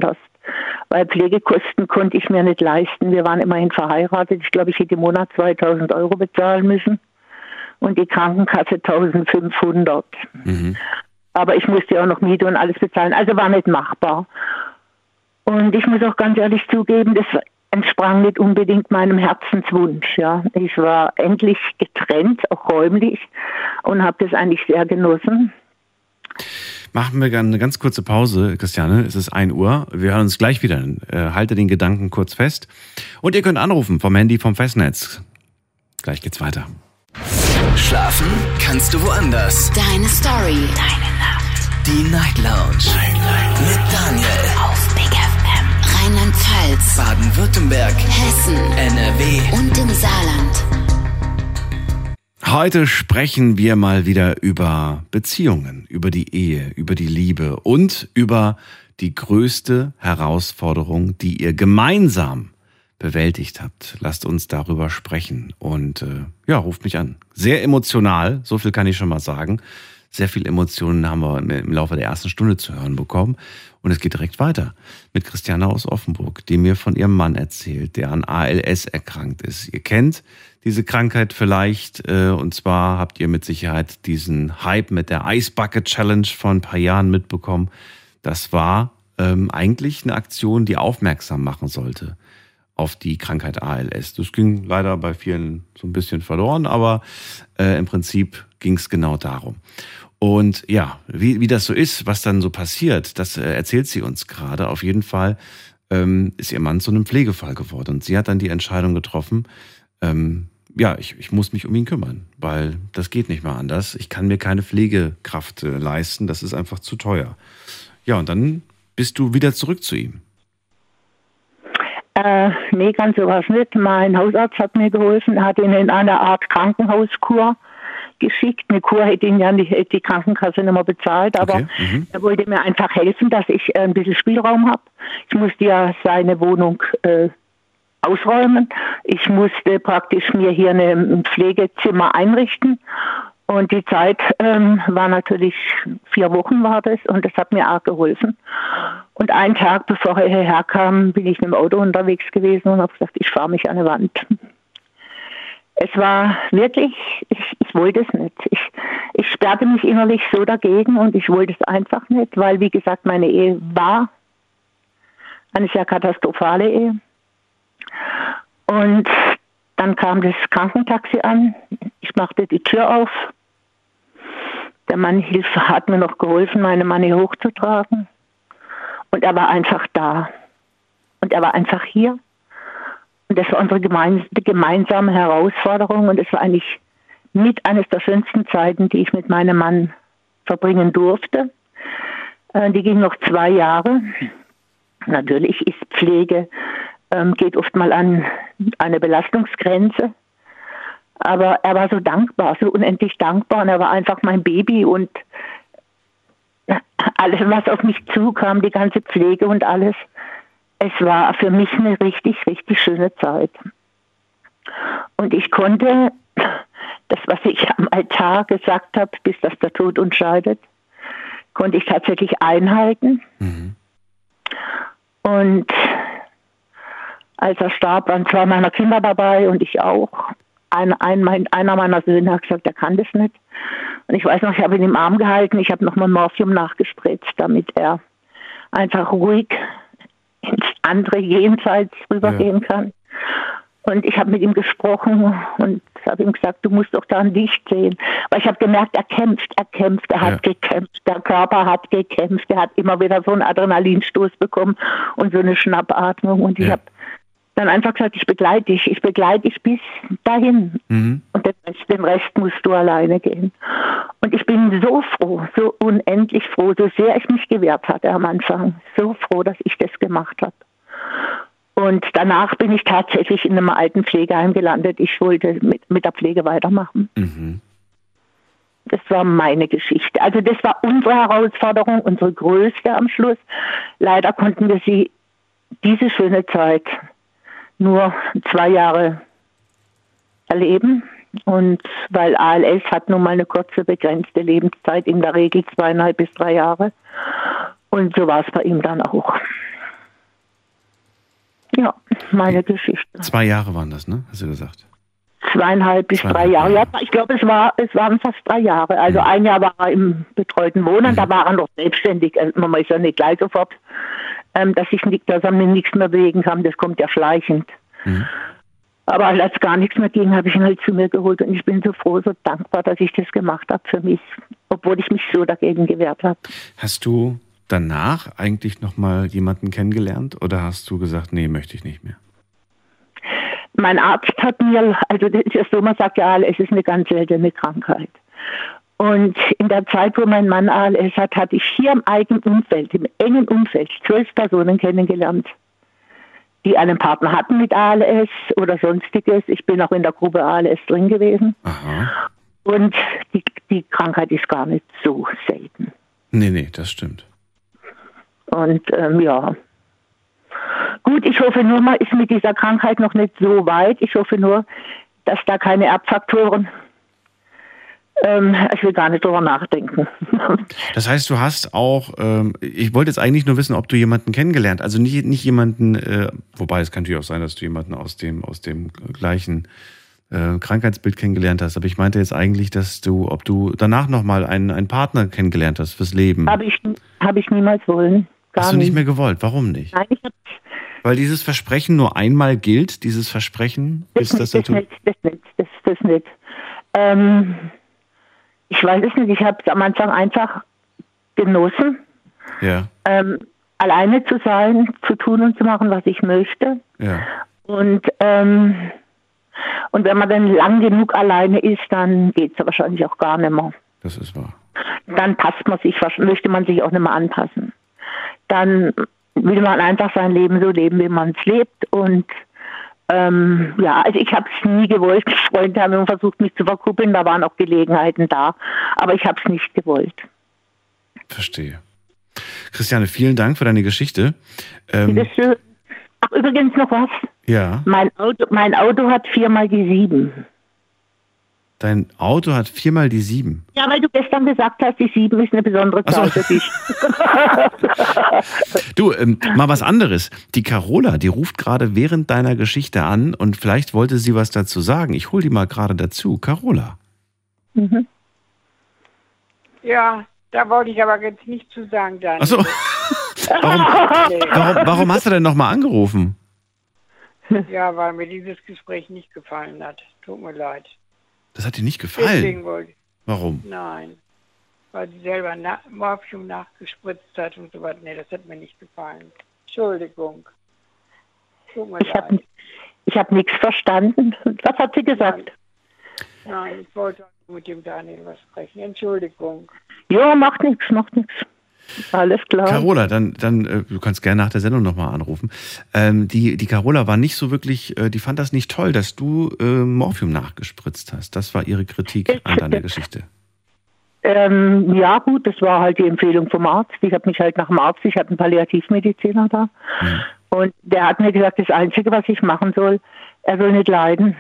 weil Pflegekosten konnte ich mir nicht leisten. Wir waren immerhin verheiratet. Ich glaube, ich hätte im Monat zweitausend Euro bezahlen müssen und die Krankenkasse eintausendfünfhundert. Mhm. Aber ich musste auch noch Miete und alles bezahlen. Also war nicht machbar. Und ich muss auch ganz ehrlich zugeben, das entsprang nicht unbedingt meinem Herzenswunsch. Ja. Ich war endlich getrennt, auch räumlich, und habe das eigentlich sehr genossen. Machen wir eine ganz kurze Pause, Christiane. Es ist ein Uhr. Wir hören uns gleich wieder. Äh, halte den Gedanken kurz fest. Und ihr könnt anrufen vom Handy, vom Festnetz. Gleich geht's weiter. Schlafen kannst du woanders. Deine Story. Deine Nacht. Die Night Lounge. Night, Night. Mit Daniel. Auf Big F M. Rheinland-Pfalz. Baden-Württemberg. Hessen. N R W. Und im Saarland. Heute sprechen wir mal wieder über Beziehungen, über die Ehe, über die Liebe und über die größte Herausforderung, die ihr gemeinsam bewältigt habt. Lasst uns darüber sprechen und äh, ja, ruft mich an. Sehr emotional, so viel kann ich schon mal sagen. Sehr viel Emotionen haben wir im Laufe der ersten Stunde zu hören bekommen. Und es geht direkt weiter mit Christiane aus Offenburg, die mir von ihrem Mann erzählt, der an A L S erkrankt ist. Ihr kennt diese Krankheit vielleicht, äh, und zwar habt ihr mit Sicherheit diesen Hype mit der Ice Bucket Challenge vor ein paar Jahren mitbekommen. Das war ähm, eigentlich eine Aktion, die aufmerksam machen sollte auf die Krankheit A L S. Das ging leider bei vielen so ein bisschen verloren, aber äh, im Prinzip ging es genau darum. Und ja, wie, wie das so ist, was dann so passiert, das äh, erzählt sie uns gerade. Auf jeden Fall ähm, ist ihr Mann zu einem Pflegefall geworden. Und sie hat dann die Entscheidung getroffen, ähm, ja, ich, ich muss mich um ihn kümmern, weil das geht nicht mehr anders. Ich kann mir keine Pflegekraft äh, leisten, das ist einfach zu teuer. Ja, und dann bist du wieder zurück zu ihm. Äh, nee, ganz sowas nicht. Mein Hausarzt hat mir geholfen, hat ihn in eine Art Krankenhauskur geschickt. Eine Kur hätte ihn ja nicht, die Krankenkasse nicht mehr bezahlt, aber okay. mhm. er wollte mir einfach helfen, dass ich ein bisschen Spielraum habe. Ich musste ja seine Wohnung äh, ausräumen. Ich musste praktisch mir hier ein Pflegezimmer einrichten. Und die Zeit ähm, war natürlich, vier Wochen war das, und das hat mir auch geholfen. Und einen Tag, bevor er hierher kam, bin ich mit dem Auto unterwegs gewesen und habe gesagt, ich fahre mich an die Wand. Es war wirklich, ich, ich wollte es nicht. Ich, ich sperrte mich innerlich so dagegen und ich wollte es einfach nicht, weil, wie gesagt, meine Ehe war eine sehr katastrophale Ehe. Und dann kam das Krankentaxi an. Ich machte die Tür auf. Der Mann hilf, hat mir noch geholfen, meine Mann hier hochzutragen. Und er war einfach da. Und er war einfach hier. Und das war unsere gemein, gemeinsame Herausforderung. Und es war eigentlich mit eines der schönsten Zeiten, die ich mit meinem Mann verbringen durfte. Äh, die ging noch zwei Jahre. Natürlich ist Pflege, ähm, geht oft mal an eine Belastungsgrenze. Aber er war so dankbar, so unendlich dankbar. Und er war einfach mein Baby. Und alles, was auf mich zukam, die ganze Pflege und alles, es war für mich eine richtig, richtig schöne Zeit. Und ich konnte das, was ich am Altar gesagt habe, bis dass der Tod uns scheidet, konnte ich tatsächlich einhalten. Mhm. Und als er starb, waren zwei meiner Kinder dabei und ich auch. Ein, ein, mein, einer meiner Söhne hat gesagt, er kann das nicht. Und ich weiß noch, ich habe ihn im Arm gehalten, ich habe nochmal Morphium nachgespritzt, damit er einfach ruhig ins andere Jenseits rübergehen ja. kann. Und ich habe mit ihm gesprochen und habe ihm gesagt, du musst doch da ein Licht sehen. Weil ich habe gemerkt, er kämpft, er kämpft, er hat ja. gekämpft, der Körper hat gekämpft, er hat immer wieder so einen Adrenalinstoß bekommen und so eine Schnappatmung. Und ich ja. habe dann einfach gesagt, ich begleite dich, ich begleite dich bis dahin. Mhm. Und den Rest, den Rest musst du alleine gehen. Und ich bin so froh, so unendlich froh, so sehr ich mich gewehrt hatte am Anfang, so froh, dass ich das gemacht habe. Und danach bin ich tatsächlich in einem alten Pflegeheim gelandet. Ich wollte mit, mit der Pflege weitermachen. Mhm. Das war meine Geschichte. Also das war unsere Herausforderung, unsere größte am Schluss. Leider konnten wir sie, diese schöne Zeit, nur zwei Jahre erleben. Und weil A L S hat nun mal eine kurze, begrenzte Lebenszeit, in der Regel zweieinhalb bis drei Jahre. Und so war es bei ihm dann auch. meine Geschichte. Zwei Jahre waren das, ne? Hast du gesagt? Zweieinhalb bis Zweieinhalb drei Jahre. Jahre. Ja, ich glaube, es war, es waren fast drei Jahre. Also Mhm. ein Jahr war er im betreuten Wohnen, Mhm. da war er noch selbstständig. Also man ist ja nicht gleich sofort, ähm, dass ich nicht, dass er mir nichts mehr bewegen kann. Das kommt ja schleichend. Mhm. Aber als gar nichts mehr ging, habe ich ihn halt zu mir geholt und ich bin so froh, so dankbar, dass ich das gemacht habe für mich, obwohl ich mich so dagegen gewehrt habe. Hast du danach eigentlich nochmal jemanden kennengelernt oder hast du gesagt, nee, möchte ich nicht mehr? Mein Arzt hat mir, also das ist ja so, man sagt ja, A L S ist eine ganz seltene Krankheit. Und in der Zeit, wo mein Mann A L S hat, hatte ich hier im eigenen Umfeld, im engen Umfeld, zwölf Personen kennengelernt, die einen Partner hatten mit A L S oder sonstiges. Ich bin auch in der Gruppe A L S drin gewesen. Aha. Und die, die Krankheit ist gar nicht so selten. Nee, nee, das stimmt. Und ähm, ja, gut, ich hoffe nur, man ist mit dieser Krankheit noch nicht so weit. Ich hoffe nur, dass da keine Erbfaktoren, ähm, ich will gar nicht drüber nachdenken. Das heißt, du hast auch, ähm, ich wollte jetzt eigentlich nur wissen, ob du jemanden kennengelernt, also nicht, nicht jemanden, äh, wobei es kann natürlich auch sein, dass du jemanden aus dem, aus dem gleichen äh, Krankheitsbild kennengelernt hast, aber ich meinte jetzt eigentlich, dass du, ob du danach nochmal einen, einen Partner kennengelernt hast fürs Leben. Habe ich, hab ich niemals wollen. Gar Hast du nicht nie. mehr gewollt? Warum nicht? Nein, ich habe Weil dieses Versprechen nur einmal gilt, dieses Versprechen, das, bis das das, das dazu. nicht, das nicht, das, das nicht. Ähm, ich weiß es nicht, ich habe es am Anfang einfach genossen, Ja, ähm, alleine zu sein, zu tun und zu machen, was ich möchte. ja. Und, ähm, und wenn man dann lang genug alleine ist, dann geht es ja wahrscheinlich auch gar nicht mehr. Das ist wahr. Dann passt man sich, möchte man sich auch nicht mehr anpassen. Dann will man einfach sein Leben so leben, wie man es lebt. Und ähm, ja, also ich habe es nie gewollt. Freunde haben immer versucht, mich zu verkuppeln, da waren auch Gelegenheiten da. Aber ich habe es nicht gewollt. Verstehe. Christiane, vielen Dank für deine Geschichte. Ähm, Bitte schön. Ach, übrigens noch was. ja, Mein Auto, mein Auto hat viermal die sieben. dein Auto hat viermal die sieben. Ja, weil du gestern gesagt hast, die sieben ist eine besondere Ach so. Zahl für dich. Du, ähm, mal was anderes. Die Carola, die ruft gerade während deiner Geschichte an und vielleicht wollte sie was dazu sagen. Ich hole die mal gerade dazu. Carola. Mhm. Ja, da wollte ich aber jetzt nicht zu sagen, Daniel. Ach so. warum, warum, warum hast du denn nochmal angerufen? Ja, weil mir dieses Gespräch nicht gefallen hat. Tut mir leid. Das hat dir nicht gefallen. Deswegen wollte ich. Warum? Nein. Weil sie selber na Morphium nachgespritzt hat und so weiter. Nee, das hat mir nicht gefallen. Entschuldigung. Tut mir Ich leid. habe ich hab nichts verstanden. Was hat sie gesagt? Nein, ich wollte mit dem Daniel was sprechen. Entschuldigung. Ja, macht nichts, macht nichts. Alles klar. Carola, dann, dann äh, du kannst gerne nach der Sendung nochmal anrufen. Ähm, die, die Carola war nicht so wirklich, äh, die fand das nicht toll, dass du äh, Morphium nachgespritzt hast. Das war ihre Kritik an deiner Geschichte. Ähm, ja gut, das war halt die Empfehlung vom Arzt. Ich habe mich halt nach dem Arzt, ich hatte einen Palliativmediziner da. Mhm. Und der hat mir gesagt, das Einzige, was ich machen soll, er soll nicht leiden.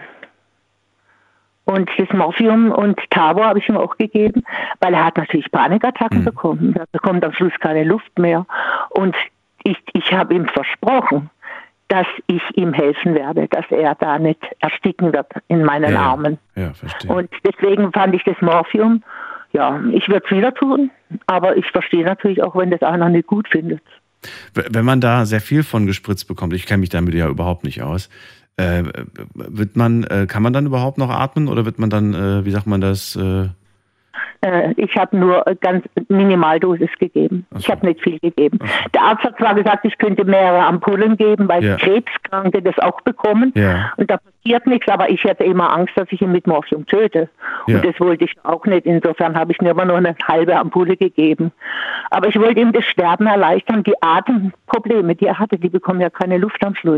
Und das Morphium und Tabo habe ich ihm auch gegeben, weil er hat natürlich Panikattacken Mhm. bekommen. Er bekommt am Schluss keine Luft mehr. Und ich, ich habe ihm versprochen, dass ich ihm helfen werde, dass er da nicht ersticken wird in meinen Ja, ja. Armen. Ja, verstehe. Und deswegen fand ich das Morphium, ja, ich würde es wieder tun, aber ich verstehe natürlich auch, wenn das einer nicht gut findet. W- Wenn man da sehr viel von gespritzt bekommt, ich kenne mich damit ja überhaupt nicht aus, äh, wird man, äh, kann man dann überhaupt noch atmen oder wird man dann, äh, wie sagt man das? Äh, Äh, ich habe nur ganz Minimaldosis gegeben. Ach so. Ich habe nicht viel gegeben. Ach so. Der Arzt hat zwar gesagt, ich könnte mehrere Ampullen geben, weil Ja. Krebskranke das auch bekommen. Ja. Und da passiert nichts, aber ich hatte immer Angst, dass ich ihn mit Morphium töte. Ja. Und das wollte ich auch nicht. Insofern habe ich mir immer nur eine halbe Ampulle gegeben. Aber ich wollte ihm das Sterben erleichtern. Die Atemprobleme, die er hatte, die bekommen ja keine Luft am Schluss.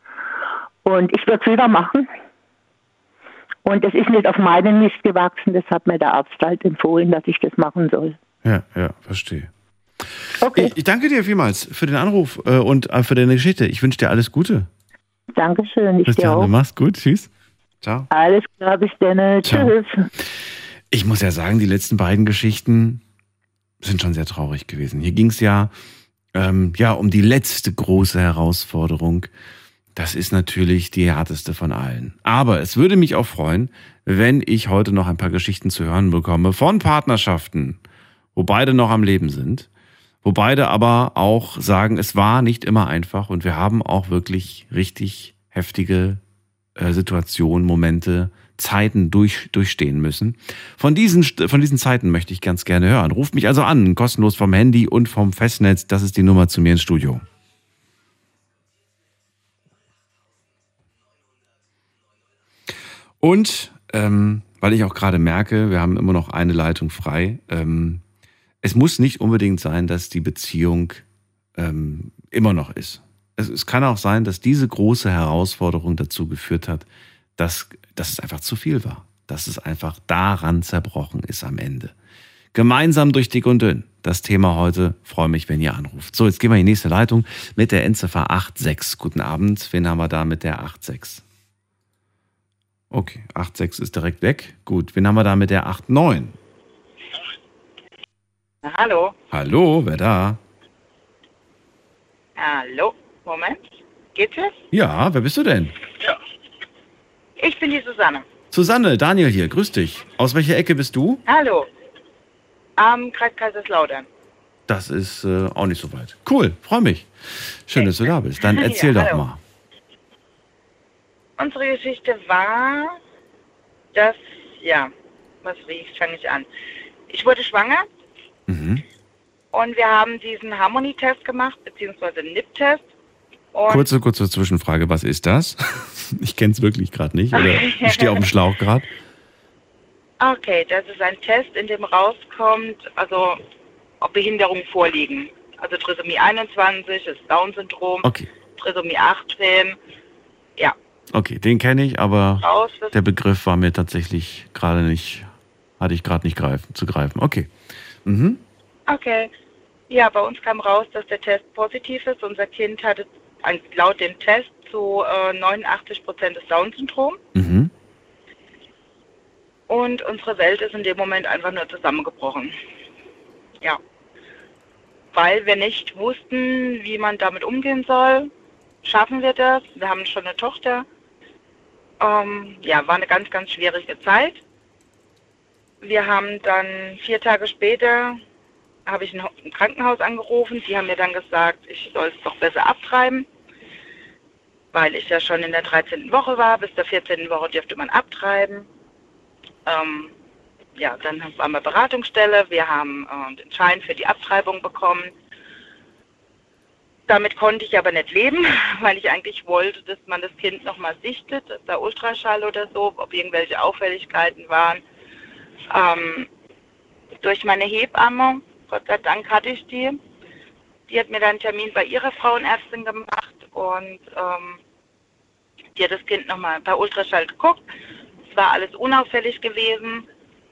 Und ich würde es wieder machen. Und es ist nicht auf meinen Mist gewachsen, das hat mir der Arzt halt empfohlen, dass ich das machen soll. ja, ja, verstehe. Okay, Ich, ich danke dir vielmals für den Anruf äh, und äh, für deine Geschichte. Ich wünsche dir alles Gute. Dankeschön, ich Bis dir dann. auch. Mach's gut. Tschüss. Ciao. Alles klar, bis dann. Ciao. Tschüss. Ich muss ja sagen, die letzten beiden Geschichten sind schon sehr traurig gewesen. Hier ging es ja, ähm, ja um die letzte große Herausforderung, Das ist natürlich die härteste von allen. Aber es würde mich auch freuen, wenn ich heute noch ein paar Geschichten zu hören bekomme von Partnerschaften, wo beide noch am Leben sind, wo beide aber auch sagen, es war nicht immer einfach und wir haben auch wirklich richtig heftige äh, Situationen, Momente, Zeiten durch, durchstehen müssen. Von diesen, von diesen Zeiten möchte ich ganz gerne hören. Ruft mich also an, kostenlos vom Handy und vom Festnetz. Das ist die Nummer zu mir ins Studio. Und ähm, weil ich auch gerade merke, wir haben immer noch eine Leitung frei. Ähm, es muss nicht unbedingt sein, dass die Beziehung ähm, immer noch ist. Es, es kann auch sein, dass diese große Herausforderung dazu geführt hat, dass, dass es einfach zu viel war. Dass es einfach daran zerbrochen ist am Ende. Gemeinsam durch dick und dünn. Das Thema heute. Freue mich, wenn ihr anruft. So, jetzt gehen wir in die nächste Leitung mit der Endziffer acht sechs. Guten Abend. Wen haben wir da mit der acht sechs? Okay, acht sechs ist direkt weg. Gut, wen haben wir da mit der acht neun? Hallo. Hallo, wer da? Hallo, Moment. Geht's jetzt? Ja, wer bist du denn? Ja. Ich bin die Susanne. Susanne, Daniel hier, grüß dich. Aus welcher Ecke bist du? Hallo. Am Kreis Kaiserslautern. Das ist äh, auch nicht so weit. Cool, freue mich. Schön, dass du da bist. Dann erzähl Ja, doch hallo. mal. Unsere Geschichte war, dass, ja, was wie fange ich an? Ich wurde schwanger Mhm. und wir haben diesen Harmony-Test gemacht, beziehungsweise einen N I P-Test. Und Kurze, kurze Zwischenfrage, was ist das? Ich kenne es wirklich gerade nicht. Oder ich stehe auf dem Schlauch gerade. Okay, das ist ein Test, in dem rauskommt, also ob Behinderungen vorliegen. Also Trisomie einundzwanzig, das Down-Syndrom, Okay. Trisomie achtzehn, ja. Okay, den kenne ich, aber Raus, das- der Begriff war mir tatsächlich gerade nicht, hatte ich gerade nicht greifen, zu greifen. Okay. Mhm. Okay. Ja, bei uns kam raus, dass der Test positiv ist. Unser Kind hatte ein, laut dem Test zu äh, neunundachtzig Prozent das Down-Syndrom. Mhm. Und unsere Welt ist in dem Moment einfach nur zusammengebrochen. Ja. Weil wir nicht wussten, wie man damit umgehen soll. Schaffen wir das? Wir haben schon eine Tochter. Ähm, ja, war eine ganz, ganz schwierige Zeit. Wir haben dann vier Tage später, habe ich ein, Ho- ein Krankenhaus angerufen. Die haben mir dann gesagt, ich soll es doch besser abtreiben, weil ich ja schon in der dreizehnten Woche war. Bis der vierzehnten Woche dürfte man abtreiben. Ähm, ja, dann waren wir Beratungsstelle. Wir haben äh, den Schein für die Abtreibung bekommen. Damit konnte ich aber nicht leben, weil ich eigentlich wollte, dass man das Kind nochmal sichtet, dass da Ultraschall oder so, ob irgendwelche Auffälligkeiten waren. Ähm, durch meine Hebamme, Gott sei Dank hatte ich die, die hat mir dann einen Termin bei ihrer Frauenärztin gemacht und ähm, die hat das Kind nochmal bei Ultraschall geguckt. Es war alles unauffällig gewesen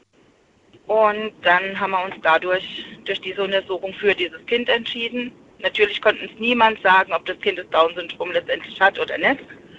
und dann haben wir uns dadurch durch diese Untersuchung für dieses Kind entschieden. Natürlich konnte uns niemand sagen, ob das Kind das Down-Syndrom letztendlich hat oder nicht.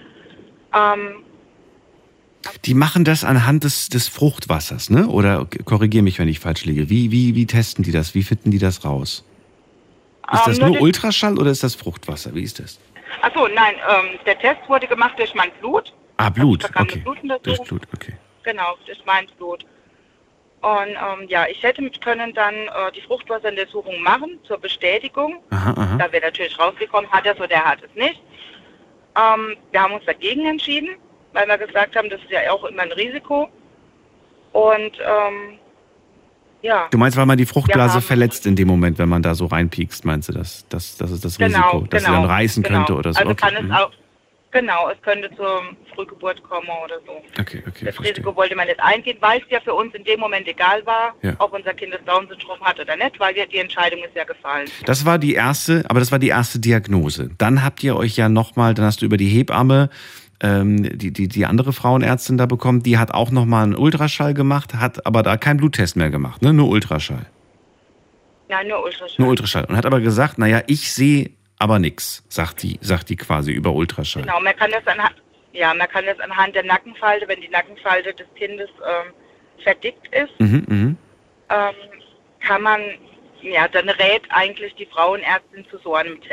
Ähm, Die machen das anhand des, des Fruchtwassers, ne? Oder korrigiere mich, wenn ich falsch liege. Wie, wie, wie testen die das? Wie finden die das raus? Ist Ähm, das nur nur den- Ultraschall oder ist das Fruchtwasser? Wie ist das? Achso, nein, ähm, der Test wurde gemacht durch mein Blut. Ah, Blut, Da kam okay. eine Blutuntersuchung. Durch Blut, okay. Genau, durch mein Blut. Und ähm, ja, ich hätte mit können dann äh, die Fruchtwasseruntersuchung machen zur Bestätigung. Aha, aha. Da wäre natürlich rausgekommen, hat er es oder hat es nicht. Ähm, wir haben uns dagegen entschieden, weil wir gesagt haben, das ist ja auch immer ein Risiko. Und ähm, ja. Du meinst, weil man die Fruchtblase Wir haben- verletzt in dem Moment, wenn man da so reinpiekst, meinst du das? Das, das ist das Genau, Risiko, dass sie genau, dann reißen genau. könnte oder so? Also okay. kann es mhm. auch, genau, es könnte zur Frühgeburt kommen oder so. Okay, okay, Das verstehe. Risiko wollte man nicht eingehen, weil es ja für uns in dem Moment egal war, Ja. ob unser Kind das Down-Syndrom hat oder nicht, weil wir, die Entscheidung ist ja gefallen. Das war die erste, aber das war die erste Diagnose. Dann habt ihr euch ja nochmal, dann hast du über die Hebamme ähm, die, die, die andere Frauenärztin da bekommen, die hat auch nochmal einen Ultraschall gemacht, hat aber da keinen Bluttest mehr gemacht, ne? Nur Ultraschall. Nein, nur Ultraschall. Nur Ultraschall. Und hat aber gesagt, naja, ich sehe aber nichts, sagt die, sagt die quasi über Ultraschall. Genau, man kann das anhand, ja, man kann das anhand der Nackenfalte, wenn die Nackenfalte des Kindes ähm, verdickt ist, Mhm, mhm. ähm, kann man, ja, dann rät eigentlich die Frauenärztin zu so einem Test.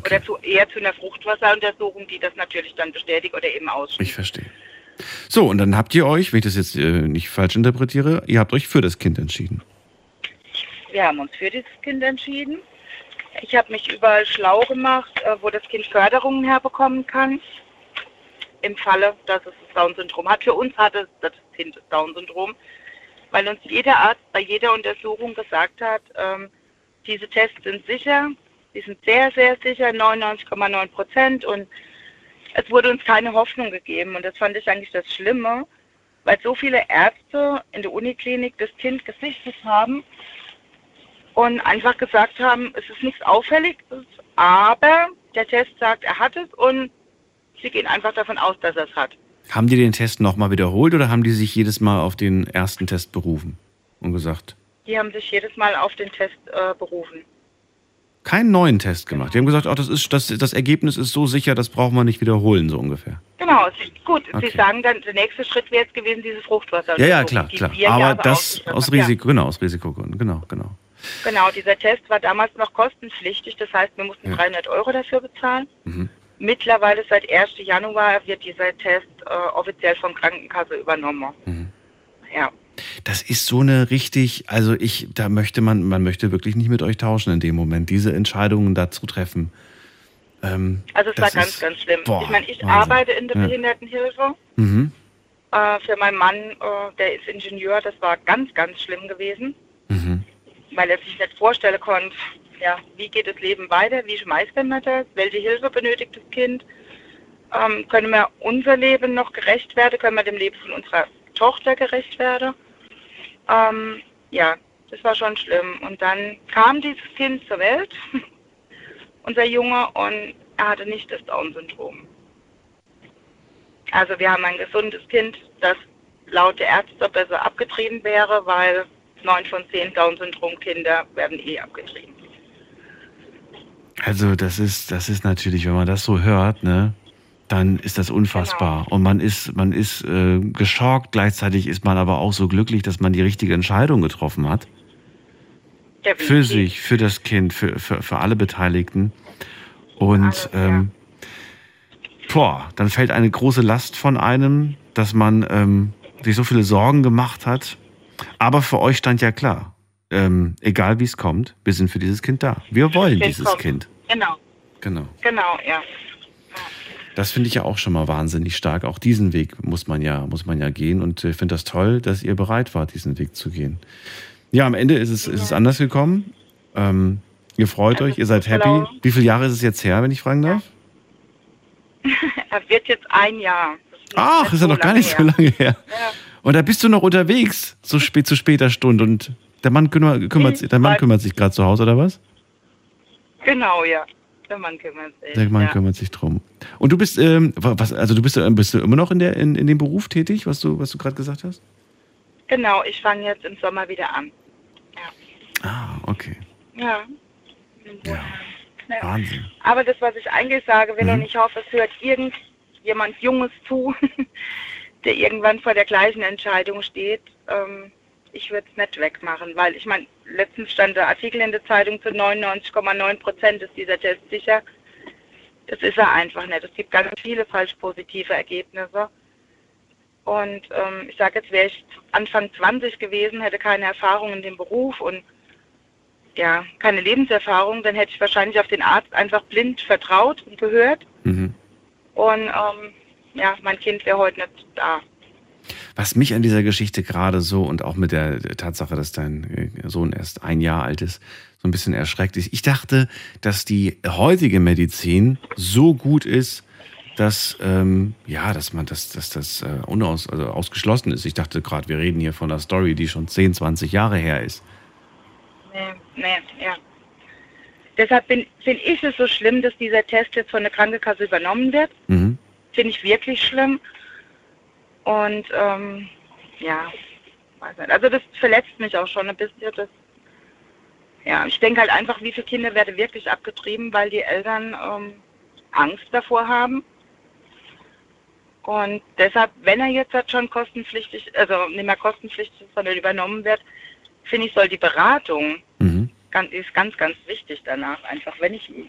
Oder zu, eher zu einer Fruchtwasseruntersuchung, die das natürlich dann bestätigt oder eben ausschließt. Ich verstehe. So, und dann habt ihr euch, wenn ich das jetzt äh, nicht falsch interpretiere, ihr habt euch für das Kind entschieden. Wir haben uns für dieses Kind entschieden. Ich habe mich überall schlau gemacht, äh, wo das Kind Förderungen herbekommen kann. Im Falle, dass es das Down-Syndrom hat. Für uns hatte das Kind das Down-Syndrom, weil uns jeder Arzt bei jeder Untersuchung gesagt hat, ähm, diese Tests sind sicher, die sind sehr, sehr sicher, neunundneunzig Komma neun Prozent, und es wurde uns keine Hoffnung gegeben, und das fand ich eigentlich das Schlimme, weil so viele Ärzte in der Uniklinik das Kind gesichtet haben und einfach gesagt haben, es ist nichts Auffälliges, aber der Test sagt, er hat es, und sie gehen einfach davon aus, dass er es hat. Haben die den Test nochmal wiederholt oder haben die sich jedes Mal auf den ersten Test berufen und gesagt? Die haben sich jedes Mal auf den Test äh, berufen. Keinen neuen Test gemacht. Die haben gesagt, oh, das, ist, das, das Ergebnis ist so sicher, das brauchen wir nicht wiederholen, so ungefähr. Genau, gut. Okay. Sie sagen dann, der nächste Schritt wäre jetzt gewesen, dieses Fruchtwasser. Ja, ja, klar, klar. Aber das aus Risiko, ja. genau, aus Risikogründen, genau, genau. Genau, dieser Test war damals noch kostenpflichtig, das heißt, wir mussten Ja. dreihundert Euro dafür bezahlen. Mhm. Mittlerweile seit ersten Januar wird dieser Test äh, offiziell von Krankenkasse übernommen. Mhm. Ja. Das ist so eine richtig, also ich, da möchte man, man möchte wirklich nicht mit euch tauschen in dem Moment, diese Entscheidungen da zu treffen. Ähm, Also es war ganz, ist, ganz schlimm. Boah, ich meine, ich Wahnsinn. arbeite in der Ja. Behindertenhilfe. Mhm. Äh, für meinen Mann, äh, der ist Ingenieur, das war ganz, ganz schlimm gewesen, Mhm. weil er sich nicht vorstellen konnte, ja, wie geht das Leben weiter, wie meistern wir das, welche Hilfe benötigt das Kind, ähm, können wir unser Leben noch gerecht werden, können wir dem Leben von unserer Tochter gerecht werden. Ähm, ja, das war schon schlimm. Und dann kam dieses Kind zur Welt, unser Junge, und er hatte nicht das Down-Syndrom. Also wir haben ein gesundes Kind, das laut der Ärzte besser abgetrieben wäre, weil neun von zehn Down-Syndrom-Kinder werden eh abgetrieben. Also das ist, das ist natürlich, wenn man das so hört, ne, dann ist das unfassbar. Genau. Und man ist, man ist äh, geschockt, gleichzeitig ist man aber auch so glücklich, dass man die richtige Entscheidung getroffen hat. Definitiv. Für sich, für das Kind, für, für, für alle Beteiligten. Und Alle, ähm, boah, dann fällt eine große Last von einem, dass man ähm, sich so viele Sorgen gemacht hat. Aber für euch stand ja klar, ähm, egal wie es kommt, wir sind für dieses Kind da. Wir wollen Kind dieses kommt. Kind. Genau, Genau. genau, ja. Das finde ich ja auch schon mal wahnsinnig stark. Auch diesen Weg muss man ja, muss man ja gehen. Und ich finde das toll, dass ihr bereit wart, diesen Weg zu gehen. Ja, am Ende ist es, ist es anders gekommen. Ähm, ihr freut Also euch, ihr seid happy. genau. Wie viele Jahre ist es jetzt her, wenn ich fragen darf? Er wird jetzt ein Jahr. Das ist Ach, nicht ist ja so noch gar lange nicht so her. lange her. Ja. Und da bist du noch unterwegs, so spät zu später Stunde. Und der Mann kümmert, kümmert, sich- der Mann kümmert sich gerade zu Hause, oder was? Genau, ja. Der Mann kümmert sich. Der Mann ja. kümmert sich drum. Und du bist, ähm, was, also du bist, äh, bist du immer noch in, der, in, in dem Beruf tätig, was du, was du gerade gesagt hast? Genau, ich fange jetzt im Sommer wieder an. Ah, okay. Ja. Ja. Ja. Wahnsinn. Aber das, was ich eigentlich sagen will, Mhm. und ich hoffe, es hört irgendjemand Junges zu, der irgendwann vor der gleichen Entscheidung steht, ähm, ich würde es nicht wegmachen, weil ich meine, letztens stand der Artikel in der Zeitung, zu neunundneunzig Komma neun Prozent ist dieser Test sicher. Das ist er einfach nicht. Es gibt ganz viele falsch positive Ergebnisse. Und ähm, ich sage jetzt, wäre ich Anfang zwanzig gewesen, hätte keine Erfahrung in dem Beruf und ja, keine Lebenserfahrung, dann hätte ich wahrscheinlich auf den Arzt einfach blind vertraut und gehört. Mhm. Und ähm, ja, mein Kind wäre heute nicht da. Was mich an dieser Geschichte gerade so und auch mit der Tatsache, dass dein Sohn erst ein Jahr alt ist, so ein bisschen erschreckt ist. Ich dachte, dass die heutige Medizin so gut ist, dass ähm, ja, dass man dass, dass das äh, unaus, also ausgeschlossen ist. Ich dachte gerade, wir reden hier von einer Story, die schon zehn, zwanzig Jahre her ist. Nee, nee, ja. Deshalb finde ich es so schlimm, dass dieser Test jetzt von der Krankenkasse übernommen wird. Mhm. Finde ich wirklich schlimm. Und ähm, ja, weiß nicht. Also das verletzt mich auch schon ein bisschen. Das, ja, ich denke halt einfach, wie viele Kinder werden wirklich abgetrieben, weil die Eltern ähm, Angst davor haben. Und deshalb, wenn er jetzt halt schon kostenpflichtig, also nicht mehr kostenpflichtig, sondern übernommen wird, finde ich, soll die Beratung, Mhm. ganz, ist ganz, ganz wichtig danach einfach. Wenn ich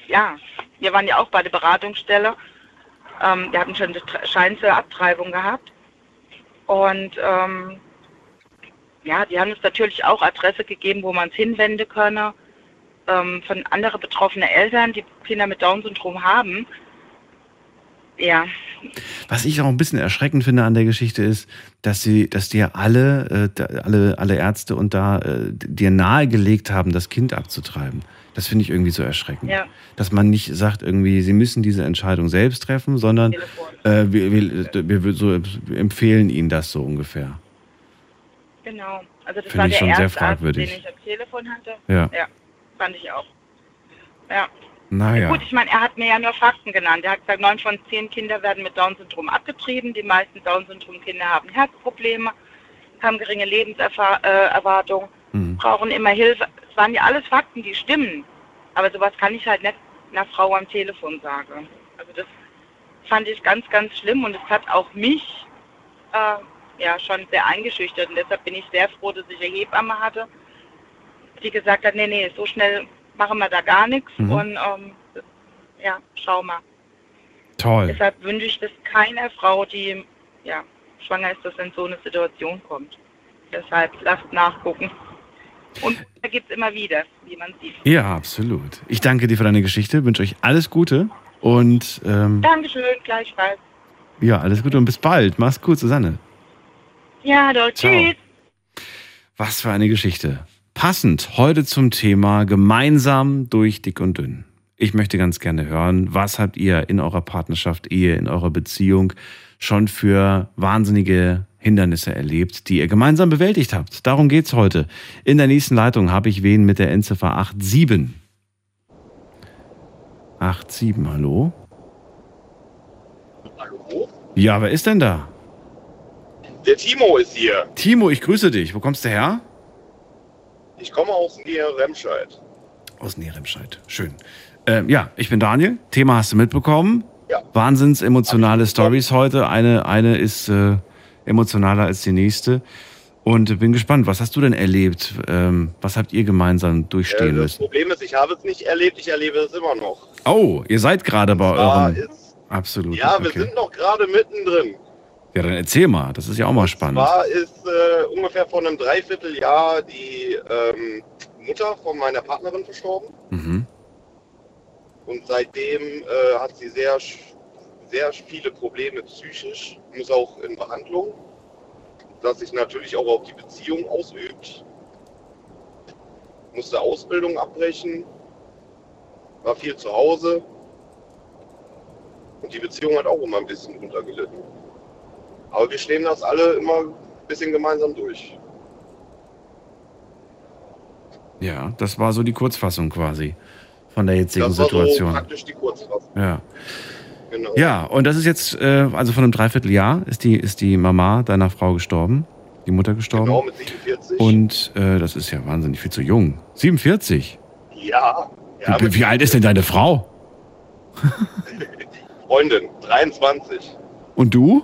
ja, wir waren ja auch bei der Beratungsstelle. Ähm, wir hatten schon den Schein zur Abtreibung gehabt. Und ähm, ja, die haben uns natürlich auch Adresse gegeben, wo man es hinwenden könne. Ähm, von anderen betroffenen Eltern, die Kinder mit Down-Syndrom haben. Ja. Was ich auch ein bisschen erschreckend finde an der Geschichte ist, dass sie, dass dir alle, äh, alle, alle Ärzte und da äh, dir nahegelegt haben, das Kind abzutreiben. Das finde ich irgendwie so erschreckend. Ja. Dass man nicht sagt irgendwie, sie müssen diese Entscheidung selbst treffen, sondern äh, wir, wir, wir, so, wir empfehlen ihnen das so ungefähr. Genau. Also das Finde war ich der schon erste sehr fragwürdig. Arzt, den ich am Telefon hatte. Ja. Ja, fand ich auch. Ja. Naja. Gut, ich meine, er hat mir ja nur Fakten genannt. Er hat gesagt, neun von zehn Kinder werden mit Down-Syndrom abgetrieben. Die meisten Down-Syndrom-Kinder haben Herzprobleme, haben geringe Lebenserwartung, mhm. brauchen immer Hilfe. Es waren ja alles Fakten, die stimmen. Aber sowas kann ich halt nicht einer Frau am Telefon sagen. Also das fand ich ganz, ganz schlimm und es hat auch mich äh, ja schon sehr eingeschüchtert. Und deshalb bin ich sehr froh, dass ich eine Hebamme hatte, die gesagt hat, nee, nee, so schnell machen wir da gar nichts. Mhm. Und ähm, das, ja, schau mal. Toll. Deshalb wünsche ich das keiner Frau, die ja, schwanger ist, dass in so eine Situation kommt. Deshalb lasst nachgucken. Und da gibt es immer wieder, wie man sieht. Ja, absolut. Ich danke dir für deine Geschichte, wünsche euch alles Gute und ähm, Dankeschön, gleichfalls. Ja, alles Gute und bis bald. Mach's gut, Susanne. Ja, doch, tschüss. Was für eine Geschichte. Passend heute zum Thema gemeinsam durch dick und dünn. Ich möchte ganz gerne hören, was habt ihr in eurer Partnerschaft, Ehe, in eurer Beziehung schon für wahnsinnige Hindernisse erlebt, die ihr gemeinsam bewältigt habt. Darum geht's heute. In der nächsten Leitung habe ich wen mit der Endziffer acht sieben. acht sieben, hallo? Hallo? Ja, wer ist denn da? Der Timo ist hier. Timo, ich grüße dich. Wo kommst du her? Ich komme aus Nähe Remscheid. Aus Nähe Remscheid, schön. Ähm, ja, ich bin Daniel. Thema hast du mitbekommen. Ja. Wahnsinns emotionale Stories heute. Eine, eine ist äh, emotionaler als die nächste. Und bin gespannt, was hast du denn erlebt? Ähm, was habt ihr gemeinsam durchstehen äh, das müssen? Das Problem ist, ich habe es nicht erlebt, ich erlebe es immer noch. Oh, ihr seid gerade bei eurem... Ist, Absolut. Ja, okay. Wir sind noch gerade mittendrin. Ja, dann erzähl mal, das ist ja auch mal spannend. Und zwar ist äh, ungefähr vor einem Dreivierteljahr die ähm, Mutter von meiner Partnerin verstorben. Mhm. Und seitdem äh, hat sie sehr, sehr viele Probleme psychisch, muss auch in Behandlung, das sich natürlich auch auf die Beziehung ausübt. Musste Ausbildung abbrechen, war viel zu Hause und die Beziehung hat auch immer ein bisschen runtergelitten. Aber wir stehen das alle immer ein bisschen gemeinsam durch. Ja, das war so die Kurzfassung quasi von der jetzigen das war Situation. So praktisch die Kurzfassung. Ja. Genau. Ja, und das ist jetzt, äh, also von einem Dreivierteljahr ist die, ist die Mama deiner Frau gestorben, die Mutter gestorben. Genau, mit siebenundvierzig. Und äh, das ist ja wahnsinnig viel zu jung. siebenundvierzig? Ja. ja wie, wie alt ist denn deine Frau? Freundin, dreiundzwanzig. Und du?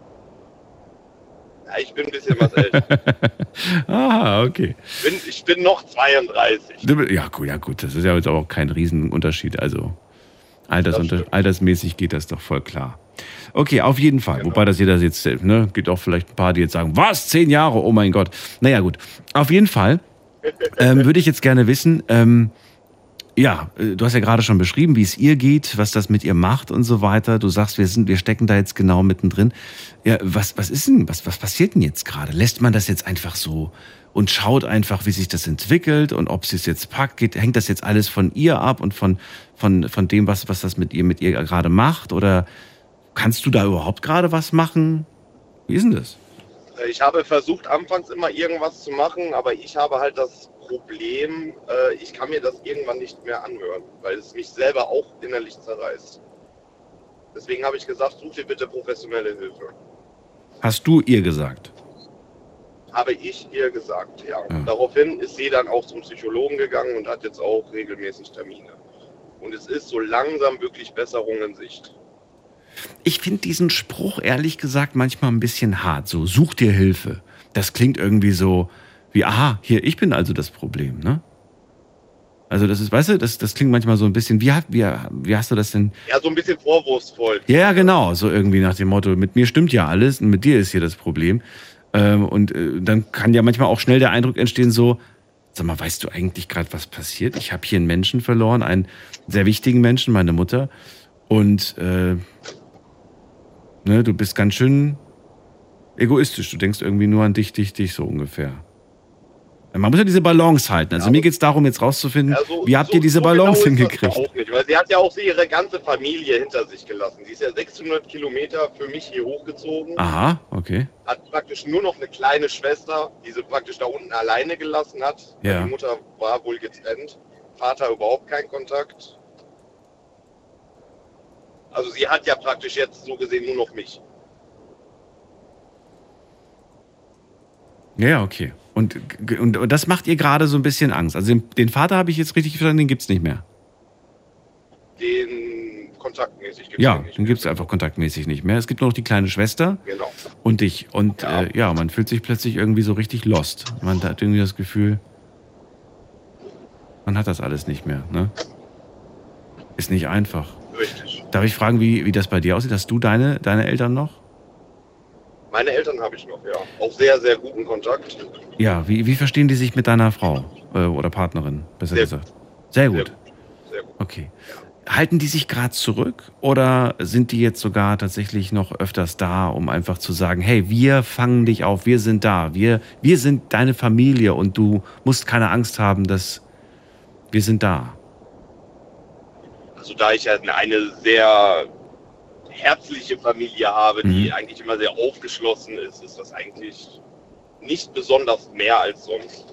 Ja, ich bin ein bisschen was älter. Aha, okay. Ich bin, ich bin noch zweiunddreißig. Ja gut, ja gut, das ist ja jetzt aber auch kein Riesenunterschied. Also altersunter- altersmäßig geht das doch voll klar. Okay, auf jeden Fall. Genau. Wobei das jeder jetzt, ne, gibt auch vielleicht ein paar, die jetzt sagen, was, zehn Jahre, oh mein Gott. Naja gut, auf jeden Fall ähm, würde ich jetzt gerne wissen, ähm, ja, du hast ja gerade schon beschrieben, wie es ihr geht, was das mit ihr macht und so weiter. Du sagst, wir sind, wir stecken da jetzt genau mittendrin. Ja, was, was ist denn, was, was passiert denn jetzt gerade? Lässt man das jetzt einfach so und schaut einfach, wie sich das entwickelt und ob sie es jetzt packt? Geht, hängt das jetzt alles von ihr ab und von, von, von dem, was, was das mit ihr, mit ihr gerade macht? Oder kannst du da überhaupt gerade was machen? Wie ist denn das? Ich habe versucht, anfangs immer irgendwas zu machen, aber ich habe halt das Problem, äh, ich kann mir das irgendwann nicht mehr anhören, weil es mich selber auch innerlich zerreißt. Deswegen habe ich gesagt, such dir bitte professionelle Hilfe. Hast du ihr gesagt? Habe ich ihr gesagt, ja. Ja. Daraufhin ist sie dann auch zum Psychologen gegangen und hat jetzt auch regelmäßig Termine. Und es ist so langsam wirklich Besserung in Sicht. Ich finde diesen Spruch ehrlich gesagt manchmal ein bisschen hart. So, such dir Hilfe. Das klingt irgendwie so wie, aha, hier, ich bin also das Problem, ne? Also das ist, weißt du, das, das klingt manchmal so ein bisschen, wie, wie, wie hast du das denn? Ja, so ein bisschen vorwurfsvoll. Ja, genau, so irgendwie nach dem Motto, mit mir stimmt ja alles und mit dir ist hier das Problem. Ähm, und äh, dann kann ja manchmal auch schnell der Eindruck entstehen, so, sag mal, weißt du eigentlich gerade, was passiert? Ich habe hier einen Menschen verloren, einen sehr wichtigen Menschen, meine Mutter. Und äh, ne, du bist ganz schön egoistisch. Du denkst irgendwie nur an dich, dich, dich, so ungefähr. Man muss ja diese Balance halten. Also ja, mir geht es darum, jetzt rauszufinden, ja, so, wie habt so, ihr diese so Balance genau hingekriegt? Auch nicht, weil sie hat ja auch ihre ganze Familie hinter sich gelassen. Sie ist ja sechshundert Kilometer für mich hier hochgezogen. Aha, okay. Hat praktisch nur noch eine kleine Schwester, die sie praktisch da unten alleine gelassen hat. Ja. Die Mutter war wohl getrennt. Vater überhaupt keinen Kontakt. Also sie hat ja praktisch jetzt so gesehen nur noch mich. Ja, okay. Und, und, und das macht ihr gerade so ein bisschen Angst. Also den, den Vater habe ich jetzt richtig verstanden, den gibt es nicht mehr. Den kontaktmäßig gibt es ja, nicht mehr. Den gibt es einfach kontaktmäßig nicht mehr. Es gibt nur noch die kleine Schwester genau. und dich. Und ja. Äh, ja, man fühlt sich plötzlich irgendwie so richtig lost. Man hat irgendwie das Gefühl, man hat das alles nicht mehr. Ne? Ist nicht einfach. Richtig. Darf ich fragen, wie, wie das bei dir aussieht? Hast du deine, deine Eltern noch? Meine Eltern habe ich noch, ja. Auch sehr, sehr guten Kontakt. Ja, wie, wie verstehen die sich mit deiner Frau äh, oder Partnerin, besser sehr gesagt? Sehr gut. Sehr gut. Sehr gut. Okay. Ja. Halten die sich gerade zurück oder sind die jetzt sogar tatsächlich noch öfters da, um einfach zu sagen, hey, wir fangen dich auf, wir sind da, wir, wir sind deine Familie und du musst keine Angst haben, dass wir sind da? Also da ich ja eine sehr herzliche Familie habe, die mhm. eigentlich immer sehr aufgeschlossen ist, ist das eigentlich nicht besonders mehr als sonst.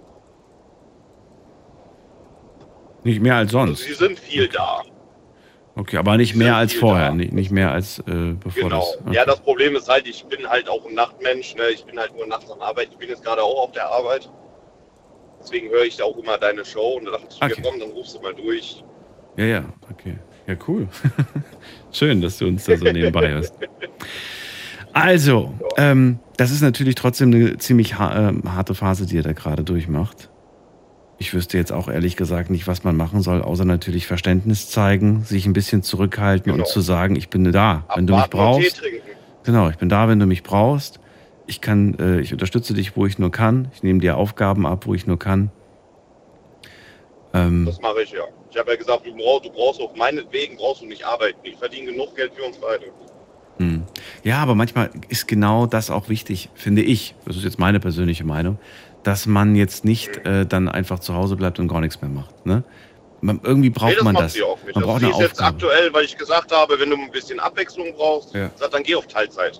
Nicht mehr als sonst? Also sie sind viel okay. da. Okay, aber nicht mehr als vorher, nicht, nicht mehr als äh, bevor genau. das... Okay. Ja, das Problem ist halt, ich bin halt auch ein Nachtmensch, ne? Ich bin halt nur nachts am Arbeiten, ich bin jetzt gerade auch auf der Arbeit. Deswegen höre ich da auch immer deine Show und da dachte ich okay. mir, komm, dann rufst du mal durch. Ja, ja, okay. Ja, cool. Schön, dass du uns da so nebenbei hörst. Also, ähm, das ist natürlich trotzdem eine ziemlich ha- äh, harte Phase, die er da gerade durchmacht. Ich wüsste jetzt auch ehrlich gesagt nicht, was man machen soll, außer natürlich Verständnis zeigen, sich ein bisschen zurückhalten genau. und zu sagen, ich bin da, wenn du mich brauchst. Genau, ich bin da, wenn du mich brauchst. Ich kann, äh, ich unterstütze dich, wo ich nur kann. Ich nehme dir Aufgaben ab, wo ich nur kann. Ähm, das mache ich ja. Ich habe ja gesagt, du brauchst, du brauchst auf meinetwegen brauchst du nicht arbeiten. Ich verdiene genug Geld für uns beide. Hm. Ja, aber manchmal ist genau das auch wichtig, finde ich. Das ist jetzt meine persönliche Meinung, dass man jetzt nicht äh, dann einfach zu Hause bleibt und gar nichts mehr macht. Ne? Man, irgendwie braucht nee, das man macht das. Sie auch mit. Man das braucht eine ist jetzt Aufgabe. aktuell, weil ich gesagt habe, wenn du ein bisschen Abwechslung brauchst, ja. sag, dann geh auf Teilzeit.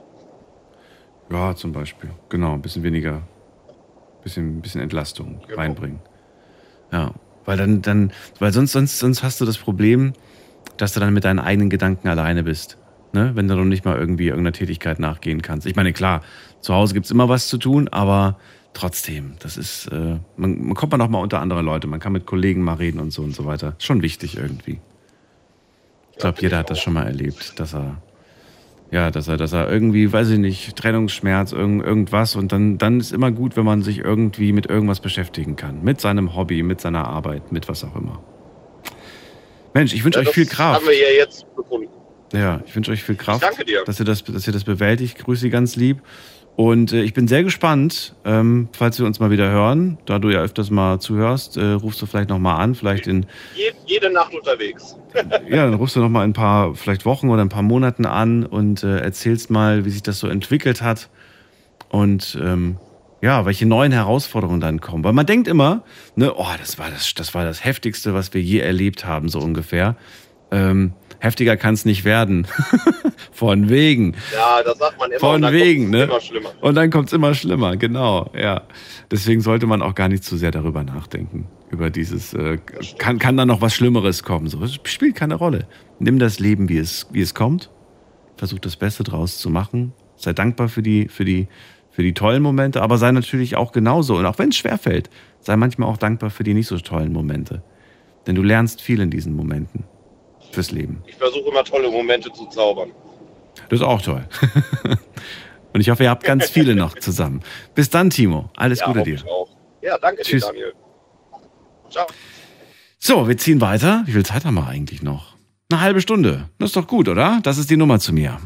Ja, zum Beispiel. Genau, ein bisschen weniger, ein bisschen, ein bisschen Entlastung genau. reinbringen. Ja. Weil dann, dann, weil sonst, sonst, sonst hast du das Problem, dass du dann mit deinen eigenen Gedanken alleine bist. Ne? Wenn du noch nicht mal irgendwie irgendeiner Tätigkeit nachgehen kannst. Ich meine, klar, zu Hause gibt es immer was zu tun, aber trotzdem, das ist, äh, man, man kommt man auch mal unter andere Leute, man kann mit Kollegen mal reden und so und so weiter. Schon wichtig irgendwie. Ich glaube, jeder hat das schon mal erlebt, dass er, ja, dass er, dass er irgendwie, weiß ich nicht, Trennungsschmerz, irgend, irgendwas und dann, dann ist immer gut, wenn man sich irgendwie mit irgendwas beschäftigen kann. Mit seinem Hobby, mit seiner Arbeit, mit was auch immer. Mensch, ich wünsche ja, euch viel Kraft. Das haben wir ja jetzt gefunden. Ja, ich wünsche euch viel Kraft. Ich danke dir. Dass ihr das, dass ihr das bewältigt. Grüße Sie ganz lieb. Und äh, ich bin sehr gespannt, ähm, falls wir uns mal wieder hören, da du ja öfters mal zuhörst, äh, rufst du vielleicht nochmal an, vielleicht in... Jede, jede Nacht unterwegs. Ja, dann rufst du nochmal in ein paar, vielleicht Wochen oder ein paar Monaten an und äh, erzählst mal, wie sich das so entwickelt hat und ähm, ja, welche neuen Herausforderungen dann kommen. Weil man denkt immer, ne, oh, das war das, das war das Heftigste, was wir je erlebt haben, so ungefähr. Ähm, heftiger kann es nicht werden. Von wegen. Ja, das sagt man immer. Von und dann wegen, ne? Immer schlimmer. Und dann kommt es immer schlimmer, genau, ja. Deswegen sollte man auch gar nicht zu sehr darüber nachdenken. Über dieses, äh, kann, kann da noch was Schlimmeres kommen? So, das spielt keine Rolle. Nimm das Leben, wie es, wie es kommt. Versuch das Beste draus zu machen. Sei dankbar für die, für die, für die tollen Momente, aber sei natürlich auch genauso. Und auch wenn es schwerfällt, sei manchmal auch dankbar für die nicht so tollen Momente. Denn du lernst viel in diesen Momenten fürs Leben. Ich versuche immer tolle Momente zu zaubern. Das ist auch toll. Und ich hoffe, ihr habt ganz viele noch zusammen. Bis dann, Timo. Alles ja, Gute hoffe dir. Ich auch. Ja, danke Tschüss. dir, Daniel. Ciao. So, wir ziehen weiter. Wie viel Zeit haben wir eigentlich noch? Eine halbe Stunde. Das ist doch gut, oder? Das ist die Nummer zu mir.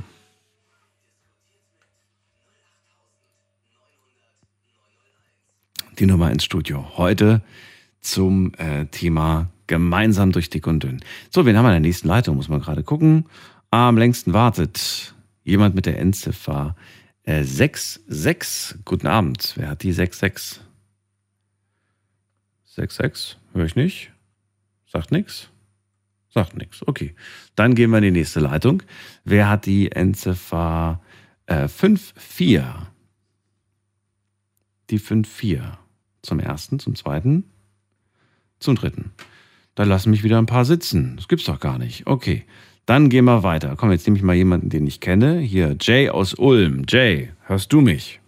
Die Nummer ins Studio. Heute zum äh, Thema gemeinsam durch dick und dünn. So, wen haben wir in der nächsten Leitung? Muss man gerade gucken. Am längsten wartet jemand mit der Endziffer äh, sechs sechs. Guten Abend. Wer hat die sechs sechs? sechs sechs? Höre ich nicht. Sagt nichts. Sagt nichts. Okay. Dann gehen wir in die nächste Leitung. Wer hat die Endziffer äh, fünf vier? Die fünf vier. Zum ersten, zum zweiten, zum dritten. Da lassen mich wieder ein paar sitzen. Das gibt's doch gar nicht. Okay, dann gehen wir weiter. Komm, jetzt nehme ich mal jemanden, den ich kenne. Hier, Jay aus Ulm. Jay, hörst du mich?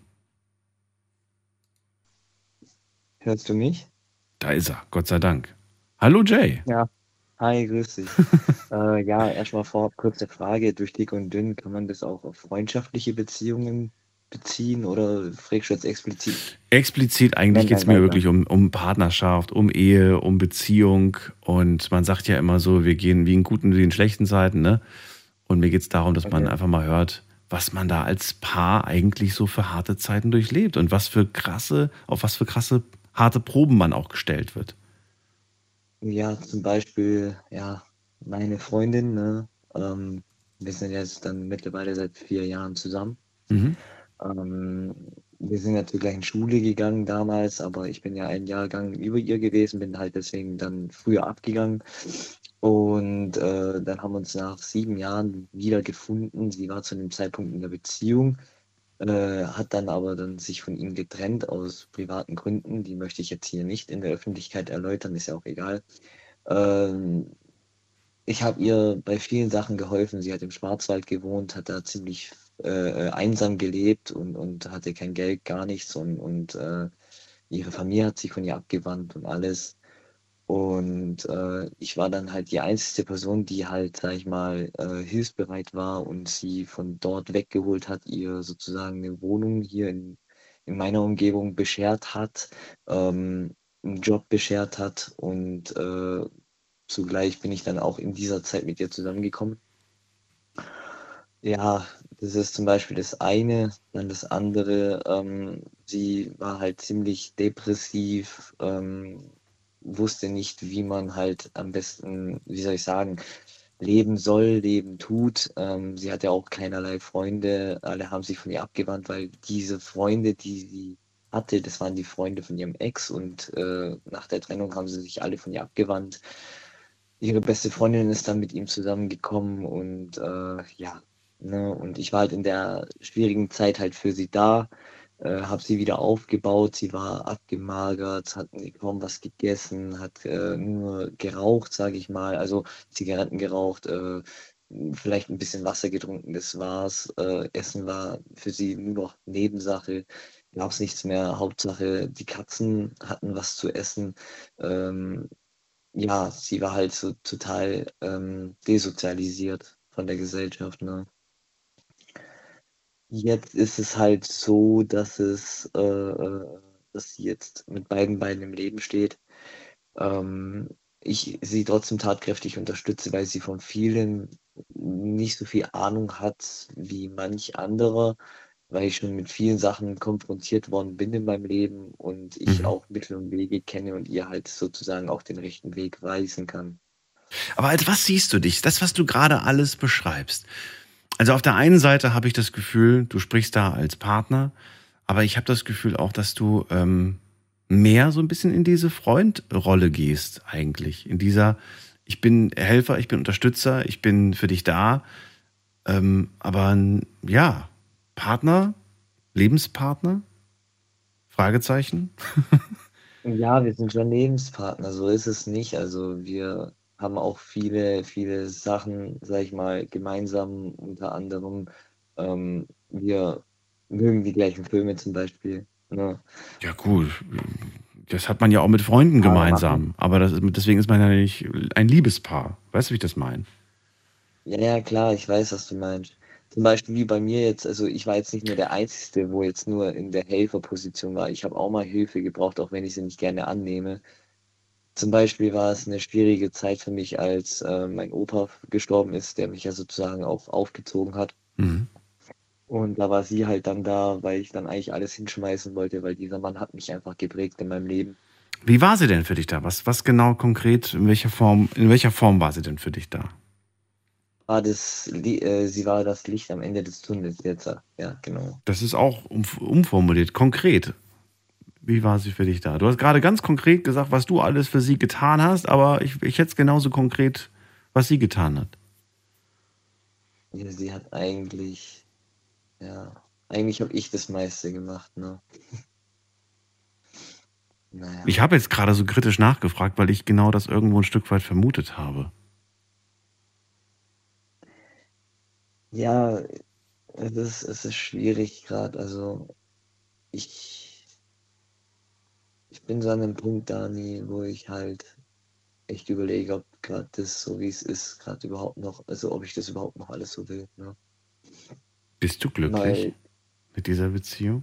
Hörst du mich? Da ist er, Gott sei Dank. Hallo Jay. Ja. Hi, grüß dich. äh, ja, erstmal vorab kurze Frage. Durch dick und dünn, kann man das auch auf freundschaftliche Beziehungen beziehen oder fragst du jetzt explizit? Explizit eigentlich geht es mir wirklich um, um Partnerschaft, um Ehe, um Beziehung. Und man sagt ja immer so, wir gehen wie in guten wie in schlechten Zeiten, ne? Und mir geht es darum, dass okay. man einfach mal hört, was man da als Paar eigentlich so für harte Zeiten durchlebt und was für krasse, auf was für krasse, harte Proben man auch gestellt wird. Ja, zum Beispiel, ja, meine Freundin, ne? Ähm, wir sind jetzt dann mittlerweile seit vier Jahren zusammen. Mhm. Ähm, wir sind ja zur gleichen Schule gegangen damals, aber ich bin ja ein Jahrgang über ihr gewesen, bin halt deswegen dann früher abgegangen. Und äh, dann haben wir uns nach sieben Jahren wieder gefunden. Sie war zu dem Zeitpunkt in der Beziehung, äh, hat dann aber dann sich von ihm getrennt aus privaten Gründen. Die möchte ich jetzt hier nicht in der Öffentlichkeit erläutern, ist ja auch egal. Ähm, ich habe ihr bei vielen Sachen geholfen. Sie hat im Schwarzwald gewohnt, hat da ziemlich äh, einsam gelebt und, und hatte kein Geld, gar nichts. Und, und äh, ihre Familie hat sich von ihr abgewandt und alles. Und äh, ich war dann halt die einzige Person, die halt, sag ich mal, äh, hilfsbereit war und sie von dort weggeholt hat, ihr sozusagen eine Wohnung hier in, in meiner Umgebung beschert hat, ähm, einen Job beschert hat und äh, zugleich bin ich dann auch in dieser Zeit mit ihr zusammengekommen. Ja, das ist zum Beispiel das eine. Dann das andere, ähm, sie war halt ziemlich depressiv, ähm, wusste nicht, wie man halt am besten, wie soll ich sagen, leben soll, leben tut. Ähm, sie hat ja auch keinerlei Freunde, alle haben sich von ihr abgewandt, weil diese Freunde, die sie hatte, das waren die Freunde von ihrem Ex und äh, nach der Trennung haben sie sich alle von ihr abgewandt. Ihre beste Freundin ist dann mit ihm zusammengekommen und äh, ja, ne, und ich war halt in der schwierigen Zeit halt für sie da. Äh, habe sie wieder aufgebaut, sie war abgemagert, hat kaum was gegessen, hat äh, nur geraucht, sage ich mal, also Zigaretten geraucht, äh, vielleicht ein bisschen Wasser getrunken, das war's. Äh, Essen war für sie nur noch Nebensache, gab es nichts mehr, Hauptsache die Katzen hatten was zu essen. Ähm, ja, sie war halt so total ähm, desozialisiert von der Gesellschaft, ne? Jetzt ist es halt so, dass es, äh, äh, dass sie jetzt mit beiden Beinen im Leben steht. Ähm, ich sie trotzdem tatkräftig unterstütze, weil sie von vielen nicht so viel Ahnung hat wie manch anderer, weil ich schon mit vielen Sachen konfrontiert worden bin in meinem Leben und ich Mhm. auch Mittel und Wege kenne und ihr halt sozusagen auch den rechten Weg weisen kann. Aber als was siehst du dich? Das, was du gerade alles beschreibst. Also auf der einen Seite habe ich das Gefühl, du sprichst da als Partner, aber ich habe das Gefühl auch, dass du ähm, mehr so ein bisschen in diese Freundrolle gehst eigentlich. In dieser, ich bin Helfer, ich bin Unterstützer, ich bin für dich da. Ähm, aber n- ja, Partner, Lebenspartner? Fragezeichen? Ja, wir sind schon Lebenspartner, so ist es nicht. Also wir haben auch viele, viele Sachen, sag ich mal, gemeinsam, unter anderem, ähm, wir mögen die gleichen Filme zum Beispiel. Ne? Ja gut, das hat man ja auch mit Freunden Aber machen, gemeinsam. Aber das ist, deswegen ist man ja nicht ein Liebespaar. Weißt du, wie ich das meine? ja, ja, klar, ich weiß, was du meinst. Zum Beispiel wie bei mir jetzt, also ich war jetzt nicht nur der Einzige, wo jetzt nur in der Helferposition war. Ich habe auch mal Hilfe gebraucht, auch wenn ich sie nicht gerne annehme. zum Beispiel war es eine schwierige Zeit für mich, als äh, mein Opa gestorben ist, der mich ja sozusagen auch aufgezogen hat. Mhm. Und da war sie halt dann da, weil ich dann eigentlich alles hinschmeißen wollte, weil dieser Mann hat mich einfach geprägt in meinem Leben. Wie war sie denn für dich da? Was, was genau konkret, in welcher Form, in welcher Form war sie denn für dich da? War das, Li- äh, sie war das Licht am Ende des Tunnels jetzt, ja, genau. Das ist auch um, umformuliert, konkret. Wie war sie für dich da? Du hast gerade ganz konkret gesagt, was du alles für sie getan hast, aber ich, ich hätte es genauso konkret, was sie getan hat. Ja, sie hat eigentlich, ja, eigentlich habe ich das meiste gemacht, ne? Naja. Ich habe jetzt gerade so kritisch nachgefragt, weil ich genau das irgendwo ein Stück weit vermutet habe. Ja, es ist, es ist schwierig gerade. Also ich, ich bin so an einem Punkt, Dani, wo ich halt echt überlege, ob gerade das, so wie es ist, gerade überhaupt noch, also ob ich das überhaupt noch alles so will. Ne? Bist du glücklich Weil, mit dieser Beziehung?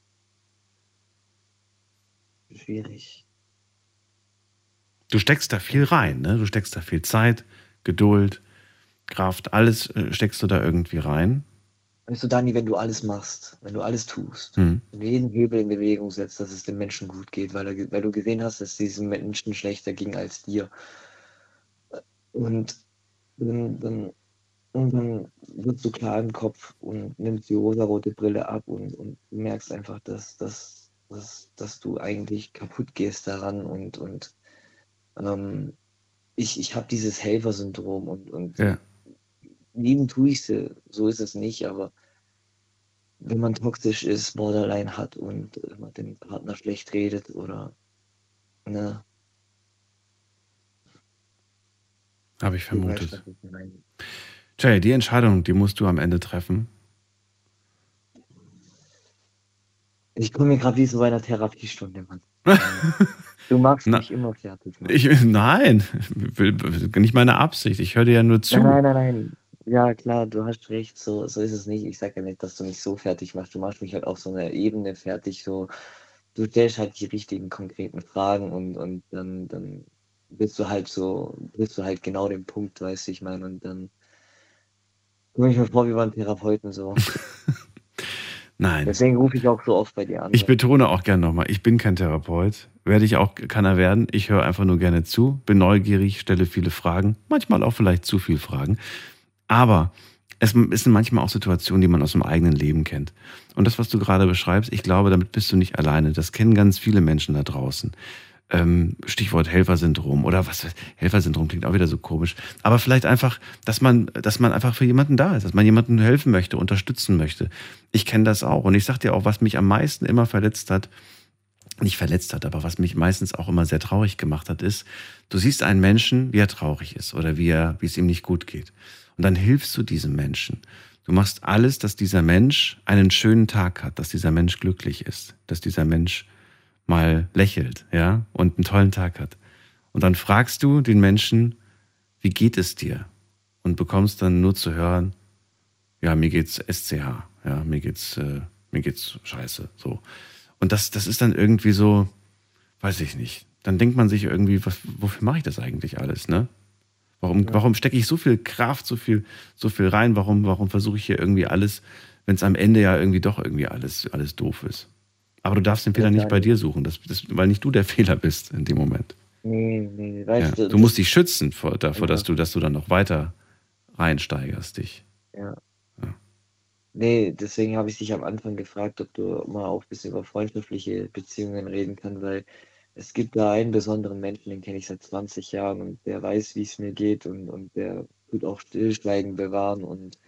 schwierig. Du steckst da viel rein, ne? Du steckst da viel Zeit, Geduld, Kraft, alles äh, steckst du da irgendwie rein. Weißt du, Dani, wenn du alles machst, wenn du alles tust, Hm. wenn du jeden Hebel in Bewegung setzt, dass es dem Menschen gut geht, weil, er, weil du gesehen hast, dass es diesem Menschen schlechter ging als dir. Und dann, dann, und dann wirst du klar im Kopf und nimmst die rosarote Brille ab und, und du merkst einfach, dass, dass, dass, dass du eigentlich kaputt gehst daran und, und ähm, ich, ich habe dieses Helfersyndrom und, und Ja. lieben tue ich sie, so ist es nicht, aber wenn man toxisch ist, Borderline hat und immer den Partner schlecht redet oder ne, Habe ich du weißt, vermutet. was ich meine. Jay, die Entscheidung, die musst du am Ende treffen. Ich komme mir gerade wie so bei einer Therapiestunde, Mann. Du machst Na, mich immer fertig, Mann. Ich, nein, will- nicht meine Absicht. Ich höre dir ja nur zu. Nein, nein, nein, nein. Ja, klar, du hast recht, so, so ist es nicht. Ich sage ja nicht, dass du mich so fertig machst. Du machst mich halt auf so einer Ebene fertig, so, du stellst halt die richtigen, konkreten Fragen und, und dann, dann bist du halt so, bist du halt genau den Punkt, weißt du, ich meine, und dann komme ich mir vor, wir waren Therapeuten, so. Nein. Deswegen rufe ich auch so oft bei dir an. Ich betone auch gerne nochmal, ich bin kein Therapeut. Werde ich auch keiner werden. Ich höre einfach nur gerne zu, bin neugierig, stelle viele Fragen, manchmal auch vielleicht zu viele Fragen. Aber es sind manchmal auch Situationen, die man aus dem eigenen Leben kennt. Und das, was du gerade beschreibst, ich glaube, damit bist du nicht alleine. Das kennen ganz viele Menschen da draußen. Ähm, Stichwort Helfersyndrom oder was, Helfersyndrom klingt auch wieder so komisch. Aber vielleicht einfach, dass man, dass man einfach für jemanden da ist, dass man jemandem helfen möchte, unterstützen möchte. Ich kenne das auch. Und ich sag dir auch, was mich am meisten immer verletzt hat, nicht verletzt hat, aber was mich meistens auch immer sehr traurig gemacht hat, ist, du siehst einen Menschen, wie er traurig ist oder wie er, wie es ihm nicht gut geht. Und dann hilfst du diesem Menschen. Du machst alles, dass dieser Mensch einen schönen Tag hat, dass dieser Mensch glücklich ist, dass dieser Mensch mal lächelt, ja, und einen tollen Tag hat. Und dann fragst du den Menschen, wie geht es dir? Und bekommst dann nur zu hören, ja, mir geht's S C H, ja, mir geht's, äh, mir geht's scheiße, so. Und das, das ist dann irgendwie so, weiß ich nicht. Dann denkt man sich irgendwie, was, wofür mache ich das eigentlich alles, ne? Warum, Ja. warum stecke ich so viel Kraft, so viel, so viel rein? Warum, warum versuche ich hier irgendwie alles, wenn es am Ende ja irgendwie doch irgendwie alles, alles doof ist? Aber du darfst den Fehler Ja, nicht bei klar. dir suchen, das, das, weil nicht du der Fehler bist in dem Moment. Nee, nee, Ja. weißt du. Du musst dich schützen vor, davor, Ja. dass du, dass du dann noch weiter reinsteigerst dich. Ja. Ja. Nee, deswegen habe ich dich am Anfang gefragt, ob du mal auch ein bisschen über freundschaftliche Beziehungen reden kannst, weil es gibt da einen besonderen Menschen, den kenne ich seit zwanzig Jahren und der weiß, wie es mir geht und, und der tut auch Stillschweigen bewahren und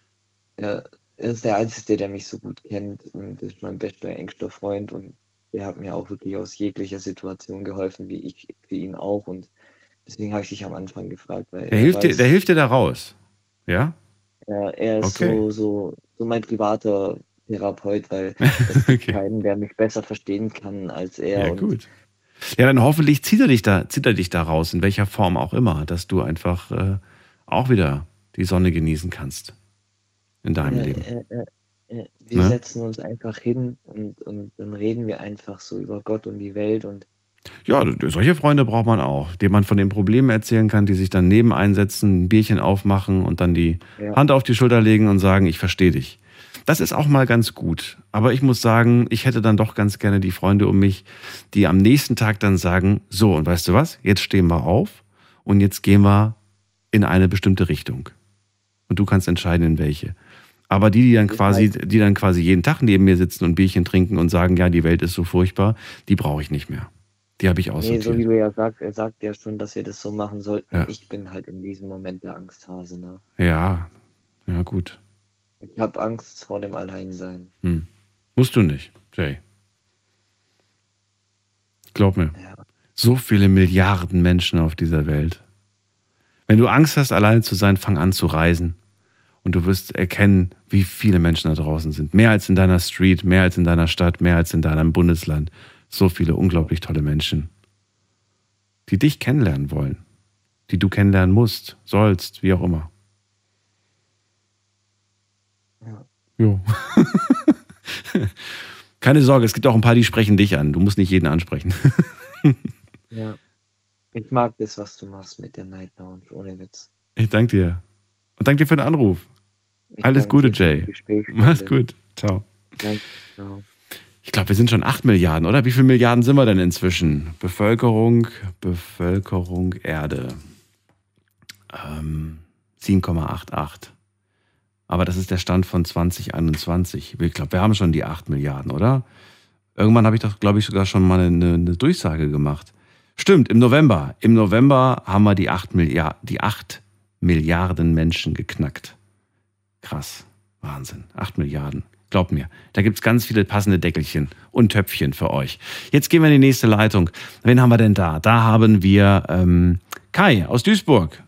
er, er ist der Einzige, der mich so gut kennt und ist mein bester, engster Freund und der hat mir auch wirklich aus jeglicher Situation geholfen, wie ich für ihn auch und deswegen habe ich dich am Anfang gefragt, weil Der er hilft dir, weiß, der hilft dir da raus. Ja? er, er ist Okay. so, so, so mein privater Therapeut, weil es gibt Okay. keinen, der mich besser verstehen kann als er. Ja, und gut. Ja, dann hoffentlich zieht er dich da, zieht er dich da raus, in welcher Form auch immer, dass du einfach äh, auch wieder die Sonne genießen kannst in deinem er, Leben. er, er, er, wir Ne? setzen uns einfach hin und, und dann reden wir einfach so über Gott und die Welt und Ja, solche Freunde braucht man auch, denen man von den Problemen erzählen kann, die sich dann neben einsetzen, ein Bierchen aufmachen und dann die Ja. Hand auf die Schulter legen und sagen, ich verstehe dich. Das ist auch mal ganz gut. Aber ich muss sagen, ich hätte dann doch ganz gerne die Freunde um mich, die am nächsten Tag dann sagen, so, und weißt du was, jetzt stehen wir auf und jetzt gehen wir in eine bestimmte Richtung. Und du kannst entscheiden, in welche. Aber die, die dann quasi, die dann quasi jeden Tag neben mir sitzen und Bierchen trinken und sagen, ja, die Welt ist so furchtbar, die brauche ich nicht mehr. Die habe ich Nee, aussortiert. so wie du ja sagst, er sagt ja schon, dass wir das so machen sollten. Ja. Ich bin halt in diesem Moment der Angsthase, ne? Ja, ja gut. Ich habe Angst vor dem Alleinsein. Hm. Musst du nicht, Jay. Glaub mir. So viele Milliarden Menschen auf dieser Welt. Wenn du Angst hast, alleine zu sein, fang an zu reisen. Und du wirst erkennen, wie viele Menschen da draußen sind. Mehr als in deiner Street, mehr als in deiner Stadt, mehr als in deinem Bundesland. So viele unglaublich tolle Menschen, die dich kennenlernen wollen, die du kennenlernen musst, sollst, wie auch immer. Ja. Jo. Keine Sorge, es gibt auch ein paar, die sprechen dich an. Du musst nicht jeden ansprechen. Ja. Ich mag das, was du machst mit der Night Lounge, ohne Witz. Ich danke dir. Und danke dir für den Anruf. Ich Alles danke Gute, dir für das Jay. Gespräch, Mach's Freunde. gut. Ciao. Danke. Ciao. Ich glaube, wir sind schon acht Milliarden, oder? Wie viele Milliarden sind wir denn inzwischen? Bevölkerung, Bevölkerung, Erde. Ähm, sieben Komma achtundachtzig. Aber das ist der Stand von zwanzig einundzwanzig. Ich glaube, wir haben schon die acht Milliarden, oder? Irgendwann habe ich doch, glaube ich, sogar schon mal eine, eine Durchsage gemacht. Stimmt, im November. Im November haben wir die acht Milliarden, die acht Milliarden Menschen geknackt. Krass. Wahnsinn. acht Milliarden. Glaubt mir, da gibt es ganz viele passende Deckelchen und Töpfchen für euch. Jetzt gehen wir in die nächste Leitung. Wen haben wir denn da? Da haben wir ähm, Kai aus Duisburg.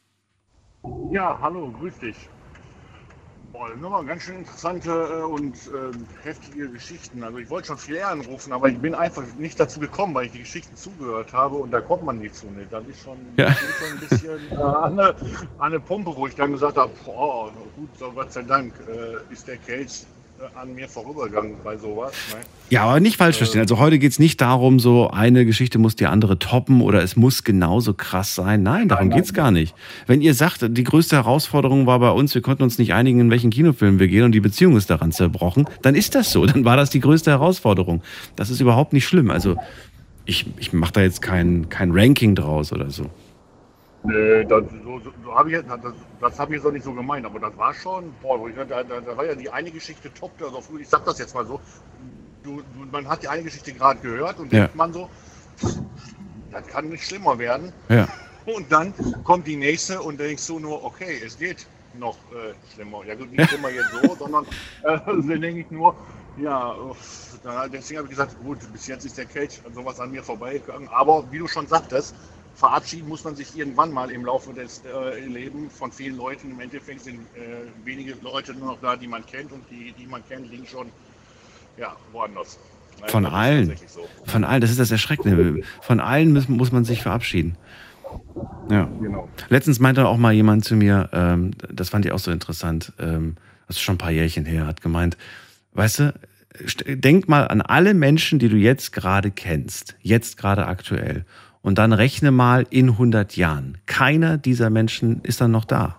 Ja, hallo, grüß dich. Boah, nochmal ganz schön interessante äh, und äh, heftige Geschichten. Also ich wollte schon viel eher anrufen, aber ich bin einfach nicht dazu gekommen, weil ich die Geschichten zugehört habe und da kommt man nicht zu. Ne? Das ist schon, Ja. das ist schon ein bisschen äh, an, eine, an eine Pumpe, wo ich dann gesagt habe, boah, gut, so Gott sei Dank äh, ist der Kelch äh, an mir vorübergegangen bei sowas. Ne? Ja, aber nicht falsch verstehen. Also heute geht es nicht darum, so eine Geschichte muss die andere toppen oder es muss genauso krass sein. Nein, darum geht es gar nicht. Wenn ihr sagt, die größte Herausforderung war bei uns, wir konnten uns nicht einigen, in welchen Kinofilm wir gehen und die Beziehung ist daran zerbrochen, dann ist das so. Dann war das die größte Herausforderung. Das ist überhaupt nicht schlimm. Also ich, ich mache da jetzt kein, kein Ranking draus oder so. Nee, das, so, so, so hab ich, jetzt- das, das habe ich jetzt auch nicht so gemeint, aber das war schon, boah, wo ich, da, da, da war ja die eine Geschichte top, also früh, ich sag das jetzt mal so, du, du, man hat die eine Geschichte gerade gehört und Ja. denkt man so, das kann nicht schlimmer werden. Ja. Und dann kommt die nächste und denkst du nur, okay, es geht noch äh, schlimmer. Ja gut, nicht schlimmer jetzt so, sondern äh, dann denke ich nur, ja, uff, dann, deswegen habe ich gesagt, gut, bis jetzt ist der Kelch an sowas an mir vorbeigegangen. Aber wie du schon sagtest, verabschieden muss man sich irgendwann mal im Laufe des äh, Lebens von vielen Leuten. Im Endeffekt sind äh, wenige Leute nur noch da, die man kennt und die, die man kennt, liegen schon ja, woanders. Nein, Von das ist allen. tatsächlich so. Von allen, das ist das Erschreckende. Von allen muss, muss man sich verabschieden. Ja. Genau. Letztens meinte auch mal jemand zu mir, ähm, das fand ich auch so interessant, ähm, das ist schon ein paar Jährchen her, hat gemeint, weißt du, st- denk mal an alle Menschen, die du jetzt gerade kennst, jetzt gerade aktuell, und dann rechne mal in hundert Jahren. Keiner dieser Menschen ist dann noch da.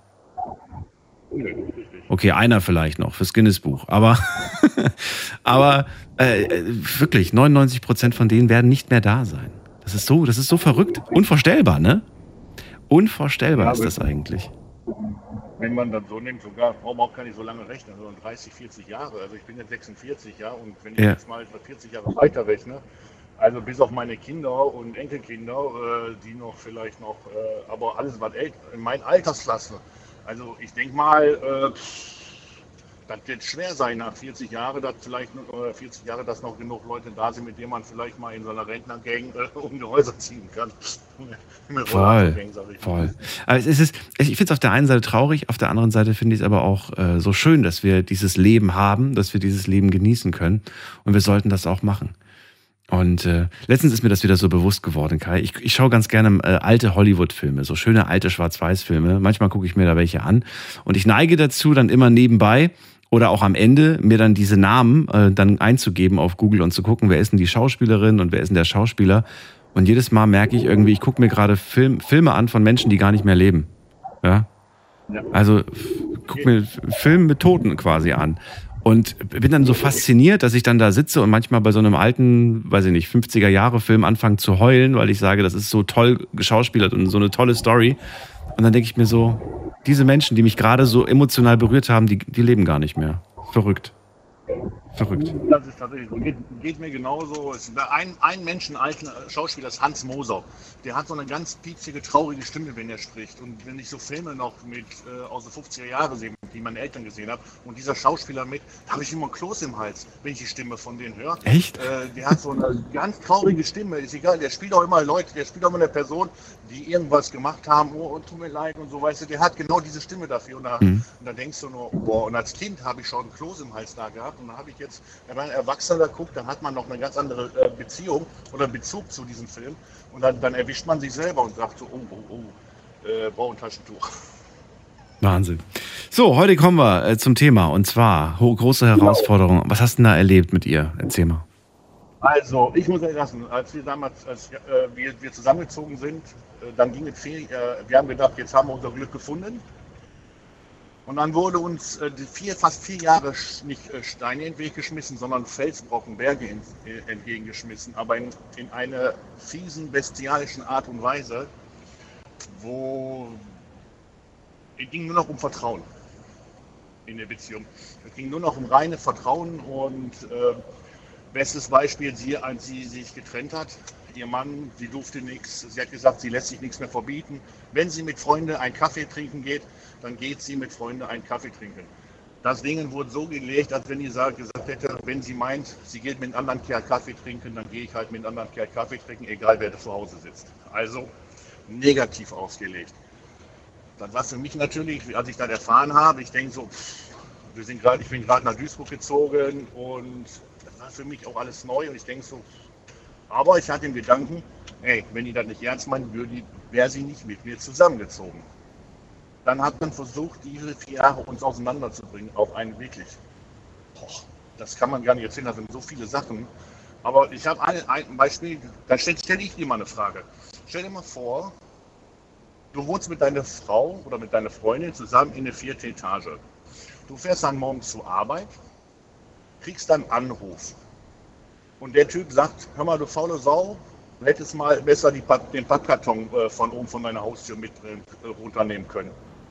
Okay, einer vielleicht noch fürs Guinness-Buch, aber, aber äh, wirklich, neunundneunzig Prozent von denen werden nicht mehr da sein. Das ist so, das ist so verrückt, unvorstellbar, ne? Unvorstellbar Ja, ist das aber- eigentlich. Wenn man dann so nimmt, sogar, braucht man auch gar nicht so lange rechnen, sondern dreißig, vierzig Jahre. Also ich bin jetzt sechsundvierzig, ja, und wenn ich Ja. jetzt mal vierzig Jahre weiter rechne, also bis auf meine Kinder und Enkelkinder, äh, die noch vielleicht noch, äh, aber alles was älter, in meinen Altersklasse. Also ich denke mal, äh, das wird schwer sein nach vierzig Jahren, dass vielleicht noch, äh, vierzig Jahre, dass noch genug Leute da sind, mit denen man vielleicht mal in so einer Rentnergang äh, um die Häuser ziehen kann. Mit Voll, Rollatorgang, sag ich mal. voll. Aber es ist, ich finde es auf der einen Seite traurig, auf der anderen Seite finde ich es aber auch äh, so schön, dass wir dieses Leben haben, dass wir dieses Leben genießen können und wir sollten das auch machen. Und äh, letztens ist mir das wieder so bewusst geworden, Kai. Ich, ich schaue ganz gerne äh, alte Hollywood-Filme, so schöne alte Schwarz-Weiß-Filme. Manchmal gucke ich mir da welche an und ich neige dazu, dann immer nebenbei oder auch am Ende mir dann diese Namen äh, dann einzugeben auf Google und zu gucken, wer ist denn die Schauspielerin und wer ist denn der Schauspieler. Und jedes Mal merke ich irgendwie, ich gucke mir gerade Film, Filme an von Menschen, die gar nicht mehr leben. Ja? Ja. Also gucke mir Filme mit Toten quasi an. Und bin dann so fasziniert, dass ich dann da sitze und manchmal bei so einem alten, weiß ich nicht, fünfziger-Jahre-Film anfange zu heulen, weil ich sage, das ist so toll geschauspielert und so eine tolle Story. Und dann denke ich mir so, diese Menschen, die mich gerade so emotional berührt haben, die, die leben gar nicht mehr. Verrückt. Verrückt. Das ist tatsächlich so. Geht, geht mir genauso. Ein, ein Mensch, ein alter Schauspieler ist Hans Moser. Der hat so eine ganz piepsige, traurige Stimme, wenn er spricht. Und wenn ich so Filme noch mit äh, aus den fünfziger Jahren sehe, die meine Eltern gesehen haben, und dieser Schauspieler mit, da habe ich immer ein Kloß im Hals, wenn ich die Stimme von denen höre. Echt? Äh, der hat so eine ganz traurige Stimme. Ist egal, der spielt auch immer Leute, der spielt auch immer eine Person, die irgendwas gemacht haben, oh, tut mir leid und so, weißt du, der hat genau diese Stimme dafür. Und da, mhm. und da denkst du nur, boah, und als Kind habe ich schon einen Kloß im Hals da gehabt, und da habe ich jetzt, wenn man Erwachsener guckt, dann hat man noch eine ganz andere äh, Beziehung oder Bezug zu diesem Film, und dann, dann erwischt man sich selber und sagt so, oh, oh, oh, äh, brauche ein Taschentuch. Wahnsinn. So, heute kommen wir äh, zum Thema, und zwar ho- große Herausforderung. Genau. Was hast du denn da erlebt mit ihr? Erzähl mal. Also, ich muss ehrlich sagen, als wir damals, als äh, wir, wir zusammengezogen sind, äh, dann ging es viel, äh, wir haben gedacht, jetzt haben wir unser Glück gefunden. Und dann wurde uns äh, vier, fast vier Jahre nicht äh, Steine in den Weg geschmissen, sondern Felsbrocken, Berge in, äh, entgegengeschmissen, aber in, in einer fiesen, bestialischen Art und Weise, wo es ging nur noch um Vertrauen in der Beziehung. Es ging nur noch um reine Vertrauen, und äh, bestes Beispiel, sie, als sie sich getrennt hat, ihr Mann, sie durfte nichts, sie hat gesagt, sie lässt sich nichts mehr verbieten. Wenn sie mit Freunden einen Kaffee trinken geht, dann geht sie mit Freunden einen Kaffee trinken. Das Ding wurde so gelegt, als wenn sie gesagt hätte, wenn sie meint, sie geht mit einem anderen Kerl Kaffee trinken, dann gehe ich halt mit einem anderen Kerl Kaffee trinken, egal wer da zu Hause sitzt. Also negativ ausgelegt. Das war für mich natürlich, als ich das erfahren habe, ich denke so, wir sind grad, ich bin gerade nach Duisburg gezogen, und das war für mich auch alles neu, und ich denke so, aber ich hatte den Gedanken, ey, wenn die das nicht ernst meinen, wäre sie nicht mit mir zusammengezogen. Dann hat man versucht, diese vier Jahre uns auseinanderzubringen, auf einen wirklich. Boah, das kann man gar nicht erzählen, das sind so viele Sachen. Aber ich habe ein, ein Beispiel, da stelle stell ich dir mal eine Frage. Stell dir mal vor, du wohnst mit deiner Frau oder mit deiner Freundin zusammen in der vierten Etage. Du fährst dann morgens zur Arbeit, kriegst dann einen Anruf. Und der Typ sagt, hör mal, du faule Sau, du hättest mal besser die, den Pappkarton äh, von oben von deiner Haustür mit äh, runternehmen können.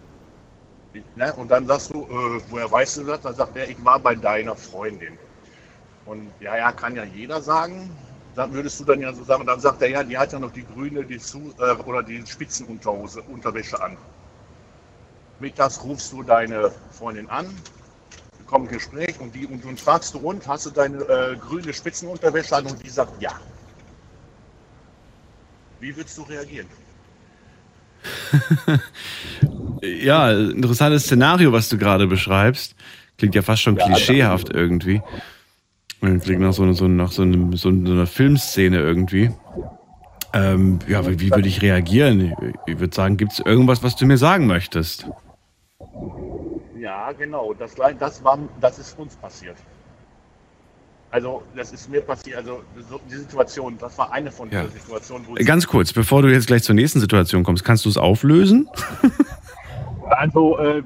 Ne? Und dann sagst du, äh, woher weißt du das? Dann sagt er, ich war bei deiner Freundin. Und ja, ja, kann ja jeder sagen. Dann würdest du dann ja so sagen, dann sagt er, ja, die hat ja noch die grüne die Zu- äh, oder die Spitzenunterhose, Unterwäsche an. Mittags rufst du deine Freundin an, kommt ein Gespräch, und, die, und, und fragst du rund, hast du deine äh, grüne Spitzenunterwäsche an, und die sagt ja. Wie würdest du reagieren? Ja, interessantes Szenario, was du gerade beschreibst. Klingt ja fast schon ja, klischeehaft ja. irgendwie. Klingt nach so, so, nach so, einem, so einer Filmszene irgendwie. Ähm, ja, wie, wie würde ich reagieren? Ich würde sagen, gibt es irgendwas, was du mir sagen möchtest? Ja, genau. Das, das, war, das ist uns passiert. Also, das ist mir passiert, also die Situation, das war eine von ja. den Situationen, wo... Ganz kurz, bevor du jetzt gleich zur nächsten Situation kommst, kannst du es auflösen? Also, äh,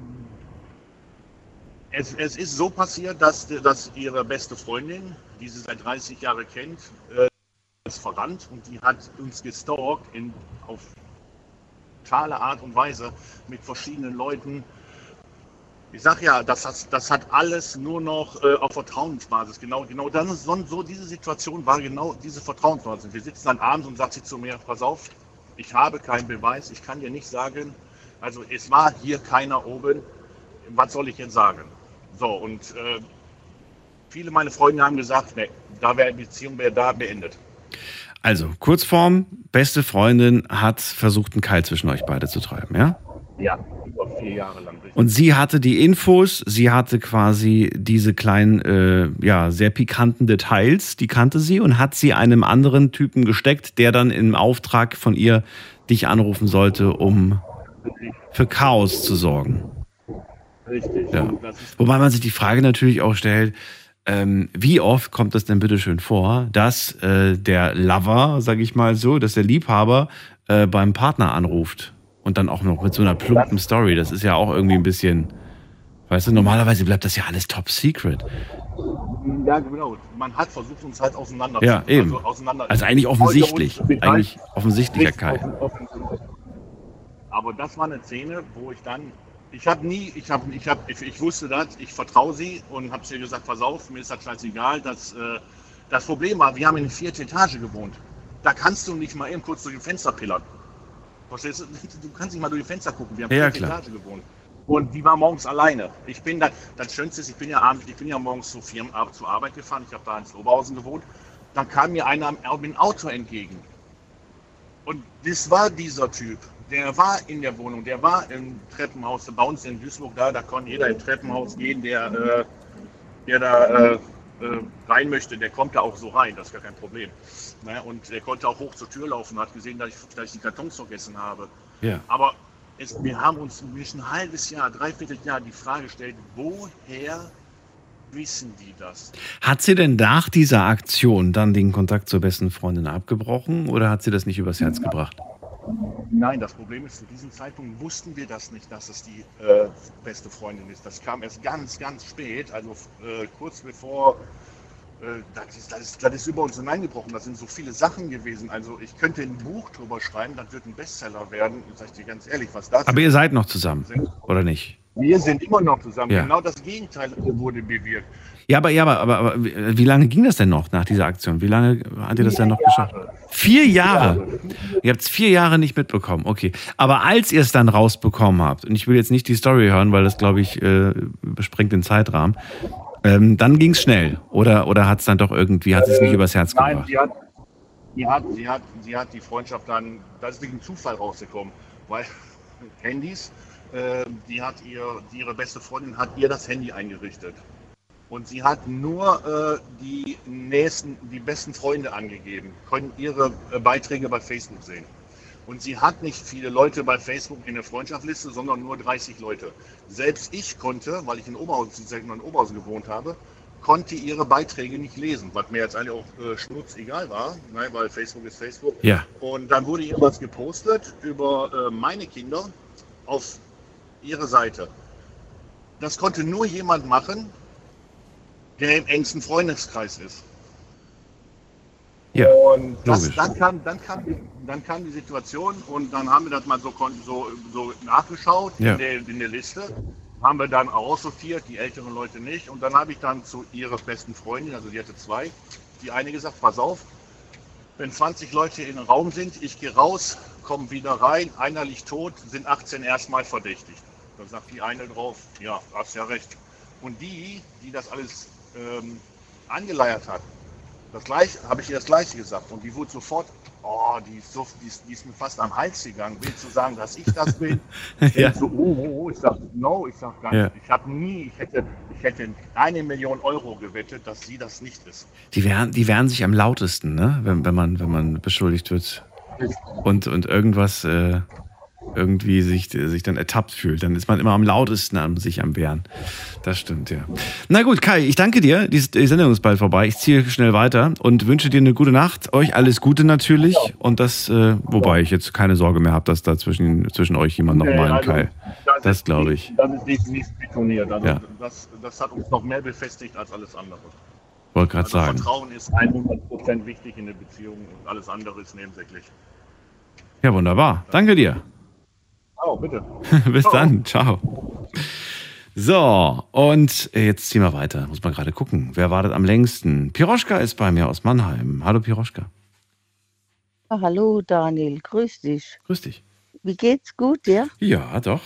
es, es ist so passiert, dass, dass ihre beste Freundin, die sie seit dreißig Jahren kennt, äh, ist verrannt, und die hat uns gestalkt in, auf totale Art und Weise mit verschiedenen Leuten. Ich sag ja, das hat, das hat alles nur noch äh, auf Vertrauensbasis. Genau, genau das ist so, so diese Situation war genau diese Vertrauensbasis. Wir sitzen dann abends und sagt sie zu mir, pass auf, ich habe keinen Beweis, ich kann dir nicht sagen, also es war hier keiner oben, was soll ich jetzt sagen? So, und äh, viele meiner Freunde haben gesagt, ne, da wäre die Beziehung wäre da beendet. Also, Kurzform, beste Freundin hat versucht, einen Keil zwischen euch beide zu treiben, ja? Ja, über vier Jahre lang. Richtig. Und sie hatte die Infos, sie hatte quasi diese kleinen, äh, ja, sehr pikanten Details, die kannte sie, und hat sie einem anderen Typen gesteckt, der dann im Auftrag von ihr dich anrufen sollte, um für Chaos zu sorgen. Richtig. Ja. Wobei man sich die Frage natürlich auch stellt, Ähm, wie oft kommt es denn bitte schön vor, dass äh, der Lover, sag ich mal so, dass der Liebhaber äh, beim Partner anruft und dann auch noch mit so einer plumpen Story? Das ist ja auch irgendwie ein bisschen, weißt du, normalerweise bleibt das ja alles top secret. Ja, genau. Man hat versucht, uns halt auseinander Ja, zu eben. Also, auseinander Also eigentlich offensichtlich. Eigentlich offensichtlicher Kai. Aber das war eine Szene, wo ich dann, ich habe nie, ich habe, ich habe, ich, ich wusste das, ich vertraue sie und habe ihr gesagt, pass auf, mir ist das scheißegal. Das, äh, das Problem war, wir haben in der vierten Etage gewohnt. Da kannst du nicht mal eben kurz durch die Fenster pillern. Verstehst du? Du kannst nicht mal durch die Fenster gucken. Wir haben in Ja, der vierten klar. Etage gewohnt. Und die war morgens alleine. Ich bin dann, das Schönste ist, ich bin ja abends, ich bin ja morgens zu Firmen, ab, zur Arbeit gefahren. Ich habe da in Oberhausen gewohnt. Dann kam mir einer mit dem Auto entgegen. Und das war dieser Typ. Der war in der Wohnung, der war im Treppenhaus. Bei uns in Duisburg, da, da kann jeder im Treppenhaus gehen, der, äh, der da äh, äh, rein möchte. Der kommt da auch so rein, das ist gar kein Problem. Ne? Und der konnte auch hoch zur Tür laufen, hat gesehen, dass ich, dass ich die Kartons vergessen habe. Ja. Aber es, wir haben uns ein halbes Jahr, dreiviertel Jahr die Frage gestellt, woher wissen die das? Hat sie denn nach dieser Aktion dann den Kontakt zur besten Freundin abgebrochen oder hat sie das nicht übers Herz gebracht? Nein, das Problem ist, zu diesem Zeitpunkt wussten wir das nicht, dass es die äh, beste Freundin ist. Das kam erst ganz, ganz spät, also äh, kurz bevor, äh, das, ist, das, ist, das ist über uns hineingebrochen. Das sind so viele Sachen gewesen. Also ich könnte ein Buch drüber schreiben, das wird ein Bestseller werden. Sag ich dir ganz ehrlich, was das Aber ihr seid noch zusammen, oder nicht? Wir sind immer noch zusammen. Ja. Genau das Gegenteil wurde bewirkt. Ja, aber, ja, aber, aber, aber wie lange ging das denn noch nach dieser Aktion? Wie lange hat ihr das denn noch geschafft? Vier Jahre? Ihr habt es vier Jahre nicht mitbekommen, okay. Aber als ihr es dann rausbekommen habt, und ich will jetzt nicht die Story hören, weil das, glaube ich, äh, besprengt den Zeitrahmen, ähm, dann ging es schnell. Oder, oder hat es dann doch irgendwie, hat es nicht übers Herz Nein, gebracht? sie hat, sie, hat, sie, hat, sie hat die Freundschaft dann, das ist wegen Zufall rausgekommen, weil Handys, äh, die hat ihr, ihre beste Freundin hat ihr das Handy eingerichtet. Und sie hat nur äh, die nächsten, die besten Freunde angegeben, können ihre äh, Beiträge bei Facebook sehen. Und sie hat nicht viele Leute bei Facebook in der Freundschaftsliste, sondern nur dreißig Leute. Selbst ich konnte, weil ich in Oberhausen, selten in Oberhausen gewohnt habe, konnte ihre Beiträge nicht lesen, was mir jetzt eigentlich auch äh, schnurzegal war, ne, weil Facebook ist Facebook. Ja. Und dann wurde ihr was gepostet über äh, meine Kinder auf ihre Seite. Das konnte nur jemand machen, der im engsten Freundeskreis ist. Ja, und das, logisch. dann, kam, dann, kam die, dann kam die Situation und dann haben wir das mal so, so, so nachgeschaut Ja. in, der, in der Liste. Haben wir dann aussortiert, die älteren Leute nicht. Und dann habe ich dann zu ihrer besten Freundin, also die hatte zwei, die eine gesagt, pass auf, wenn zwanzig Leute in einem Raum sind, ich gehe raus, komme wieder rein, einer liegt tot, sind achtzehn erstmal verdächtigt. Dann sagt die eine drauf, ja, hast ja recht. Und die, die das alles ähm, angeleiert hat, das gleiche, habe ich ihr das Gleiche gesagt. Und die wurde sofort, oh, die ist, so, die, ist, die ist mir fast am Hals gegangen. Will zu sagen, dass ich das bin? Ja. Ich so, oh, oh, oh. Ich sag, no, ich sag gar nicht. Ja. Ich habe nie, ich hätte, ich hätte eine Million Euro gewettet, dass sie das nicht ist. Die wehren, die wehren sich am lautesten, ne? wenn, wenn, man, wenn man beschuldigt wird und, und irgendwas äh, irgendwie sich, sich dann ertappt fühlt. Dann ist man immer am lautesten an sich am Wehren. Das stimmt, ja. Na gut, Kai, ich danke dir. Die, die Sendung ist bald vorbei. Ich ziehe schnell weiter und wünsche dir eine gute Nacht. Euch alles Gute natürlich. Und das, äh, wobei ich jetzt keine Sorge mehr habe, dass da zwischen, zwischen euch jemand noch Nee, mal also, Kai. das Das ist glaube nicht- ich. Das ist nicht, nicht betoniert. Also Ja. das, das hat uns noch mehr befestigt als alles andere. Wollte gerade Also sagen. Vertrauen ist hundert Prozent wichtig in der Beziehung und alles andere ist nebensächlich. Ja, wunderbar. Danke dir. Oh, bitte. Bis Ciao. dann. Ciao. So, und jetzt ziehen wir weiter. Muss man gerade gucken. Wer wartet am längsten? Piroschka ist bei mir aus Mannheim. Hallo Piroschka. Ah, hallo Daniel, grüß dich. Grüß dich. Wie geht's? Gut, ja? Ja, doch.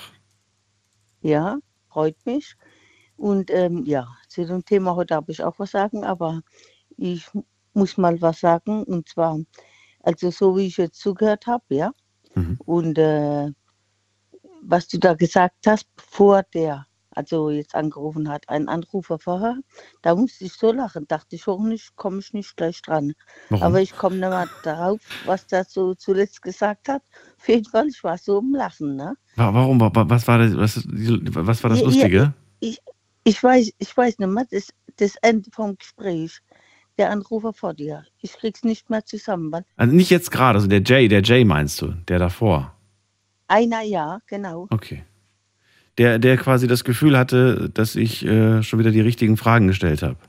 Ja, freut mich. Und ähm, ja, zu dem Thema heute habe ich auch was sagen, aber ich muss mal was sagen. Und zwar, also so wie ich jetzt zugehört habe, ja. Mhm. Und äh, was du da gesagt hast, bevor der, also jetzt angerufen hat, ein Anrufer vorher, da musste ich so lachen, dachte ich, hoffentlich komme ich nicht gleich dran. Warum? Aber ich komme nicht mal darauf, was der so zuletzt gesagt hat. Auf jeden Fall, ich war so im Lachen, ne? Wa- Warum? Wa- Was war das, was, was war das Ja, Lustige? Ja, ich, ich, weiß, ich weiß nicht mehr, das, das Ende vom Gespräch. Der Anrufer vor dir. Ich krieg's nicht mehr zusammen. Weil Also nicht jetzt gerade, also der Jay, der Jay meinst du, der davor. einer, ja, genau. Okay. Der, der quasi das Gefühl hatte, dass ich äh, schon wieder die richtigen Fragen gestellt habe.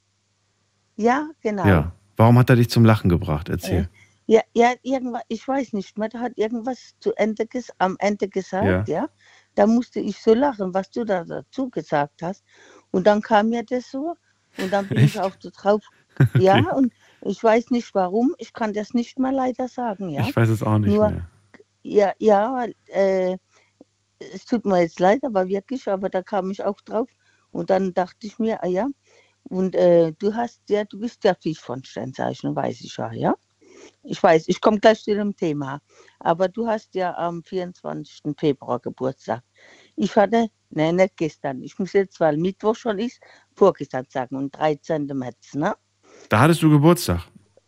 Ja, genau. Ja. Warum hat er dich zum Lachen gebracht? Erzähl. Ja, ja, irgendwas, ich weiß nicht mehr, der hat irgendwas zu Ende ges am Ende gesagt, ja. Ja. Da musste ich so lachen, was du da dazu gesagt hast. Und dann kam mir das so und dann bin Echt? ich auch so drauf. Ja, und ich weiß nicht warum, ich kann das nicht mehr leider sagen, ja. Ich weiß es auch nicht Nur, mehr. Ja, ja, äh, es tut mir jetzt leid, aber wirklich, aber da kam ich auch drauf. Und dann dachte ich mir, ah ja, und äh, du hast ja, du bist ja Fisch von Sternzeichen, weiß ich ja, ja. Ich weiß, ich komme gleich zu dem Thema. Aber du hast ja am vierundzwanzigsten Februar Geburtstag. Ich hatte, ne, nicht gestern, ich muss jetzt, weil Mittwoch schon ist, vorgestern sagen, und dreizehnten März, ne? Da hattest du Geburtstag.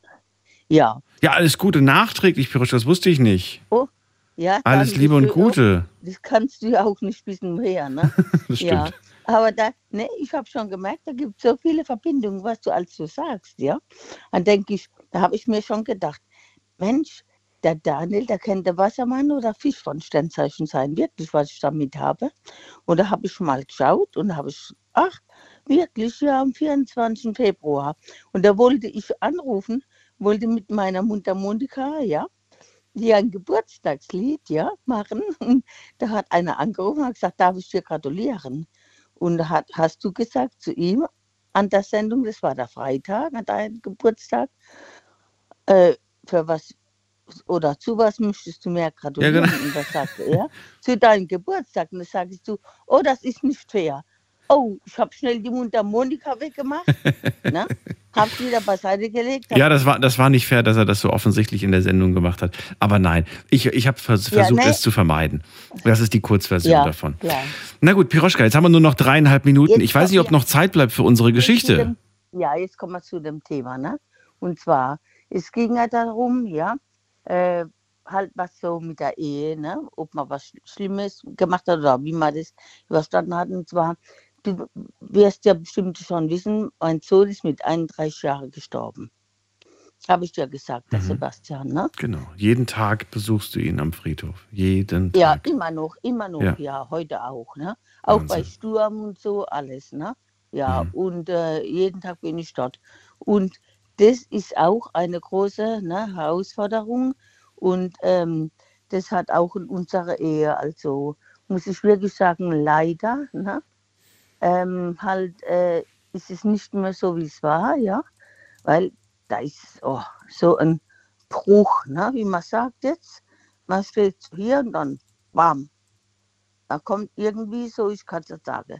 Ja. Ja, alles Gute nachträglich, Piroschka, das wusste ich nicht. Oh, ja. Alles danke Liebe und schön. Gute. Oh, das kannst du ja auch nicht wissen mehr, ne? Das Ja. stimmt. Aber da, ne, ich habe schon gemerkt, da gibt es so viele Verbindungen, was du alles so sagst, ja. Dann denke ich, da habe ich mir schon gedacht, Mensch, der Daniel, der könnte Wassermann oder Fisch von Sternzeichen sein, wirklich, was ich damit habe. Und da habe ich mal geschaut und da habe ich, ach, wirklich, ja, am vierundzwanzigsten Februar. Und da wollte ich anrufen, wollte mit meiner Mundharmonika, ja, die ein Geburtstagslied, ja, machen. Und da hat einer angerufen und hat gesagt, darf ich dir gratulieren? Und da hat, hast du gesagt zu ihm an der Sendung, das war der Freitag, an deinem Geburtstag, äh, für was oder zu was möchtest du mir gratulieren? Ja, genau. Und da sagte er, zu deinem Geburtstag. Und da sagst du, oh, das ist nicht fair. Oh, ich habe schnell die Mundharmonika weggemacht, ne? Hab's wieder beiseite gelegt. Ja, das war, das war nicht fair, dass er das so offensichtlich in der Sendung gemacht hat. Aber nein, ich, ich habe vers Ja, versucht, ne? es zu vermeiden. Das ist die Kurzversion Ja, davon. klar. Na gut, Piroschka, jetzt haben wir nur noch dreieinhalb Minuten. Jetzt Ich weiß nicht, ob kommt- noch Zeit bleibt für unsere Zu Geschichte. dem, ja, jetzt kommen wir zu dem Thema, ne? Und zwar, es ging ja darum, ja, äh, halt was so mit der Ehe, ne? Ob man was Schlimmes gemacht hat oder wie man das überstanden hat. Und zwar, du wirst ja bestimmt schon wissen, mein Sohn ist mit einunddreißig Jahren gestorben. Habe ich dir gesagt, der Mhm. Sebastian, ne? Genau. Jeden Tag besuchst du ihn am Friedhof. Jeden Tag. Ja, immer noch, immer noch, Ja. ja, heute auch, ne? Auch bei Wahnsinn. Sturm und so, alles, ne? Ja, Mhm. und äh, jeden Tag bin ich dort. Und das ist auch eine große, ne, Herausforderung und ähm, das hat auch in unserer Ehe, also muss ich wirklich sagen, leider, ne? Ähm, halt äh, ist es nicht mehr so, wie es war, ja, weil da ist oh, so ein Bruch, ne, wie man sagt jetzt. Man steht hier und dann, bam, da kommt irgendwie so, ich kann es nicht sagen,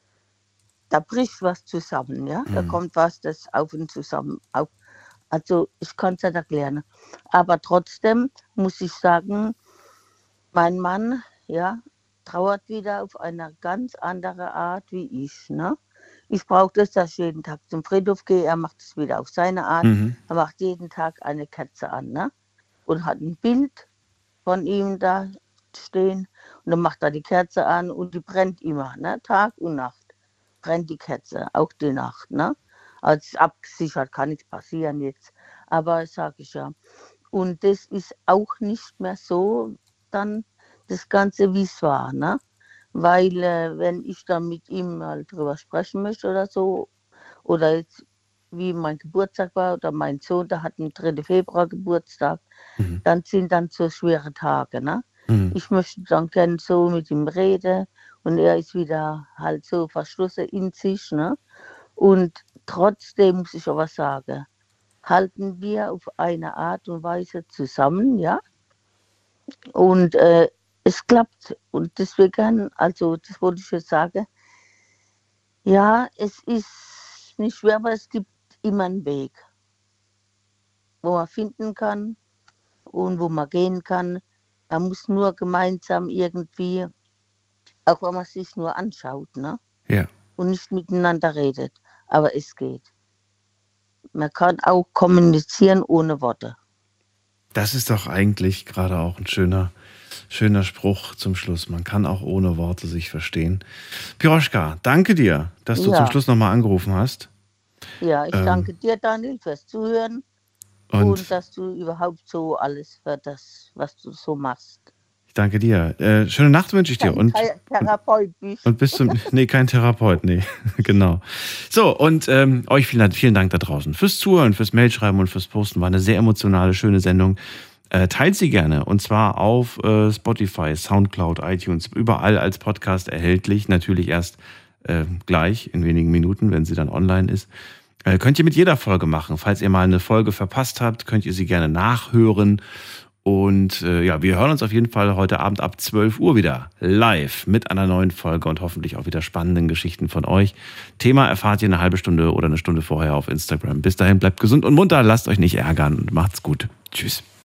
da bricht was zusammen, ja, da Mhm. kommt was, das auf und zusammen, auf. Also ich kann es nicht erklären. Aber trotzdem muss ich sagen, mein Mann, ja, trauert wieder auf eine ganz andere Art wie ich, ne? Ich brauche das, dass ich jeden Tag zum Friedhof gehe, er macht es wieder auf seine Art. Mhm. Er macht jeden Tag eine Kerze an, ne? Und hat ein Bild von ihm da stehen und dann macht er die Kerze an und die brennt immer, ne? Tag und Nacht brennt die Kerze, auch die Nacht, ne? Also es ist abgesichert, kann nichts passieren jetzt, aber sage ich ja. Und das ist auch nicht mehr so dann das Ganze, wie es war, ne? Weil äh, wenn ich dann mit ihm mal drüber sprechen möchte oder so, oder jetzt wie mein Geburtstag war oder mein Sohn, der hat am dritten Februar Geburtstag, Mhm. dann sind dann so schwere Tage, ne? Mhm. Ich möchte dann gerne so mit ihm reden und er ist wieder halt so verschlossen in sich, ne? Und trotzdem muss ich aber sagen, halten wir auf eine Art und Weise zusammen, ja? Und äh, es klappt. Und deswegen, also das wollte ich jetzt sagen, ja, es ist nicht schwer, aber es gibt immer einen Weg, wo man finden kann und wo man gehen kann. Man muss nur gemeinsam irgendwie, auch wenn man sich nur anschaut, ne? Ja. Und nicht miteinander redet. Aber es geht. Man kann auch kommunizieren ohne Worte. Das ist doch eigentlich gerade auch ein schöner, schöner Spruch zum Schluss. Man kann auch ohne Worte sich verstehen. Piroschka, danke dir, dass du Ja. zum Schluss nochmal angerufen hast. Ja, ich Ähm, danke dir, Daniel, fürs Zuhören und, und dass du überhaupt so alles für das, was du so machst. ich danke dir. Äh, schöne Nacht wünsche ich dir. Kein Und, Thera- Therapeut bist. und bis zum. Nee, kein Therapeut, nee. Genau. So, und ähm, euch vielen, vielen Dank da draußen fürs Zuhören, fürs Mailschreiben und fürs Posten. War eine sehr emotionale, schöne Sendung. Äh, teilt sie gerne. Und zwar auf äh, Spotify, Soundcloud, iTunes, überall als Podcast erhältlich. Natürlich erst äh, gleich in wenigen Minuten, wenn sie dann online ist. Äh, könnt ihr mit jeder Folge machen. Falls ihr mal eine Folge verpasst habt, könnt ihr sie gerne nachhören. Und äh, ja, wir hören uns auf jeden Fall heute Abend ab zwölf Uhr wieder live mit einer neuen Folge und hoffentlich auch wieder spannenden Geschichten von euch. Thema erfahrt ihr eine halbe Stunde oder eine Stunde vorher auf Instagram. Bis dahin bleibt gesund und munter, lasst euch nicht ärgern und macht's gut. Tschüss.